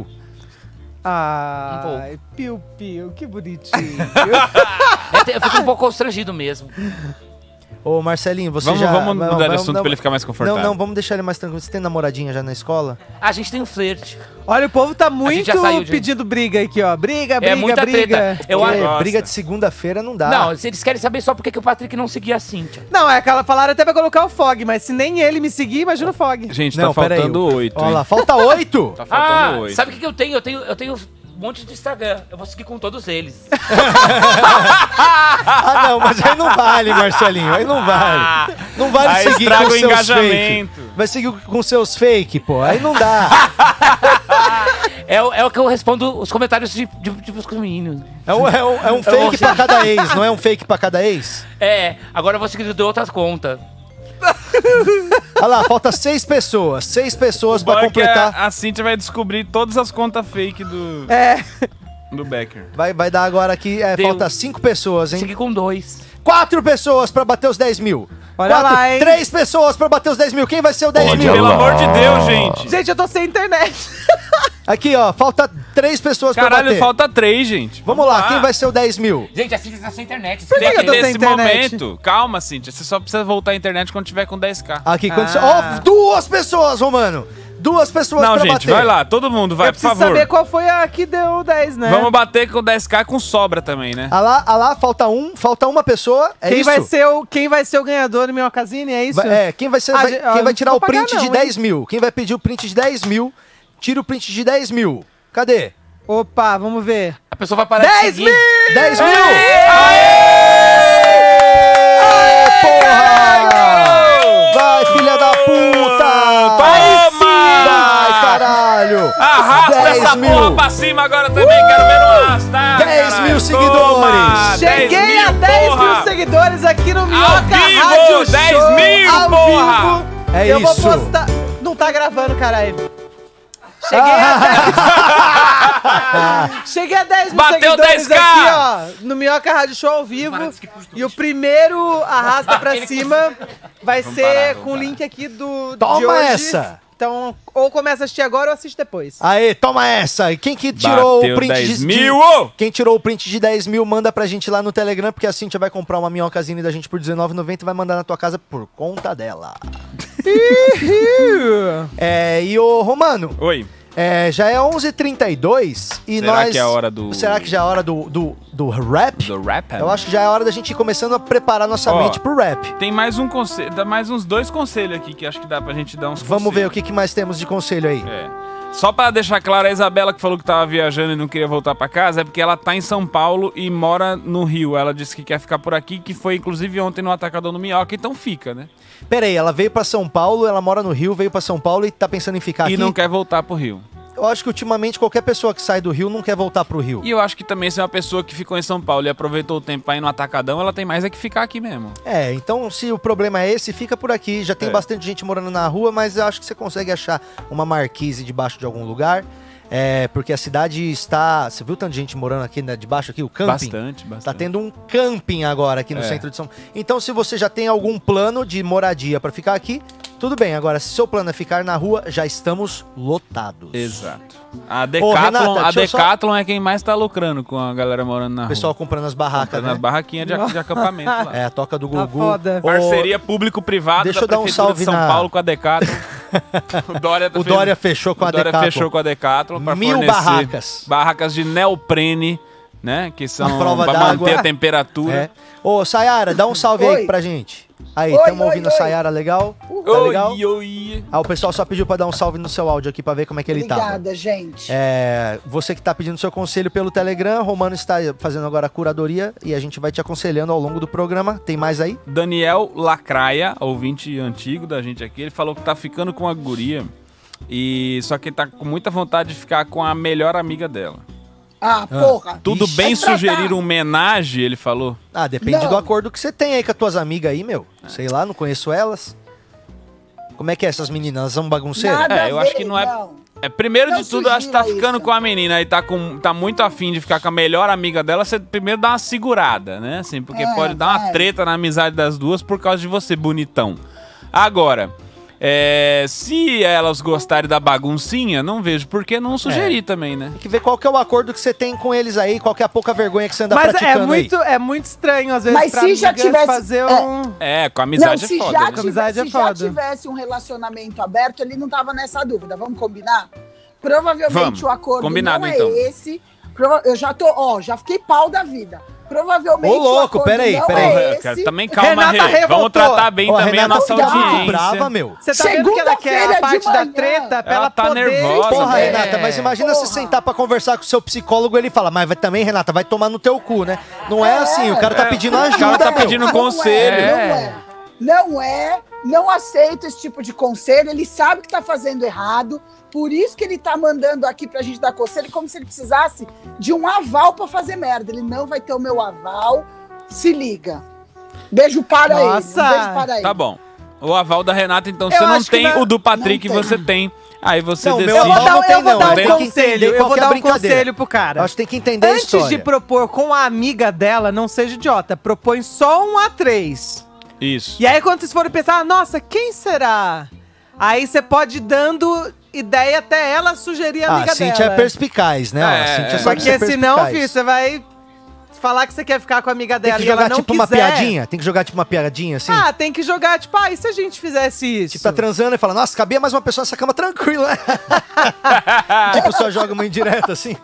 [SPEAKER 1] Ai, piu-piu, que bonitinho.
[SPEAKER 6] Eu fico um pouco constrangido mesmo.
[SPEAKER 2] Ô, Marcelinho, você
[SPEAKER 5] Vamos,
[SPEAKER 2] já...
[SPEAKER 5] vamos mudar de assunto pra ele ficar mais confortável.
[SPEAKER 2] Não, vamos deixar ele mais tranquilo. Você tem namoradinha já na escola?
[SPEAKER 6] A gente tem um flerte.
[SPEAKER 1] Olha, o povo tá
[SPEAKER 6] gente
[SPEAKER 1] muito
[SPEAKER 6] já saiu de-
[SPEAKER 1] pedindo briga aqui, ó. Briga, briga,
[SPEAKER 6] muita
[SPEAKER 1] briga.
[SPEAKER 6] treta. Eu
[SPEAKER 2] Porque
[SPEAKER 5] gosto.
[SPEAKER 2] briga de segunda-feira não dá.
[SPEAKER 6] Não, eles querem saber só porque que o Patrick não seguia a Cíntia.
[SPEAKER 1] Não, é que ela falaram até pra colocar o Fog, mas se nem ele me seguir, imagina o Fog.
[SPEAKER 5] Gente,
[SPEAKER 2] Não,
[SPEAKER 5] tá
[SPEAKER 2] peraí.
[SPEAKER 5] faltando 8.
[SPEAKER 2] Olha lá, falta 8!
[SPEAKER 5] Tá faltando 8.
[SPEAKER 6] Sabe o que eu tenho? Eu tenho um monte de Instagram. Eu vou seguir com todos eles.
[SPEAKER 2] Ah, não, mas aí não vale, Marcelinho. Aí não vale. Não vale
[SPEAKER 5] Aí
[SPEAKER 2] seguir
[SPEAKER 5] estraga
[SPEAKER 2] com
[SPEAKER 5] o
[SPEAKER 2] seus
[SPEAKER 5] engajamento.
[SPEAKER 2] fake. Vai seguir com seus fake, pô. Aí não dá.
[SPEAKER 6] É o que eu respondo os comentários de os meninos.
[SPEAKER 2] É um fake pra cada ex, não é um fake pra cada ex?
[SPEAKER 6] Agora eu vou seguir de outras contas.
[SPEAKER 2] Olha lá, falta 6 pessoas. 6 pessoas pra
[SPEAKER 5] Bom é que
[SPEAKER 2] completar.
[SPEAKER 5] a Cintia vai descobrir todas as contas fake
[SPEAKER 1] É.
[SPEAKER 5] do Becker.
[SPEAKER 2] Vai dar agora aqui,
[SPEAKER 6] Deu.
[SPEAKER 2] falta 5 pessoas, hein?
[SPEAKER 6] Segui com 2.
[SPEAKER 2] 4 pessoas pra bater os 10 mil.
[SPEAKER 1] Olha lá, hein?
[SPEAKER 2] 3 pessoas pra bater os 10 mil. Quem vai ser o 10 mil?
[SPEAKER 5] Pelo amor de Deus, gente.
[SPEAKER 1] Gente, eu tô sem internet.
[SPEAKER 2] Aqui, ó, falta 3 pessoas pra
[SPEAKER 5] Caralho,
[SPEAKER 2] bater.
[SPEAKER 5] falta 3, gente.
[SPEAKER 2] Vamos lá, quem vai ser o 10 mil?
[SPEAKER 6] Gente, a Cíntia tá sem internet.
[SPEAKER 1] que eu tô sem
[SPEAKER 5] Nesse
[SPEAKER 1] internet?
[SPEAKER 5] momento, calma, Cintia. Você só precisa voltar à internet quando tiver com 10k.
[SPEAKER 2] Aqui, quando
[SPEAKER 1] Ah.
[SPEAKER 2] ó, 2 pessoas, Romano. 2 pessoas
[SPEAKER 5] Não,
[SPEAKER 2] pra
[SPEAKER 5] gente,
[SPEAKER 2] bater.
[SPEAKER 5] vai lá. Todo mundo, vai,
[SPEAKER 1] eu
[SPEAKER 5] por
[SPEAKER 1] preciso
[SPEAKER 5] favor.
[SPEAKER 1] saber qual foi a que deu 10, né?
[SPEAKER 5] Vamos bater com 10k com sobra também, né?
[SPEAKER 2] Ah lá, falta uma pessoa. É
[SPEAKER 1] quem
[SPEAKER 2] isso?
[SPEAKER 1] quem vai ser o ganhador do meu casino, é isso?
[SPEAKER 2] Quem vai ser,
[SPEAKER 1] Ah,
[SPEAKER 2] quem
[SPEAKER 1] ó,
[SPEAKER 2] vai
[SPEAKER 1] não
[SPEAKER 2] tirar
[SPEAKER 1] vou
[SPEAKER 2] o print
[SPEAKER 1] pagar
[SPEAKER 2] de
[SPEAKER 1] não,
[SPEAKER 2] 10 mil? Quem vai pedir o print de 10 mil, tira o print de 10 mil. Cadê?
[SPEAKER 1] Opa, vamos ver.
[SPEAKER 6] A pessoa vai parar
[SPEAKER 1] 10
[SPEAKER 6] de seguir.
[SPEAKER 1] mil!
[SPEAKER 2] 10 mil!
[SPEAKER 5] Aê,
[SPEAKER 2] porra! Vai, filha da puta!
[SPEAKER 5] Toma!
[SPEAKER 2] Vai, caralho!
[SPEAKER 5] Arrasta
[SPEAKER 2] 10
[SPEAKER 5] essa
[SPEAKER 2] mil.
[SPEAKER 5] porra pra cima agora também, quero ver no arrastar.
[SPEAKER 2] 10
[SPEAKER 5] caralho.
[SPEAKER 2] mil seguidores.
[SPEAKER 5] Toma,
[SPEAKER 1] Cheguei a 10
[SPEAKER 5] porra.
[SPEAKER 1] mil seguidores aqui no Minhoca
[SPEAKER 5] vivo,
[SPEAKER 1] Rádio
[SPEAKER 5] 10
[SPEAKER 1] Show,
[SPEAKER 5] mil,
[SPEAKER 1] ao
[SPEAKER 5] porra.
[SPEAKER 1] vivo.
[SPEAKER 2] É
[SPEAKER 1] eu
[SPEAKER 2] isso.
[SPEAKER 1] vou postar... Não tá gravando, caralho. Cheguei a 10... Cheguei a 10 mil
[SPEAKER 5] Bateu
[SPEAKER 1] seguidores
[SPEAKER 5] 10K.
[SPEAKER 1] aqui, ó, no Minhoca Rádio Show ao vivo. E o primeiro arrasta pra cima vai ser com o link aqui de
[SPEAKER 2] Toma
[SPEAKER 1] hoje.
[SPEAKER 2] essa.
[SPEAKER 1] Então, ou começa a assistir agora ou assiste depois.
[SPEAKER 2] Aê, toma essa! E quem que tirou
[SPEAKER 5] Bateu
[SPEAKER 2] o print
[SPEAKER 5] 10
[SPEAKER 2] de
[SPEAKER 5] mil?
[SPEAKER 2] Quem tirou o print de 10 mil, manda pra gente lá no Telegram, porque a Cintia vai comprar uma minhocazinha da gente por R$19,90 e vai mandar na tua casa por conta dela. E o Romano,
[SPEAKER 5] Oi.
[SPEAKER 2] já é 11h32 e
[SPEAKER 5] Será
[SPEAKER 2] nós...
[SPEAKER 5] que é a hora do...
[SPEAKER 2] Será que já é a hora do rap?
[SPEAKER 5] Do rap?
[SPEAKER 2] Eu acho que já é a hora da gente ir começando a preparar nossa
[SPEAKER 5] Ó,
[SPEAKER 2] mente pro rap.
[SPEAKER 5] Tem mais um conselho, dá mais uns 2 conselhos aqui que acho que dá pra gente dar uns
[SPEAKER 2] Vamos ver o
[SPEAKER 5] conselhos.
[SPEAKER 2] que mais temos de conselho aí.
[SPEAKER 5] Só pra deixar claro, a Isabela que falou que tava viajando e não queria voltar pra casa, é porque ela tá em São Paulo e mora no Rio. Ela disse que quer ficar por aqui, que foi inclusive ontem no Atacadão no Minhoca, então fica, né?
[SPEAKER 2] Pera aí, ela veio pra São Paulo, ela mora no Rio, veio pra São Paulo e tá pensando em ficar
[SPEAKER 5] E
[SPEAKER 2] aqui?
[SPEAKER 5] não quer voltar pro Rio.
[SPEAKER 2] Eu acho que ultimamente qualquer pessoa que sai do Rio não quer voltar pro Rio.
[SPEAKER 5] E eu acho que também se é uma pessoa que ficou em São Paulo e aproveitou o tempo pra ir no Atacadão, ela tem mais é que ficar aqui mesmo.
[SPEAKER 2] Então se o problema é esse, fica por aqui. Já tem
[SPEAKER 5] É.
[SPEAKER 2] bastante gente morando na rua, mas eu acho que você consegue achar uma marquise debaixo de algum lugar. Porque a cidade está... Você viu tanta gente morando aqui debaixo aqui, o camping?
[SPEAKER 5] Bastante.
[SPEAKER 2] Tá tendo um camping agora aqui no centro de São Paulo. Então, se você já tem algum plano de moradia pra ficar aqui, tudo bem. Agora, se seu plano é ficar na rua, já estamos lotados.
[SPEAKER 5] Exato. A Decathlon é quem mais tá lucrando com a galera morando na rua.
[SPEAKER 2] O pessoal comprando as barracas, né?
[SPEAKER 5] Nas barraquinhas de acampamento lá.
[SPEAKER 2] É, a toca do Gugu.
[SPEAKER 1] foda.
[SPEAKER 5] Parceria público-privada
[SPEAKER 2] Deixa
[SPEAKER 5] da
[SPEAKER 2] eu dar um
[SPEAKER 5] Prefeitura
[SPEAKER 2] salve
[SPEAKER 5] de São Paulo com a Decathlon.
[SPEAKER 2] O Dória fechou com a Decathlon.
[SPEAKER 5] Fechou com a Decathlon pra
[SPEAKER 2] 1000
[SPEAKER 5] fornecer
[SPEAKER 2] barracas.
[SPEAKER 5] Barracas de neoprene, né? Que são
[SPEAKER 2] prova
[SPEAKER 5] pra
[SPEAKER 2] d'água.
[SPEAKER 5] manter a temperatura.
[SPEAKER 2] É. Ô, Sayara, dá um salve aí
[SPEAKER 7] Oi.
[SPEAKER 2] pra gente. Aí,
[SPEAKER 7] Oi,
[SPEAKER 2] estamos
[SPEAKER 7] oi,
[SPEAKER 2] ouvindo a
[SPEAKER 7] oi.
[SPEAKER 2] Sayara legal? Tá legal?
[SPEAKER 5] Oi.
[SPEAKER 2] Ah, o pessoal só pediu pra dar um salve no seu áudio aqui pra ver como é que ele tá.
[SPEAKER 7] Obrigada, gente.
[SPEAKER 2] Você que tá pedindo seu conselho pelo Telegram, Romano está fazendo agora a curadoria e a gente vai te aconselhando ao longo do programa. Tem mais aí?
[SPEAKER 5] Daniel Lacraia, ouvinte antigo da gente aqui, ele falou que tá ficando com a guria só que tá com muita vontade de ficar com a melhor amiga dela.
[SPEAKER 7] Porra.
[SPEAKER 5] Tudo
[SPEAKER 2] Ixi.
[SPEAKER 5] bem
[SPEAKER 7] Vai tratar.
[SPEAKER 5] sugerir um homenagem, ele falou.
[SPEAKER 2] Depende
[SPEAKER 7] Não.
[SPEAKER 2] do acordo que você tem aí com as tuas amigas aí, meu. Sei lá, não conheço elas. Como é que é essas meninas? Elas são bagunceiras?
[SPEAKER 7] Nada a
[SPEAKER 5] eu
[SPEAKER 7] ver,
[SPEAKER 5] acho que não é... Primeiro
[SPEAKER 7] Não
[SPEAKER 5] de tudo, eu acho que tá
[SPEAKER 7] sugira
[SPEAKER 5] ficando
[SPEAKER 7] isso.
[SPEAKER 5] com a menina e tá muito afim de ficar com a melhor amiga dela, você primeiro dá uma segurada, né? Assim, porque pode dar uma
[SPEAKER 7] vai.
[SPEAKER 5] treta na amizade das duas por causa de você, bonitão. Agora, se elas gostarem da baguncinha, não vejo por que não sugerir também, né?
[SPEAKER 2] Tem que ver qual que é o acordo que você tem com eles aí, qual que é a pouca vergonha que você anda
[SPEAKER 1] Mas
[SPEAKER 2] praticando aí.
[SPEAKER 1] é muito estranho, às vezes,
[SPEAKER 7] Mas
[SPEAKER 1] pra
[SPEAKER 7] se já
[SPEAKER 1] amiga
[SPEAKER 7] tivesse-
[SPEAKER 1] fazer
[SPEAKER 7] é.
[SPEAKER 1] um...
[SPEAKER 5] Com a amizade
[SPEAKER 7] se
[SPEAKER 5] é foda,
[SPEAKER 7] já,
[SPEAKER 5] né?
[SPEAKER 1] Com amizade é
[SPEAKER 7] se já
[SPEAKER 1] foda.
[SPEAKER 7] tivesse um relacionamento aberto, ele não tava nessa dúvida. Vamos combinar? Provavelmente
[SPEAKER 5] Vamos.
[SPEAKER 7] o acordo
[SPEAKER 5] Combinado,
[SPEAKER 7] não é
[SPEAKER 5] então.
[SPEAKER 7] esse. Eu já tô, já fiquei pau da vida. Provavelmente
[SPEAKER 2] Ô, louco,
[SPEAKER 7] o acordo
[SPEAKER 2] peraí,
[SPEAKER 7] não
[SPEAKER 2] peraí.
[SPEAKER 7] é esse.
[SPEAKER 5] Cara, também calma,
[SPEAKER 1] Renata
[SPEAKER 5] Rê. Vamos
[SPEAKER 1] revoltou.
[SPEAKER 5] tratar bem
[SPEAKER 2] Ó,
[SPEAKER 5] também a
[SPEAKER 2] Renata
[SPEAKER 5] nossa
[SPEAKER 2] tá muito
[SPEAKER 5] audiência.
[SPEAKER 2] brava, meu.
[SPEAKER 1] Você tá vendo que ela quer a
[SPEAKER 7] Segunda-feira
[SPEAKER 1] parte
[SPEAKER 7] de
[SPEAKER 1] da
[SPEAKER 7] manhã.
[SPEAKER 1] treta pra
[SPEAKER 5] Ela
[SPEAKER 1] ela
[SPEAKER 5] tá
[SPEAKER 1] poder...
[SPEAKER 5] nervosa,
[SPEAKER 2] Porra,
[SPEAKER 5] velho.
[SPEAKER 2] Renata, mas imagina você sentar pra conversar com o seu psicólogo e ele fala, mas também, Renata, vai tomar no teu cu, né? Não é assim, o cara tá pedindo ajuda,
[SPEAKER 5] O cara tá
[SPEAKER 2] meu.
[SPEAKER 5] pedindo conselho.
[SPEAKER 7] Não aceita esse tipo de conselho. Ele sabe que tá fazendo errado. Por isso que ele tá mandando aqui pra gente dar conselho, como se ele precisasse de um aval pra fazer merda. Ele não vai ter o meu aval. Se liga. Beijo para
[SPEAKER 1] Nossa.
[SPEAKER 7] ele. Um beijo para ele.
[SPEAKER 5] Tá bom. O aval da Renata, então,
[SPEAKER 1] Eu
[SPEAKER 5] você não
[SPEAKER 1] acho que
[SPEAKER 5] tem.
[SPEAKER 1] não-
[SPEAKER 5] O do Patrick
[SPEAKER 7] não tem.
[SPEAKER 5] você tem. Aí você
[SPEAKER 2] Não, meu
[SPEAKER 5] decide.
[SPEAKER 2] aval não tem,
[SPEAKER 1] Eu vou
[SPEAKER 2] não.
[SPEAKER 1] dar
[SPEAKER 2] Tem
[SPEAKER 1] um
[SPEAKER 2] que
[SPEAKER 1] conselho.
[SPEAKER 2] entender
[SPEAKER 1] Eu
[SPEAKER 2] qual
[SPEAKER 1] vou
[SPEAKER 2] que é a
[SPEAKER 1] dar um
[SPEAKER 2] brincadeira.
[SPEAKER 1] conselho pro cara.
[SPEAKER 2] Eu acho que tem que entender a
[SPEAKER 1] Antes
[SPEAKER 2] história.
[SPEAKER 1] de propor com a amiga dela, não seja idiota. Propõe só um A3.
[SPEAKER 5] Isso.
[SPEAKER 1] E aí, quando vocês forem pensar, nossa, quem será? Aí você pode ir dando ideia até ela sugerir a amiga
[SPEAKER 2] A Cintia
[SPEAKER 1] dela.
[SPEAKER 2] é perspicaz, né? Ó, a Cintia sabe
[SPEAKER 1] Porque
[SPEAKER 2] ser
[SPEAKER 1] senão,
[SPEAKER 2] perspicaz.
[SPEAKER 1] filho, você vai falar que você quer ficar com a amiga
[SPEAKER 2] Tem
[SPEAKER 1] dela
[SPEAKER 2] que
[SPEAKER 1] e ela
[SPEAKER 2] jogar
[SPEAKER 1] não
[SPEAKER 2] tipo
[SPEAKER 1] quiser.
[SPEAKER 2] uma piadinha? Tem que jogar tipo uma piadinha, assim?
[SPEAKER 1] Tem que jogar, tipo, e se a gente fizesse isso?
[SPEAKER 2] Tipo, tá transando e fala, nossa, cabia mais uma pessoa nessa cama tranquilo, né? Tipo, só joga uma indireta, assim.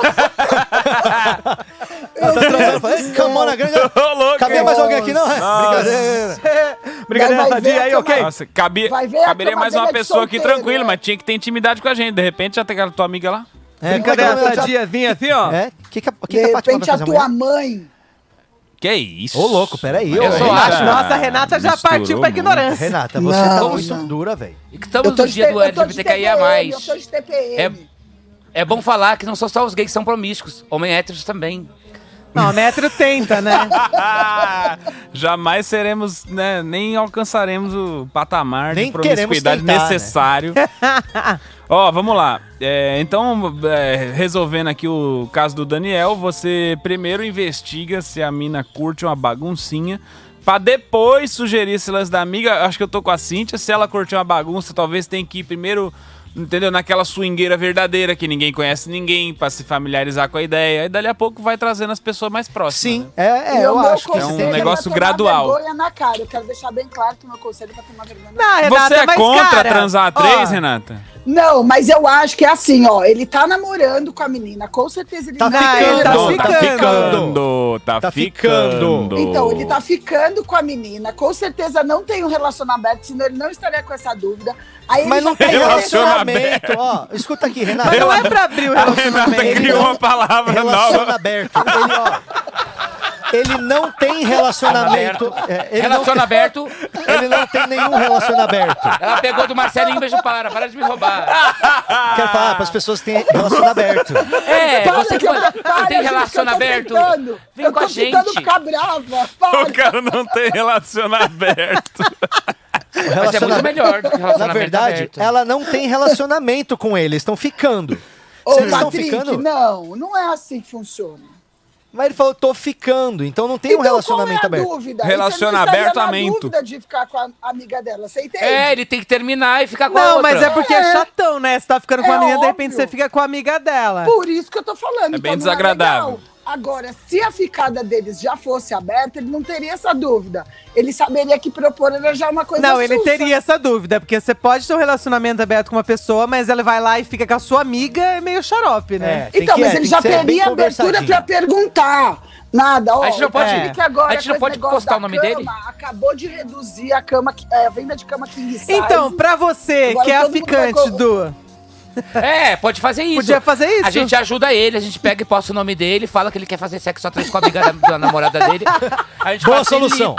[SPEAKER 2] Ela tá transando e fala, "Ei, camona grande.
[SPEAKER 5] Ô, louco,
[SPEAKER 2] Cabia
[SPEAKER 5] hein?
[SPEAKER 2] mais alguém aqui, não?
[SPEAKER 5] Nossa.
[SPEAKER 2] Brincadeira.
[SPEAKER 1] Brincadeira,
[SPEAKER 7] Vai ver
[SPEAKER 1] sadia
[SPEAKER 7] a
[SPEAKER 1] aí,
[SPEAKER 7] cama-
[SPEAKER 1] ok?
[SPEAKER 5] Nossa,
[SPEAKER 7] Vai ver a
[SPEAKER 5] caberia mais uma
[SPEAKER 7] cama dele de
[SPEAKER 5] pessoa aqui
[SPEAKER 7] solteiro,
[SPEAKER 5] tranquilo,
[SPEAKER 7] né?
[SPEAKER 5] mas tinha que ter intimidade com a gente. De repente já tem aquela tua amiga lá.
[SPEAKER 1] Brincadeira,
[SPEAKER 2] como é que ela
[SPEAKER 1] sadia, vinha assim, ó.
[SPEAKER 2] É? O que
[SPEAKER 7] De
[SPEAKER 2] a Fátima vai
[SPEAKER 7] repente, a
[SPEAKER 2] fazer
[SPEAKER 7] tua
[SPEAKER 2] amanhã?
[SPEAKER 7] mãe.
[SPEAKER 5] Que isso?
[SPEAKER 2] Ô, louco, peraí.
[SPEAKER 6] Eu
[SPEAKER 2] ô,
[SPEAKER 6] só
[SPEAKER 2] Renata.
[SPEAKER 6] acho-
[SPEAKER 1] Nossa, a Renata já
[SPEAKER 5] misturou
[SPEAKER 1] partiu pra
[SPEAKER 5] muito.
[SPEAKER 1] ignorância.
[SPEAKER 2] Renata, você
[SPEAKER 7] Não,
[SPEAKER 2] tá muito
[SPEAKER 7] não.
[SPEAKER 2] dura, velho.
[SPEAKER 6] E que estamos no dia do LGBTQIA+.
[SPEAKER 7] Eu tô de TPM.
[SPEAKER 6] É bom falar que não são só os gays que são promíscuos. Homens héteros também.
[SPEAKER 1] Não, a Metro tenta, né?
[SPEAKER 5] Jamais seremos, né, nem alcançaremos o patamar
[SPEAKER 2] Nem
[SPEAKER 5] de promiscuidade
[SPEAKER 2] queremos tentar,
[SPEAKER 5] necessário. Ó, vamos lá. Então, resolvendo aqui o caso do Daniel, você primeiro investiga se a mina curte uma baguncinha, pra depois sugerir esse lance da amiga. Acho que eu tô com a Cíntia. Se ela curtir uma bagunça, talvez tenha que ir primeiro, entendeu? Naquela swingueira verdadeira, que ninguém conhece ninguém, pra se familiarizar com a ideia. Aí dali a pouco vai trazendo as pessoas mais próximas.
[SPEAKER 2] Sim,
[SPEAKER 5] né?
[SPEAKER 7] E
[SPEAKER 2] eu
[SPEAKER 7] o meu
[SPEAKER 2] acho que
[SPEAKER 5] é um
[SPEAKER 7] conselho
[SPEAKER 5] negócio
[SPEAKER 7] pra tomar
[SPEAKER 5] gradual.
[SPEAKER 7] vergonha na cara. Eu quero deixar bem claro que o meu conselho é pra tomar vergonha na
[SPEAKER 1] Não,
[SPEAKER 7] cara.
[SPEAKER 1] Renata,
[SPEAKER 5] Você é
[SPEAKER 1] mas,
[SPEAKER 5] contra
[SPEAKER 1] cara,
[SPEAKER 5] transar a
[SPEAKER 1] ó,
[SPEAKER 5] três, Renata?
[SPEAKER 7] Não, mas eu acho que é assim, ó. Ele tá namorando com a menina. Com certeza ele
[SPEAKER 2] Tá
[SPEAKER 7] não
[SPEAKER 1] ficando,
[SPEAKER 7] quer.
[SPEAKER 1] tá
[SPEAKER 2] ficando,
[SPEAKER 1] ficando.
[SPEAKER 5] Tá
[SPEAKER 2] ficando.
[SPEAKER 5] ficando.
[SPEAKER 7] Então, ele tá ficando com a menina. Com certeza não tem um relacionamento aberto, senão ele não estaria com essa dúvida. Aí
[SPEAKER 2] Mas
[SPEAKER 7] ele
[SPEAKER 2] não
[SPEAKER 7] já
[SPEAKER 2] tem
[SPEAKER 7] tá
[SPEAKER 2] relacionamento, ó. Escuta aqui, Renata.
[SPEAKER 1] Mas não é pra abrir o
[SPEAKER 5] A Renata
[SPEAKER 1] relacionamento.
[SPEAKER 5] criou uma palavra
[SPEAKER 2] Relaciona
[SPEAKER 5] nova.
[SPEAKER 2] aberto. Ele, ó, ele não tem relacionamento. Ele,
[SPEAKER 6] Relaciona aberto.
[SPEAKER 2] ele não tem nenhum relacionamento aberto.
[SPEAKER 6] Ela pegou do Marcelinho, beijo para de me roubar.
[SPEAKER 2] Quero falar para as pessoas que têm relacionamento aberto.
[SPEAKER 6] Você que não tem
[SPEAKER 7] gente,
[SPEAKER 6] relacionamento
[SPEAKER 7] eu tô
[SPEAKER 6] aberto.
[SPEAKER 7] tentando.
[SPEAKER 6] Vem
[SPEAKER 7] Eu
[SPEAKER 6] com
[SPEAKER 7] tô
[SPEAKER 6] a gente.
[SPEAKER 7] tentando ficar brava. Para.
[SPEAKER 5] O cara não tem relacionamento aberto.
[SPEAKER 6] Mas é muito melhor do que relacionamento
[SPEAKER 2] Na verdade,
[SPEAKER 6] aberto.
[SPEAKER 2] ela não tem relacionamento com ele, eles estão ficando.
[SPEAKER 7] Ô,
[SPEAKER 2] Vocês estão
[SPEAKER 7] Patrick,
[SPEAKER 2] ficando?
[SPEAKER 7] não é assim que funciona.
[SPEAKER 2] Mas ele falou, tô ficando, então não tem um relacionamento
[SPEAKER 7] qual é a
[SPEAKER 2] aberto.
[SPEAKER 7] dúvida?
[SPEAKER 5] Relaciona
[SPEAKER 7] Então, ele não
[SPEAKER 5] aberto,
[SPEAKER 7] estaria na
[SPEAKER 5] amento.
[SPEAKER 7] dúvida de ficar com a amiga dela, você entende?
[SPEAKER 6] É, ele tem que terminar e ficar com a
[SPEAKER 1] Não,
[SPEAKER 6] outra.
[SPEAKER 1] mas é porque é chatão, né? Você tá ficando com
[SPEAKER 7] É
[SPEAKER 1] a menina, de
[SPEAKER 7] óbvio.
[SPEAKER 1] repente você fica com a amiga dela.
[SPEAKER 7] Por isso que eu tô falando.
[SPEAKER 5] É bem
[SPEAKER 7] não
[SPEAKER 5] desagradável.
[SPEAKER 7] legal. Agora, se a ficada deles já fosse aberta, ele não teria essa dúvida. Ele saberia que propor era já uma coisa
[SPEAKER 1] Não, ele
[SPEAKER 7] sussa.
[SPEAKER 1] teria essa dúvida, porque você pode ter um relacionamento aberto com uma pessoa, mas ela vai lá e fica com a sua amiga, é meio xarope, né?
[SPEAKER 2] Tem
[SPEAKER 7] Então,
[SPEAKER 2] que-
[SPEAKER 7] mas
[SPEAKER 2] tem
[SPEAKER 7] ele
[SPEAKER 2] que
[SPEAKER 7] já
[SPEAKER 2] ser bem
[SPEAKER 7] teria abertura
[SPEAKER 2] conversadinho.
[SPEAKER 7] pra perguntar. Nada, ó.
[SPEAKER 6] A gente não pode-
[SPEAKER 7] Patrick agora
[SPEAKER 6] a gente não
[SPEAKER 7] com esse
[SPEAKER 6] pode
[SPEAKER 7] negócio
[SPEAKER 6] postar
[SPEAKER 7] da
[SPEAKER 6] o nome
[SPEAKER 7] cama,
[SPEAKER 6] dele?
[SPEAKER 7] Acabou de reduzir a cama, a venda de cama king size.
[SPEAKER 1] Então, pra você,
[SPEAKER 7] Agora
[SPEAKER 1] que é a
[SPEAKER 7] todo mundo vai
[SPEAKER 1] ficante
[SPEAKER 7] co-
[SPEAKER 1] do...
[SPEAKER 6] É, pode fazer isso.
[SPEAKER 1] Podia fazer isso.
[SPEAKER 6] A gente ajuda ele, a gente pega e posta o nome dele, fala que ele quer fazer sexo só três com a amiga da namorada dele. A gente
[SPEAKER 2] Boa
[SPEAKER 6] facilita.
[SPEAKER 2] solução.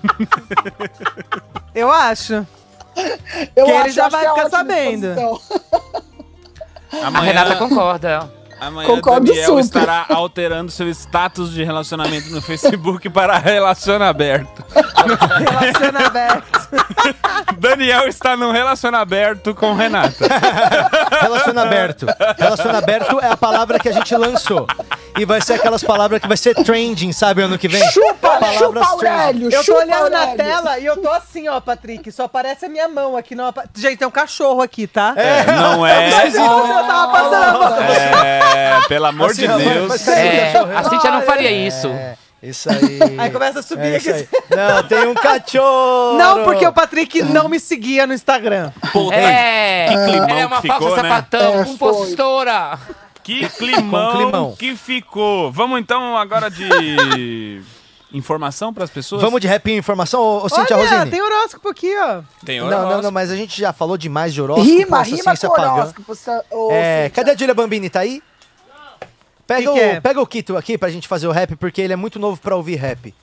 [SPEAKER 1] Eu acho.
[SPEAKER 7] Eu
[SPEAKER 1] que ele
[SPEAKER 7] acho-
[SPEAKER 1] já
[SPEAKER 7] acho
[SPEAKER 1] vai
[SPEAKER 7] que é
[SPEAKER 1] ficar
[SPEAKER 7] ótima
[SPEAKER 1] sabendo.
[SPEAKER 7] exposição.
[SPEAKER 6] A Renata concorda.
[SPEAKER 5] Amanhã
[SPEAKER 7] Concordo
[SPEAKER 5] Daniel
[SPEAKER 7] super.
[SPEAKER 5] estará alterando seu status de relacionamento no Facebook para relaciona aberto.
[SPEAKER 1] Relaciona aberto.
[SPEAKER 5] Daniel está num relaciona aberto com Renata.
[SPEAKER 2] Relaciona aberto. Relaciona aberto é a palavra que a gente lançou. E vai ser aquelas palavras que vai ser trending, sabe, ano que vem?
[SPEAKER 7] Chupa,
[SPEAKER 2] Palavras
[SPEAKER 7] chupa
[SPEAKER 2] trending.
[SPEAKER 7] Aurélio,
[SPEAKER 1] Eu tô
[SPEAKER 7] chupa
[SPEAKER 1] olhando na
[SPEAKER 7] Aurélio.
[SPEAKER 1] tela e eu tô assim, ó, Patrick. Só aparece a minha mão aqui. Não Gente, tem um cachorro aqui, tá?
[SPEAKER 5] Não é?
[SPEAKER 1] Mas eu tava passando a mão.
[SPEAKER 5] Pelo amor de
[SPEAKER 2] Assim,
[SPEAKER 5] Deus.
[SPEAKER 2] mas-
[SPEAKER 6] É, a Cíntia não faria isso.
[SPEAKER 2] É, isso aí.
[SPEAKER 1] Aí começa a subir
[SPEAKER 2] É
[SPEAKER 1] aqui.
[SPEAKER 2] isso aí. Não, tem um cachorro.
[SPEAKER 1] Não, porque o Patrick não me seguia no Instagram.
[SPEAKER 6] É,
[SPEAKER 5] Que climão
[SPEAKER 6] ela é uma
[SPEAKER 5] que
[SPEAKER 6] falsa
[SPEAKER 5] ficou, né?
[SPEAKER 6] sapatão,
[SPEAKER 7] É,
[SPEAKER 6] compostora.
[SPEAKER 5] Que climão,
[SPEAKER 2] Com climão.
[SPEAKER 5] que ficou. Vamos então agora de informação para as pessoas?
[SPEAKER 2] Vamos de rap e informação, ô Cíntia
[SPEAKER 1] Olha,
[SPEAKER 2] Rosini?
[SPEAKER 1] tem horóscopo aqui, ó.
[SPEAKER 5] Tem
[SPEAKER 2] Não, mas a gente já falou demais de horóscopo.
[SPEAKER 7] Rima
[SPEAKER 2] essa
[SPEAKER 7] com
[SPEAKER 2] ciência pagã.
[SPEAKER 7] horóscopo. ô,
[SPEAKER 2] É,
[SPEAKER 7] Cíntia.
[SPEAKER 2] cadê a Julia Bambini? Tá aí? Pega,
[SPEAKER 1] Que é?
[SPEAKER 2] pega o Kito aqui pra gente fazer o rap, porque ele é muito novo pra ouvir rap.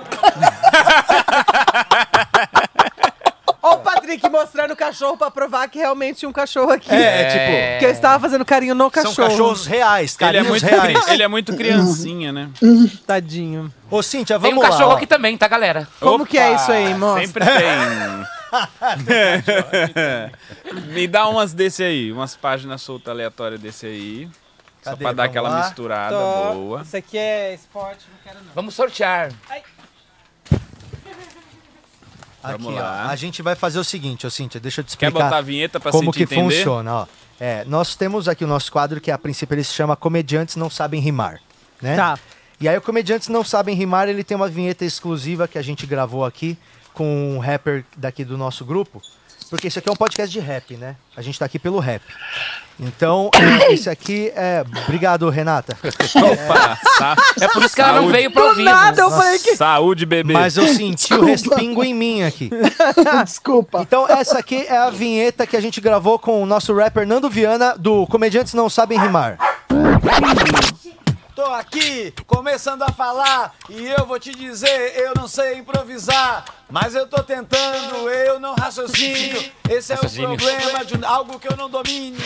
[SPEAKER 1] Ó o Patrick mostrando o cachorro pra provar que realmente tinha um cachorro aqui.
[SPEAKER 2] É,
[SPEAKER 1] Porque eu estava fazendo carinho no cachorro.
[SPEAKER 2] São cachorros reais,
[SPEAKER 5] Ele é,
[SPEAKER 2] carinhos
[SPEAKER 5] muito
[SPEAKER 2] reais.
[SPEAKER 5] ele é muito criancinha, né?
[SPEAKER 1] Tadinho.
[SPEAKER 2] Ô, Cíntia,
[SPEAKER 6] Tem
[SPEAKER 2] vamos
[SPEAKER 6] um
[SPEAKER 2] lá.
[SPEAKER 6] cachorro
[SPEAKER 2] ó.
[SPEAKER 6] aqui também, tá, galera?
[SPEAKER 1] Como que é isso aí, moça?
[SPEAKER 5] Sempre tem. Me dá umas desse aí, umas páginas soltas aleatórias desse aí. Só
[SPEAKER 2] Cadê?
[SPEAKER 5] pra dar
[SPEAKER 2] Vamos
[SPEAKER 5] aquela
[SPEAKER 2] lá.
[SPEAKER 5] misturada
[SPEAKER 1] Tô-
[SPEAKER 5] boa.
[SPEAKER 1] Isso aqui é esporte, não quero não.
[SPEAKER 6] Vamos sortear.
[SPEAKER 2] Aqui,
[SPEAKER 5] Vamos
[SPEAKER 2] ó.
[SPEAKER 5] lá.
[SPEAKER 2] A gente vai fazer o seguinte, ô Cíntia, deixa eu te
[SPEAKER 5] Quer
[SPEAKER 2] explicar
[SPEAKER 5] botar a vinheta pra
[SPEAKER 2] como
[SPEAKER 5] Cintia
[SPEAKER 2] que
[SPEAKER 5] entender?
[SPEAKER 2] funciona, ó. É, nós temos aqui o nosso quadro que a princípio ele se chama Comediantes Não Sabem Rimar, né?
[SPEAKER 1] Tá.
[SPEAKER 2] E aí o Comediantes Não Sabem Rimar, ele tem uma vinheta exclusiva que a gente gravou aqui com um rapper daqui do nosso grupo, porque isso aqui é um podcast de rap, né? A gente tá aqui pelo rap. Então, esse aqui é... Obrigado, Renata.
[SPEAKER 5] Opa,
[SPEAKER 6] É por isso que ela não
[SPEAKER 5] Saúde.
[SPEAKER 6] veio pro
[SPEAKER 1] Do
[SPEAKER 6] vivo.
[SPEAKER 1] nada eu falei que...
[SPEAKER 5] Saúde, bebê.
[SPEAKER 2] Mas eu senti o respingo em mim aqui.
[SPEAKER 7] Desculpa.
[SPEAKER 2] Então, essa aqui é a vinheta que a gente gravou com o nosso rapper Nando Viana, do Comediantes Não Sabem Rimar.
[SPEAKER 8] Tô aqui começando a falar e eu vou te dizer, eu não sei improvisar, mas eu tô tentando, eu não raciocínio. Esse é o
[SPEAKER 6] Raciocínio.
[SPEAKER 8] problema de algo que eu não domine.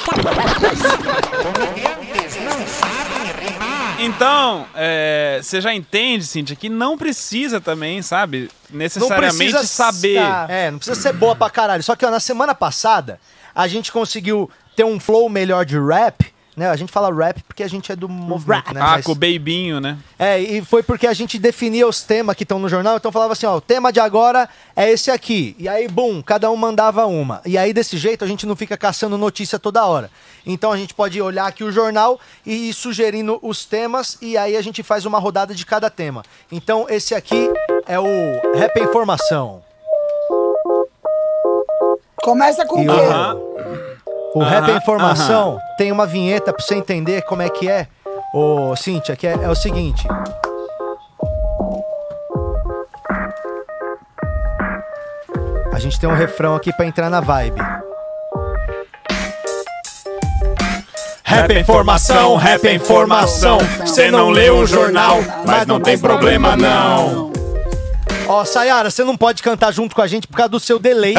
[SPEAKER 5] Então, você já entende, Cintia, que não precisa também, sabe, necessariamente saber.
[SPEAKER 1] Tá.
[SPEAKER 2] É, não precisa ser boa pra caralho. Só que, ó, na semana passada, a gente conseguiu ter um flow melhor de rap, né? A gente fala rap porque a gente é do movimento, né?
[SPEAKER 5] Ah,
[SPEAKER 2] Mas-
[SPEAKER 5] com o beibinho, né?
[SPEAKER 2] É, e foi porque a gente definia os temas que estão no jornal, então falava assim, ó, o tema de agora é esse aqui. E aí, bum, cada um mandava uma. E aí, desse jeito, a gente não fica caçando notícia toda hora. Então a gente pode olhar aqui o jornal e ir sugerindo os temas, e aí a gente faz uma rodada de cada tema. Então, esse aqui é o Rap é Informação.
[SPEAKER 7] Começa com o
[SPEAKER 2] E
[SPEAKER 7] quê?
[SPEAKER 2] o Rap é
[SPEAKER 5] Aham,
[SPEAKER 2] Informação tem uma vinheta pra você entender como é que é. Ô, Cíntia, que é o seguinte. A gente tem um refrão aqui pra entrar na vibe. Rap é informação, rap é informação. Cê não leu o jornal, mas não tem problema não. Ó, Sayara, você não pode cantar junto com a gente por causa do seu delay.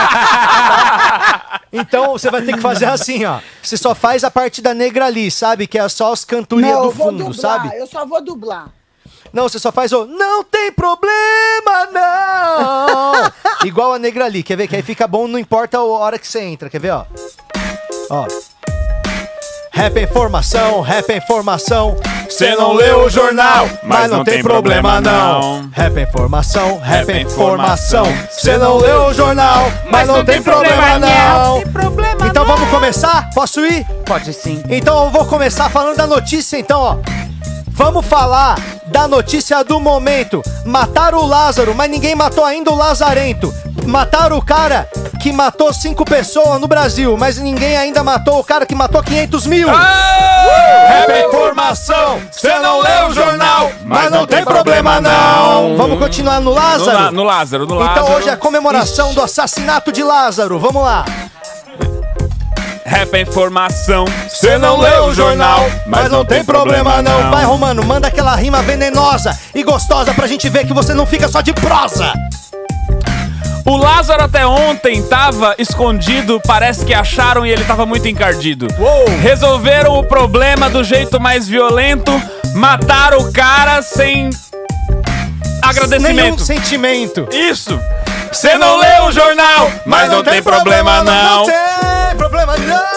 [SPEAKER 2] Então você vai ter que fazer assim, ó. Você só faz a parte da negra ali, sabe? Que é só as cantorias
[SPEAKER 7] Não,
[SPEAKER 2] do
[SPEAKER 7] eu vou
[SPEAKER 2] fundo,
[SPEAKER 7] dublar,
[SPEAKER 2] sabe?
[SPEAKER 7] eu só vou dublar.
[SPEAKER 2] Não, você só faz o não tem problema, não! Igual a negra ali, quer ver? Que aí fica bom, não importa a hora que você entra, quer ver, ó? Ó. Rap é informação, rap é informação.
[SPEAKER 5] Cê não leu o jornal, mas não tem problema não.
[SPEAKER 2] Rap é informação, rap é informação. Cê não leu o jornal, mas não tem problema não. Então vamos começar? Posso ir?
[SPEAKER 6] Pode sim.
[SPEAKER 2] Então eu vou começar falando da notícia, então, ó. Vamos falar da notícia do momento. Mataram o Lázaro, mas ninguém matou ainda o Lazarento. Mataram o cara que matou 5 pessoas no Brasil, mas ninguém ainda matou o cara que matou 500 mil.
[SPEAKER 5] Rap é informação, cê não leu o jornal,
[SPEAKER 2] Mas não tem problema não. Vamos continuar no Lázaro?
[SPEAKER 5] No Lázaro.
[SPEAKER 2] Então hoje é a comemoração do assassinato de Lázaro. Vamos lá.
[SPEAKER 5] Rap é informação, cê não leu o jornal,
[SPEAKER 2] Mas não tem problema não. Vai, Romano, manda aquela rima venenosa e gostosa pra gente ver que você não fica só de prosa.
[SPEAKER 5] O Lázaro até ontem tava escondido, parece que acharam e ele tava muito encardido.
[SPEAKER 2] Uou.
[SPEAKER 5] Resolveram o problema do jeito mais violento, mataram o cara sem agradecimento.
[SPEAKER 2] Nenhum sentimento.
[SPEAKER 5] Isso! Cê não leu o jornal, mas não tem problema não.
[SPEAKER 2] Não tem problema não.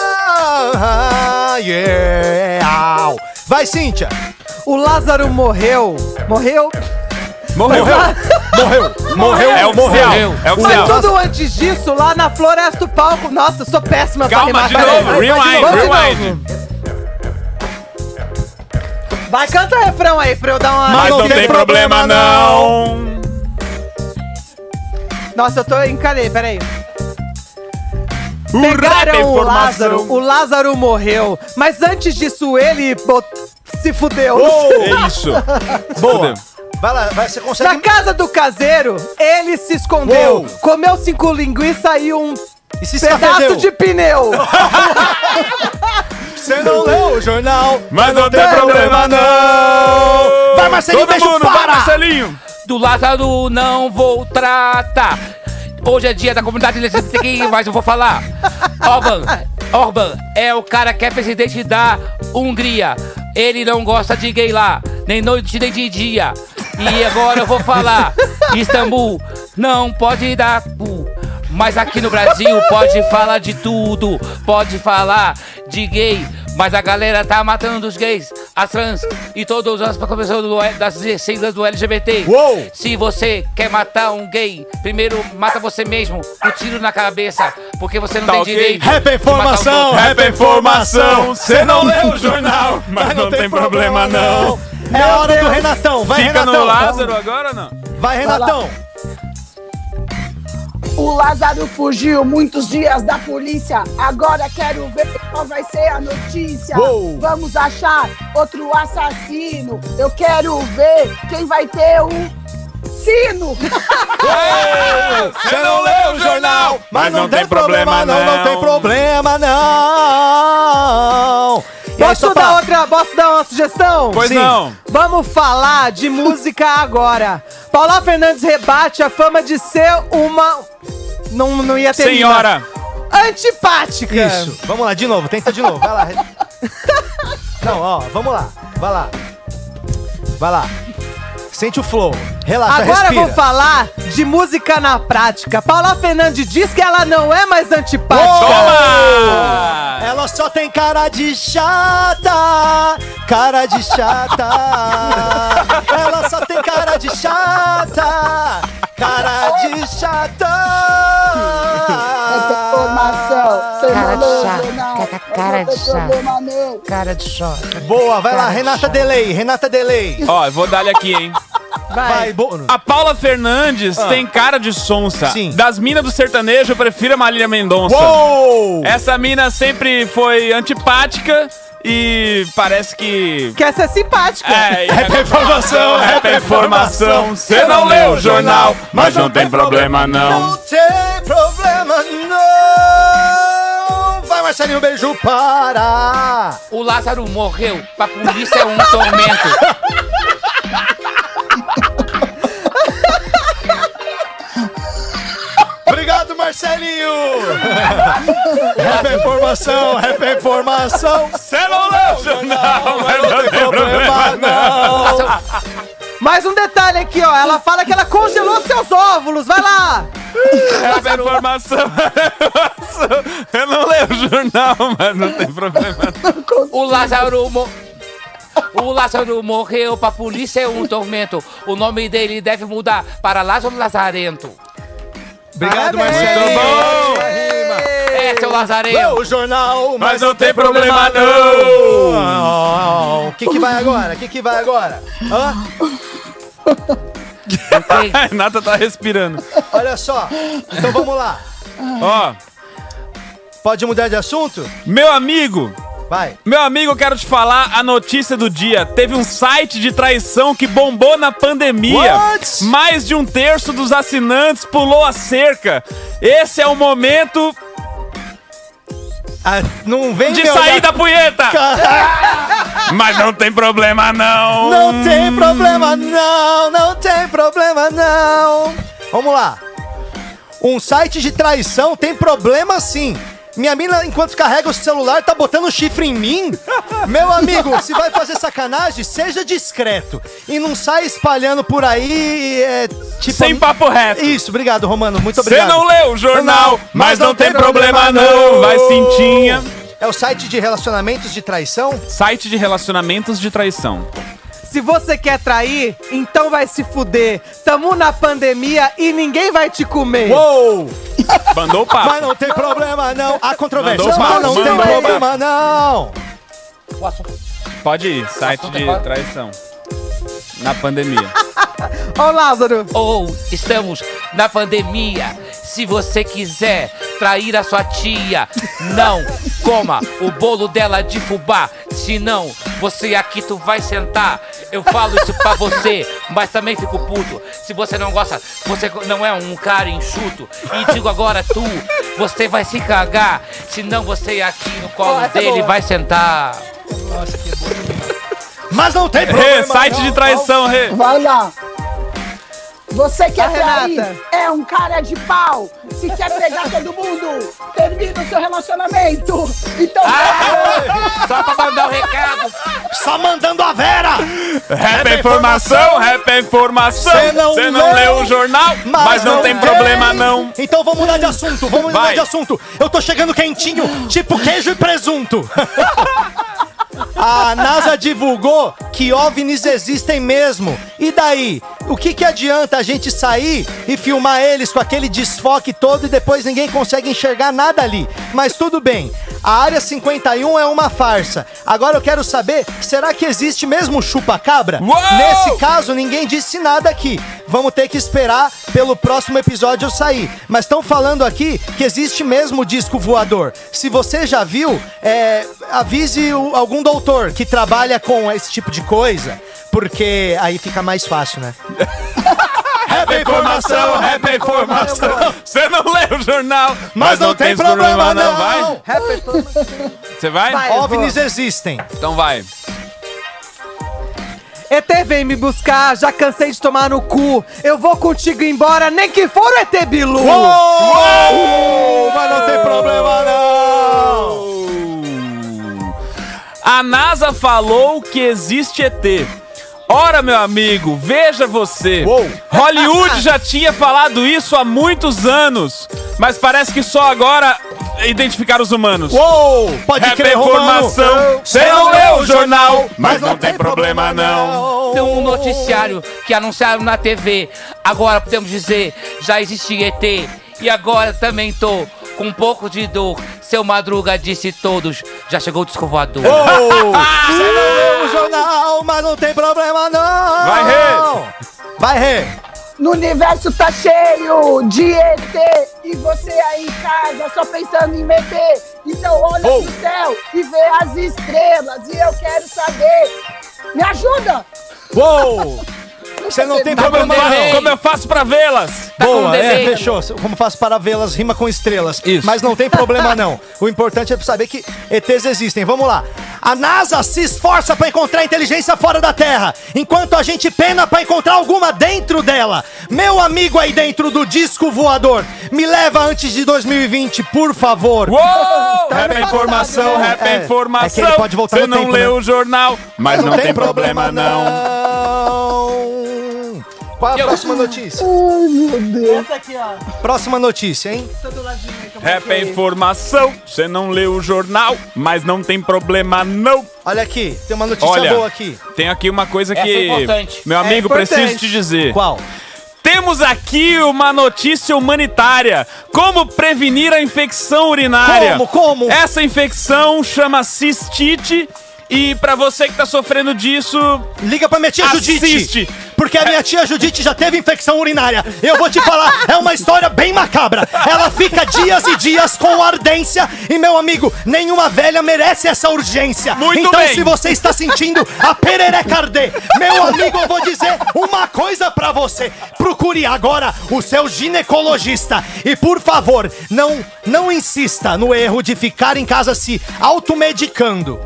[SPEAKER 2] Yeah. Vai, Cíntia.
[SPEAKER 1] O Lázaro morreu. Morreu?
[SPEAKER 5] Morreu.
[SPEAKER 2] Morreu.
[SPEAKER 5] É oficial. É
[SPEAKER 1] Mas
[SPEAKER 5] oficial.
[SPEAKER 1] tudo antes disso, lá na Floresta do Palco. Nossa, eu sou péssima pra
[SPEAKER 5] Calma,
[SPEAKER 1] rimar.
[SPEAKER 5] de
[SPEAKER 1] Peraí,
[SPEAKER 5] novo.
[SPEAKER 1] vai de
[SPEAKER 5] Rewind,
[SPEAKER 1] novo.
[SPEAKER 5] rewind.
[SPEAKER 1] Vai, canta o refrão aí pra eu dar uma...
[SPEAKER 5] Mas não tem problema não.
[SPEAKER 1] Nossa, eu tô encalhei, peraí.
[SPEAKER 5] O rap é
[SPEAKER 1] Pegaram o
[SPEAKER 5] informação.
[SPEAKER 1] Lázaro, o Lázaro morreu. Mas antes disso, ele se fudeu.
[SPEAKER 5] É isso.
[SPEAKER 2] Boa.
[SPEAKER 5] Fudeu.
[SPEAKER 2] Vai lá, vai, você
[SPEAKER 1] Na
[SPEAKER 2] consegue.
[SPEAKER 1] casa do caseiro, ele se escondeu.
[SPEAKER 2] Uou.
[SPEAKER 1] Comeu 5 linguiças e um
[SPEAKER 2] E se
[SPEAKER 1] pedaço
[SPEAKER 2] escafedeu.
[SPEAKER 1] de pneu.
[SPEAKER 2] Você não leu o jornal,
[SPEAKER 5] Mas não tem problema não.
[SPEAKER 2] Vai, Marcelinho,
[SPEAKER 5] Todo
[SPEAKER 2] beijo,
[SPEAKER 5] mundo,
[SPEAKER 2] para.
[SPEAKER 5] vai, Marcelinho.
[SPEAKER 6] Do Lázaro não vou tratar. Hoje é dia da comunidade LGBTQI, mas eu vou falar. Orban é o cara que é presidente da Hungria. Ele não gosta de gay lá, nem noite nem de dia. E agora eu vou falar. Istambul não pode dar pu. Mas aqui no Brasil pode falar de tudo. Pode falar de gay. Mas a galera tá matando os gays, as trans e todas as pessoas das siglas do LGBT.
[SPEAKER 2] Uou!
[SPEAKER 6] Se você quer matar um gay, primeiro mata você mesmo, um tiro na cabeça, porque você não
[SPEAKER 5] Tá
[SPEAKER 6] tem
[SPEAKER 5] ok.
[SPEAKER 6] direito.
[SPEAKER 2] Rap é
[SPEAKER 6] de matar os
[SPEAKER 2] informação,
[SPEAKER 6] outros.
[SPEAKER 2] rap é informação.
[SPEAKER 5] Cê não leu o jornal, mas não tem problema não.
[SPEAKER 2] É a hora do Renatão. Vai,
[SPEAKER 5] Fica
[SPEAKER 2] Renatão.
[SPEAKER 5] no Lázaro agora ou não?
[SPEAKER 2] Vai, Renatão.
[SPEAKER 7] O Lázaro fugiu muitos dias da polícia. Agora quero ver qual vai ser a notícia.
[SPEAKER 2] Uou.
[SPEAKER 7] Vamos achar outro assassino. Eu quero ver quem vai ter o sino.
[SPEAKER 2] Você não leu o jornal,
[SPEAKER 5] mas não tem problema não.
[SPEAKER 2] Não tem problema não. E aí,
[SPEAKER 1] Posso dar uma sugestão?
[SPEAKER 5] Pois não.
[SPEAKER 1] Vamos falar de música agora. Paula Fernandes rebate a fama de ser uma... Não ia ter
[SPEAKER 5] Senhora.
[SPEAKER 1] rima. Antipática.
[SPEAKER 2] Isso. Vamos lá, de novo. Tenta de novo. Vai lá. Não, ó. Vamos lá. Vai lá. Vai lá. Sente o flow. Relaxa,
[SPEAKER 1] Agora
[SPEAKER 2] respira.
[SPEAKER 1] vou falar de música na prática. Paula Fernandes diz que ela não é mais antipática.
[SPEAKER 5] Toma!
[SPEAKER 2] Ela só tem cara de chata. Cara de chata. Ela só tem cara de chata. Cara de chata.
[SPEAKER 7] Informação. Você
[SPEAKER 9] Cara
[SPEAKER 7] não
[SPEAKER 9] de
[SPEAKER 7] leu o
[SPEAKER 9] chata.
[SPEAKER 7] jornal,
[SPEAKER 9] Cara
[SPEAKER 7] mas
[SPEAKER 9] de
[SPEAKER 7] não tem
[SPEAKER 9] chata.
[SPEAKER 7] problema não.
[SPEAKER 9] Cara de choque.
[SPEAKER 2] Boa, vai lá.
[SPEAKER 9] Cara de
[SPEAKER 2] Renata
[SPEAKER 9] chata.
[SPEAKER 2] Delay. Renata Delay.
[SPEAKER 5] Ó, eu vou dar-lhe aqui, hein?
[SPEAKER 2] Vai, bônus.
[SPEAKER 5] A Paula Fernandes tem cara de sonsa.
[SPEAKER 2] Sim.
[SPEAKER 5] Das minas do sertanejo, eu prefiro a Marília Mendonça.
[SPEAKER 2] Uou!
[SPEAKER 5] Essa mina sempre foi antipática e parece que...
[SPEAKER 1] Quer ser simpática.
[SPEAKER 5] Rap é informação, rap é informação. Cê não leu o jornal, mas não tem problema não.
[SPEAKER 2] Não tem problema não. Vai, Marcelinho, beijo para.
[SPEAKER 6] O Lázaro morreu, pra polícia é um tormento.
[SPEAKER 2] Obrigado, Marcelinho. Rap é informação, rap é informação.
[SPEAKER 5] Cê não leu o jornal, mas não tem problema não.
[SPEAKER 1] Mais um detalhe aqui, ó. Ela fala que ela congelou seus óvulos. Vai lá.
[SPEAKER 5] Rap é informação, eu não leio lê o jornal, mas não tem problema.
[SPEAKER 6] O Lázaro morreu, pra polícia é um tormento. O nome dele deve mudar para Lázaro Lazarento.
[SPEAKER 2] Obrigado,
[SPEAKER 1] Parabéns.
[SPEAKER 2] Marcelinho.
[SPEAKER 5] Muito bom.
[SPEAKER 6] É, seu Lazarento.
[SPEAKER 2] O jornal,
[SPEAKER 5] Mas não tem problema, não.
[SPEAKER 2] O que vai agora? O que vai agora? Hã?
[SPEAKER 5] A Renata tá respirando.
[SPEAKER 2] Olha só. Então vamos lá.
[SPEAKER 5] Ó,
[SPEAKER 2] Pode mudar de assunto?
[SPEAKER 5] meu amigo,
[SPEAKER 2] Vai.
[SPEAKER 5] eu quero te falar a notícia do dia. Teve um site de traição que bombou na pandemia.
[SPEAKER 2] What?
[SPEAKER 5] Mais de 1/3 dos assinantes pulou a cerca. Esse é o momento
[SPEAKER 2] Ah, não vem
[SPEAKER 5] de
[SPEAKER 2] me
[SPEAKER 5] sair
[SPEAKER 2] olhar-
[SPEAKER 5] da punheta. Mas não tem problema, não.
[SPEAKER 2] Não tem problema não, não tem problema não. Vamos lá. Um site de traição tem problema sim. Minha mina, enquanto carrega o celular, tá botando chifre em mim? Meu amigo, se vai fazer sacanagem, seja discreto. E não sai espalhando por aí, tipo...
[SPEAKER 5] Sem papo reto.
[SPEAKER 2] Isso, obrigado, Romano, muito
[SPEAKER 5] Você
[SPEAKER 2] obrigado.
[SPEAKER 5] não leu o jornal, mas não tem problema, não. Vai, Cintinha.
[SPEAKER 2] É o site de relacionamentos de traição?
[SPEAKER 5] Site de relacionamentos de traição.
[SPEAKER 1] Se você quer trair, então vai se fuder. Tamo na pandemia e ninguém vai te comer.
[SPEAKER 2] Uou!
[SPEAKER 5] Mandou o papo.
[SPEAKER 2] Mas não tem problema não. Há controvérsia.
[SPEAKER 5] Mandou
[SPEAKER 2] Mas
[SPEAKER 5] papo,
[SPEAKER 2] não tem
[SPEAKER 5] mandou
[SPEAKER 2] problema não.
[SPEAKER 5] Pode ir, site de traição. Na pandemia.
[SPEAKER 1] Ô, Lázaro.
[SPEAKER 6] Ou estamos na pandemia. Se você quiser trair a sua tia, não coma o bolo dela de fubá. Senão, você aqui tu vai sentar. Eu falo isso pra você, mas também fico puto. Se você não gosta, você não é um cara enxuto. E digo agora tu, você vai se cagar. Senão você aqui no colo
[SPEAKER 1] essa é
[SPEAKER 6] dele
[SPEAKER 1] boa.
[SPEAKER 6] vai sentar.
[SPEAKER 2] Mas não tem
[SPEAKER 5] Rê,
[SPEAKER 2] problema
[SPEAKER 5] site
[SPEAKER 2] não.
[SPEAKER 5] de traição, Rê.
[SPEAKER 7] Vai lá. Você quer
[SPEAKER 1] A
[SPEAKER 7] trair?
[SPEAKER 1] Renata.
[SPEAKER 7] É um cara de pau. Se quer pegar todo mundo, termina o seu relacionamento. Então,
[SPEAKER 6] Só pra mandar o recado.
[SPEAKER 2] Só mandando a Vera.
[SPEAKER 5] Rap é informação, rap é informação.
[SPEAKER 2] Cê não
[SPEAKER 5] Você não
[SPEAKER 2] leu,
[SPEAKER 5] leu o jornal, mas não tem problema, não.
[SPEAKER 2] Então vamos mudar de assunto, vamos mudar
[SPEAKER 5] Vai.
[SPEAKER 2] de assunto. Eu tô chegando quentinho, tipo queijo e presunto. A NASA divulgou que OVNIs existem mesmo. E daí? O que adianta a gente sair e filmar eles com aquele desfoque todo e depois ninguém consegue enxergar nada ali? Mas tudo bem. A Área 51 é uma farsa. Agora eu quero saber, será que existe mesmo chupa-cabra?
[SPEAKER 5] Uou!
[SPEAKER 2] Nesse caso, ninguém disse nada aqui. Vamos ter que esperar pelo próximo episódio eu sair. Mas estão falando aqui que existe mesmo o disco voador. Se você já viu, avise algum doutor que trabalha com esse tipo de coisa, porque aí fica mais fácil, né?
[SPEAKER 5] Rap é informação, rap é informação. Você não leu o jornal,
[SPEAKER 2] Mas não tem problema não.
[SPEAKER 5] Vai? Você vai?
[SPEAKER 1] Vai.
[SPEAKER 2] OVNIs existem.
[SPEAKER 5] Então vai.
[SPEAKER 1] ET vem me buscar, já cansei de tomar no cu. Eu vou contigo embora, nem que for o ET Bilu.
[SPEAKER 2] Uou! Mas não tem problema não.
[SPEAKER 5] A NASA falou que existe ET. Ora, meu amigo, veja você.
[SPEAKER 2] Uou.
[SPEAKER 5] Hollywood já tinha falado isso há muitos anos, mas parece que só agora identificaram os humanos.
[SPEAKER 2] Uou! Pode
[SPEAKER 5] Rap é
[SPEAKER 2] crer, Romano.
[SPEAKER 5] informação, você não leu o jornal, mas não tem problema não.
[SPEAKER 6] Tem um noticiário que anunciaram na TV. Agora podemos dizer, já existe ET. E agora também tô com um pouco de dor. Seu Madruga disse todos, já chegou o disco voador.
[SPEAKER 2] Uou! Você não leu o jornal, mas não tem problema não.
[SPEAKER 5] Vai, Rê.
[SPEAKER 2] Vai, Rê.
[SPEAKER 7] no universo tá cheio de ET. E você aí em casa só pensando em meter. Então olha pro céu e vê as estrelas. E eu quero saber. Me ajuda!
[SPEAKER 2] Uou! Você não tem problema não.
[SPEAKER 5] Como eu faço pra vê-las?
[SPEAKER 6] Tá com
[SPEAKER 2] Boa,
[SPEAKER 6] delay.
[SPEAKER 2] fechou. Como faço para vê-las, rima com estrelas.
[SPEAKER 5] Isso.
[SPEAKER 2] Mas não tem problema não. O importante é saber que ETs existem. Vamos lá. A NASA se esforça para encontrar inteligência fora da Terra, enquanto a gente pena para encontrar alguma dentro dela. Meu amigo aí dentro do disco voador, me leva antes de 2020, por favor.
[SPEAKER 5] Uou! Rap é informação, rap é
[SPEAKER 2] É
[SPEAKER 5] informação.
[SPEAKER 2] que ele pode voltar
[SPEAKER 5] Você
[SPEAKER 2] no
[SPEAKER 5] não
[SPEAKER 2] tempo,
[SPEAKER 5] leu
[SPEAKER 2] né?
[SPEAKER 5] o jornal, mas não tem problema não.
[SPEAKER 2] não. Qual é a próxima notícia?
[SPEAKER 7] Ai, meu Deus.
[SPEAKER 1] Essa aqui, ó.
[SPEAKER 2] Próxima notícia, hein?
[SPEAKER 1] Tô do ladinho aí que eu
[SPEAKER 5] Rap é
[SPEAKER 1] marquei.
[SPEAKER 5] informação, você não leu o jornal, mas não tem problema não.
[SPEAKER 2] Olha aqui, tem uma notícia
[SPEAKER 5] Olha,
[SPEAKER 2] boa aqui.
[SPEAKER 5] tem aqui uma coisa
[SPEAKER 6] Essa
[SPEAKER 5] que,
[SPEAKER 6] é importante.
[SPEAKER 5] meu amigo,
[SPEAKER 1] importante.
[SPEAKER 5] preciso te dizer.
[SPEAKER 2] Qual?
[SPEAKER 5] Temos aqui uma notícia humanitária. Como prevenir a infecção urinária?
[SPEAKER 2] Como?
[SPEAKER 5] Essa infecção chama cistite. E pra você que tá sofrendo disso,
[SPEAKER 2] Liga pra minha tia Judite.
[SPEAKER 5] assiste.
[SPEAKER 2] Porque a minha tia Judite já teve infecção urinária. Eu vou te falar, é uma história bem macabra. Ela fica dias e dias com ardência. E, meu amigo, nenhuma velha merece essa urgência.
[SPEAKER 5] Muito
[SPEAKER 2] então,
[SPEAKER 5] bem.
[SPEAKER 2] se você está sentindo a perereca arder, meu amigo, eu vou dizer uma coisa pra você. Procure agora o seu ginecologista. E, por favor, não insista no erro de ficar em casa se automedicando.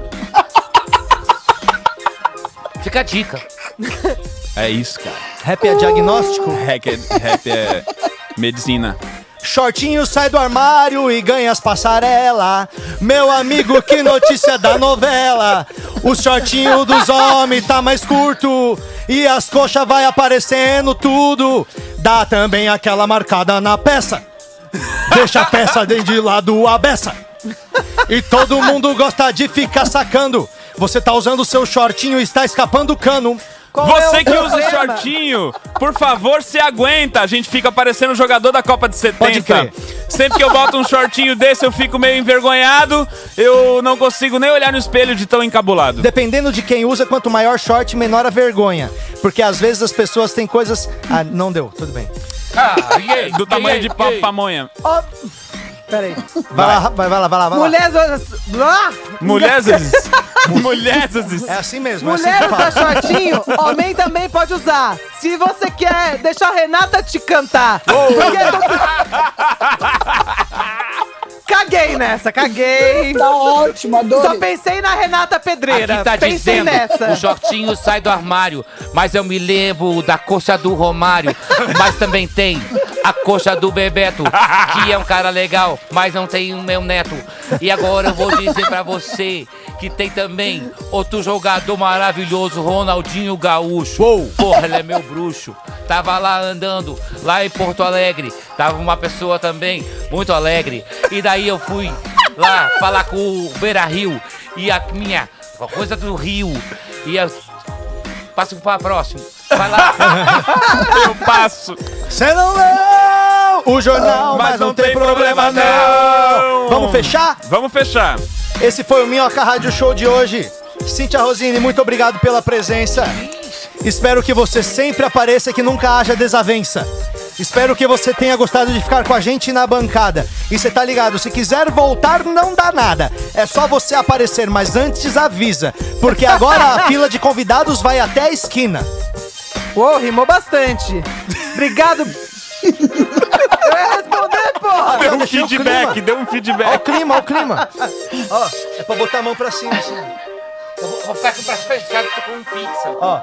[SPEAKER 6] Fica a dica.
[SPEAKER 5] É isso, cara.
[SPEAKER 2] Rap é diagnóstico?
[SPEAKER 5] Rap é medicina.
[SPEAKER 2] Shortinho sai do armário e ganha as passarela. Meu amigo, que notícia da novela. O shortinho dos homens tá mais curto e as coxas vai aparecendo tudo. Dá também aquela marcada na peça. Deixa a peça de lado a beça. E todo mundo gosta de ficar sacando. Você tá usando o seu shortinho e está escapando o cano.
[SPEAKER 1] Qual
[SPEAKER 5] Você
[SPEAKER 1] é o
[SPEAKER 5] que usa
[SPEAKER 1] problema?
[SPEAKER 5] shortinho, por favor, se aguenta. A gente fica parecendo jogador da Copa de 70.
[SPEAKER 2] Pode crer.
[SPEAKER 5] Sempre que eu boto um shortinho desse, eu fico meio envergonhado. Eu não consigo nem olhar no espelho de tão encabulado.
[SPEAKER 2] Dependendo de quem usa, quanto maior short, menor a vergonha. Porque às vezes as pessoas têm coisas... Ah, não deu, tudo bem.
[SPEAKER 5] Do tamanho de pamonha.
[SPEAKER 1] Ó, peraí.
[SPEAKER 2] Vai lá, vai lá.
[SPEAKER 1] Mulheres...
[SPEAKER 5] Mulheres. Mulheres.
[SPEAKER 2] É assim mesmo, é assim
[SPEAKER 1] Mulher
[SPEAKER 2] que
[SPEAKER 1] usa
[SPEAKER 2] fala.
[SPEAKER 1] shortinho, homem também pode usar. Se você quer, deixa a Renata te cantar. Porque caguei nessa, caguei.
[SPEAKER 7] Tá ótimo,
[SPEAKER 1] Só
[SPEAKER 7] adorei.
[SPEAKER 1] pensei na Renata Pedreira.
[SPEAKER 6] Aqui tá
[SPEAKER 1] pensei
[SPEAKER 6] dizendo,
[SPEAKER 1] nessa.
[SPEAKER 6] o shortinho sai do armário, mas eu me lembro da coxa do Romário, mas também tem a coxa do Bebeto, que é um cara legal, mas não tem o meu neto. E agora eu vou dizer pra você que tem também outro jogador maravilhoso, Ronaldinho Gaúcho.
[SPEAKER 2] Uou.
[SPEAKER 6] Porra, ele é meu bruxo. Tava lá andando, lá em Porto Alegre. Tava uma pessoa também muito alegre. E daí eu fui lá falar com o Beira Rio e a minha coisa do Rio. E eu passo pra próximo. Vai lá.
[SPEAKER 5] Eu passo.
[SPEAKER 2] Cê não leu o jornal, mas não tem problema não. Vamos fechar?
[SPEAKER 5] Vamos fechar.
[SPEAKER 2] Esse foi o Minhoca Rádio Show de hoje. Cíntia Rosini, muito obrigado pela presença. Espero que você sempre apareça e que nunca haja desavença. Espero que você tenha gostado de ficar com a gente na bancada. E você tá ligado, se quiser voltar, não dá nada. É só você aparecer, mas antes avisa. Porque agora a fila de convidados vai até a esquina.
[SPEAKER 1] Uou, rimou bastante. Obrigado. Eu ia responder, porra.
[SPEAKER 5] Deu um
[SPEAKER 2] deixei o
[SPEAKER 5] feedback,
[SPEAKER 2] clima.
[SPEAKER 5] deu um
[SPEAKER 2] Ó o
[SPEAKER 5] feedback.
[SPEAKER 2] clima, ó o clima. Ó, é pra botar a mão pra cima, assim.
[SPEAKER 6] Vou ficar aqui pra fechar, tô com pizza.
[SPEAKER 2] Ó.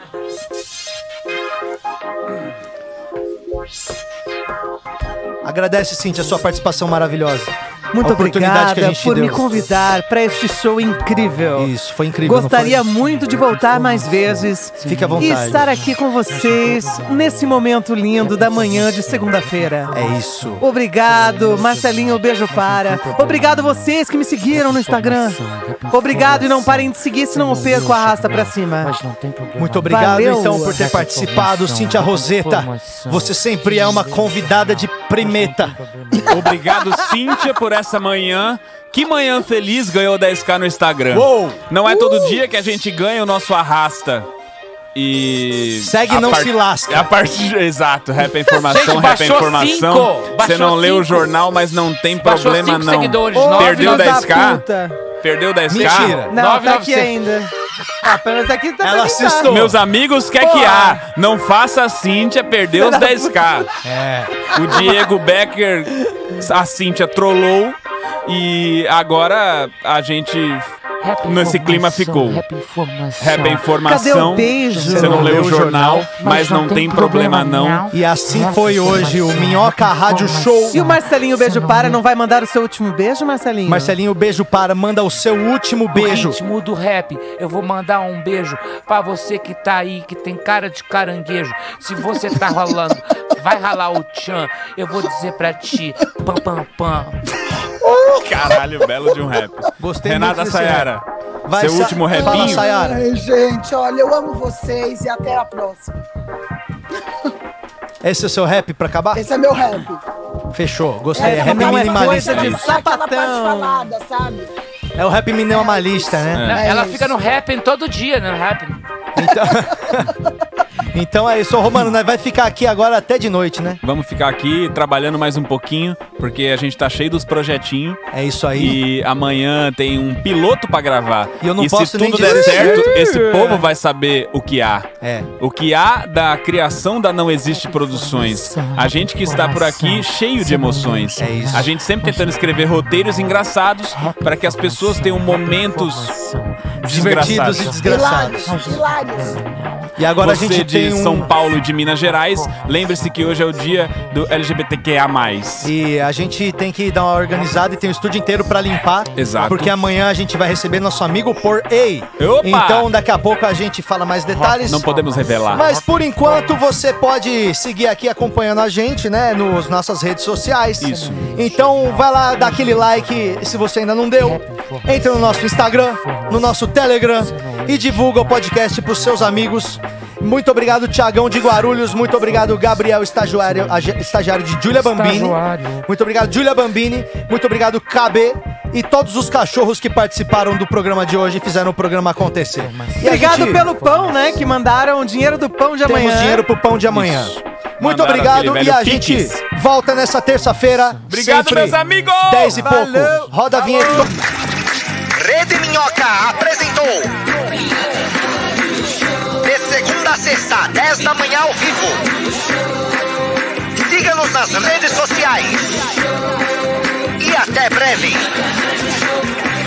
[SPEAKER 2] Agradece, Cíntia, a sua participação maravilhosa.
[SPEAKER 1] Muito
[SPEAKER 2] A oportunidade que a
[SPEAKER 1] obrigada
[SPEAKER 2] gente
[SPEAKER 1] por
[SPEAKER 2] deu.
[SPEAKER 1] me convidar para este show incrível.
[SPEAKER 2] Isso, foi incrível.
[SPEAKER 1] Gostaria
[SPEAKER 2] não foi?
[SPEAKER 1] muito de voltar mais vezes.
[SPEAKER 2] Fique à
[SPEAKER 1] E
[SPEAKER 2] vontade.
[SPEAKER 1] estar aqui com vocês nesse momento lindo da manhã de segunda-feira.
[SPEAKER 2] É isso.
[SPEAKER 1] Obrigado, Marcelinho, beijo para. Obrigado vocês que me seguiram no Instagram. Obrigado e não parem de seguir, senão eu perco a arrasta pra cima.
[SPEAKER 2] Muito obrigado,
[SPEAKER 1] Valeu.
[SPEAKER 2] então, por ter participado, Cíntia Roseta. Você sempre é uma convidada de primeta.
[SPEAKER 5] Obrigado, Cíntia, por essa manhã. Que manhã feliz ganhou 10k no Instagram.
[SPEAKER 2] Uou!
[SPEAKER 5] Não é todo dia que a gente ganha o nosso arrasta. E.
[SPEAKER 2] Segue,
[SPEAKER 5] a
[SPEAKER 2] não se lasca.
[SPEAKER 5] A parte. Exato, rap é informação,
[SPEAKER 6] Gente,
[SPEAKER 5] rap é
[SPEAKER 6] baixou
[SPEAKER 5] informação.
[SPEAKER 6] 5,
[SPEAKER 5] Você não
[SPEAKER 6] baixou
[SPEAKER 5] leu o
[SPEAKER 6] 5.
[SPEAKER 5] jornal, mas não tem
[SPEAKER 6] Baixou
[SPEAKER 5] problema
[SPEAKER 6] 5
[SPEAKER 5] não.
[SPEAKER 6] seguidores,
[SPEAKER 1] Ô,
[SPEAKER 6] 9.
[SPEAKER 5] Perdeu
[SPEAKER 1] filho da
[SPEAKER 5] 10k?
[SPEAKER 1] puta.
[SPEAKER 5] Perdeu 10k?
[SPEAKER 2] Mentira.
[SPEAKER 1] Não,
[SPEAKER 6] 9,
[SPEAKER 1] tá aqui
[SPEAKER 6] 900.
[SPEAKER 1] ainda. Ah, pelo menos aqui tá
[SPEAKER 2] Ela
[SPEAKER 1] pra
[SPEAKER 2] assustou.
[SPEAKER 5] Meus amigos, quer que há? Não faça a Cíntia perder os 10k.
[SPEAKER 2] É.
[SPEAKER 5] O Diego Becker, a Cíntia trollou. E agora a gente Nesse clima ficou. Rap informação.
[SPEAKER 1] Cadê o beijo?
[SPEAKER 5] Você não leu o jornal, mas não tem problema não.
[SPEAKER 2] E assim foi hoje o Minhoca Rádio Show.
[SPEAKER 1] E o Marcelinho Beijo Para não vai mandar o seu último beijo, Marcelinho?
[SPEAKER 2] Marcelinho Beijo Para, manda o seu último beijo.
[SPEAKER 6] No ritmo do rap, eu vou mandar um beijo pra você que tá aí, que tem cara de caranguejo. Se você tá rolando, vai ralar o tchan. Eu vou dizer pra ti, pam, pam, pam.
[SPEAKER 5] Caralho, belo de um rap.
[SPEAKER 2] Gostei
[SPEAKER 5] Renata
[SPEAKER 2] muito desse
[SPEAKER 5] Sayara,
[SPEAKER 2] Vai,
[SPEAKER 5] seu último
[SPEAKER 2] Fala,
[SPEAKER 5] rapinho.
[SPEAKER 2] Sayara.
[SPEAKER 7] Ai, gente, olha, eu amo vocês e até a próxima.
[SPEAKER 2] Esse é o seu rap pra acabar?
[SPEAKER 7] Esse é meu rap.
[SPEAKER 2] Fechou, gostei. É,
[SPEAKER 1] É,
[SPEAKER 2] rap
[SPEAKER 1] não é
[SPEAKER 2] minimalista.
[SPEAKER 1] coisa de
[SPEAKER 7] Aquela parte
[SPEAKER 1] sapatão.
[SPEAKER 7] falada, sabe?
[SPEAKER 2] É o rap minimalista, né?
[SPEAKER 6] Ela
[SPEAKER 7] isso.
[SPEAKER 6] fica no rapping todo dia, né? No rapping.
[SPEAKER 2] Então é isso, ô Romano, nós vai ficar aqui agora até de noite, né?
[SPEAKER 5] Vamos ficar aqui trabalhando mais um pouquinho, porque a gente tá cheio dos projetinhos.
[SPEAKER 2] É isso aí.
[SPEAKER 5] E amanhã tem um piloto pra gravar.
[SPEAKER 2] E eu não
[SPEAKER 5] se
[SPEAKER 2] posso nem
[SPEAKER 5] tudo der
[SPEAKER 2] dizer
[SPEAKER 5] certo,
[SPEAKER 2] certo.
[SPEAKER 5] esse povo vai saber o que há.
[SPEAKER 2] É.
[SPEAKER 5] O que há da criação da Não Existe Produções. A gente que está por aqui cheio de emoções.
[SPEAKER 2] É isso.
[SPEAKER 5] A gente sempre tentando escrever roteiros engraçados para que as pessoas tenham momentos
[SPEAKER 2] Divertidos e
[SPEAKER 5] desgraçados.
[SPEAKER 2] desgraçados.
[SPEAKER 7] Hilários.
[SPEAKER 2] E agora
[SPEAKER 5] Você
[SPEAKER 2] a gente
[SPEAKER 5] de
[SPEAKER 2] tem
[SPEAKER 5] São Paulo e de Minas Gerais, lembre-se que hoje é o dia do LGBTQIA+.
[SPEAKER 2] E a gente tem que dar uma organizada e tem o estúdio inteiro pra limpar.
[SPEAKER 5] Exato.
[SPEAKER 2] Porque amanhã a gente vai receber nosso amigo por Ei.
[SPEAKER 5] Opa!
[SPEAKER 2] Então daqui a pouco a gente fala mais detalhes.
[SPEAKER 5] Não podemos revelar.
[SPEAKER 2] Mas por enquanto você pode seguir aqui acompanhando a gente, né, nas nossas redes sociais.
[SPEAKER 5] Isso.
[SPEAKER 2] Então vai lá, dá aquele like se você ainda não deu. Entra no nosso Instagram, no nosso Telegram e divulga o podcast pros seus amigos. Muito obrigado, Thiagão de Guarulhos. Muito obrigado, Gabriel, estagiário de Júlia Bambini. Muito obrigado, Júlia Bambini. Muito obrigado, KB. E todos os cachorros que participaram do programa de hoje e fizeram o programa acontecer. E a
[SPEAKER 1] Obrigado
[SPEAKER 2] gente-
[SPEAKER 1] pelo pão, né? Que mandaram o dinheiro do pão de amanhã.
[SPEAKER 2] Temos dinheiro pro pão de amanhã.
[SPEAKER 5] Isso.
[SPEAKER 2] Muito
[SPEAKER 5] Mandaram
[SPEAKER 2] obrigado
[SPEAKER 5] aquele
[SPEAKER 2] e
[SPEAKER 5] velho
[SPEAKER 2] a gente
[SPEAKER 5] Pix.
[SPEAKER 2] volta nessa terça-feira.
[SPEAKER 5] Obrigado,
[SPEAKER 2] sempre
[SPEAKER 5] meus amigos!
[SPEAKER 2] 10 e pouco.
[SPEAKER 1] Valeu.
[SPEAKER 2] Roda a vinheta.
[SPEAKER 4] Rede Minhoca apresentou. De segunda a sexta, 10 da manhã ao vivo. Siga-nos nas redes sociais. E até breve.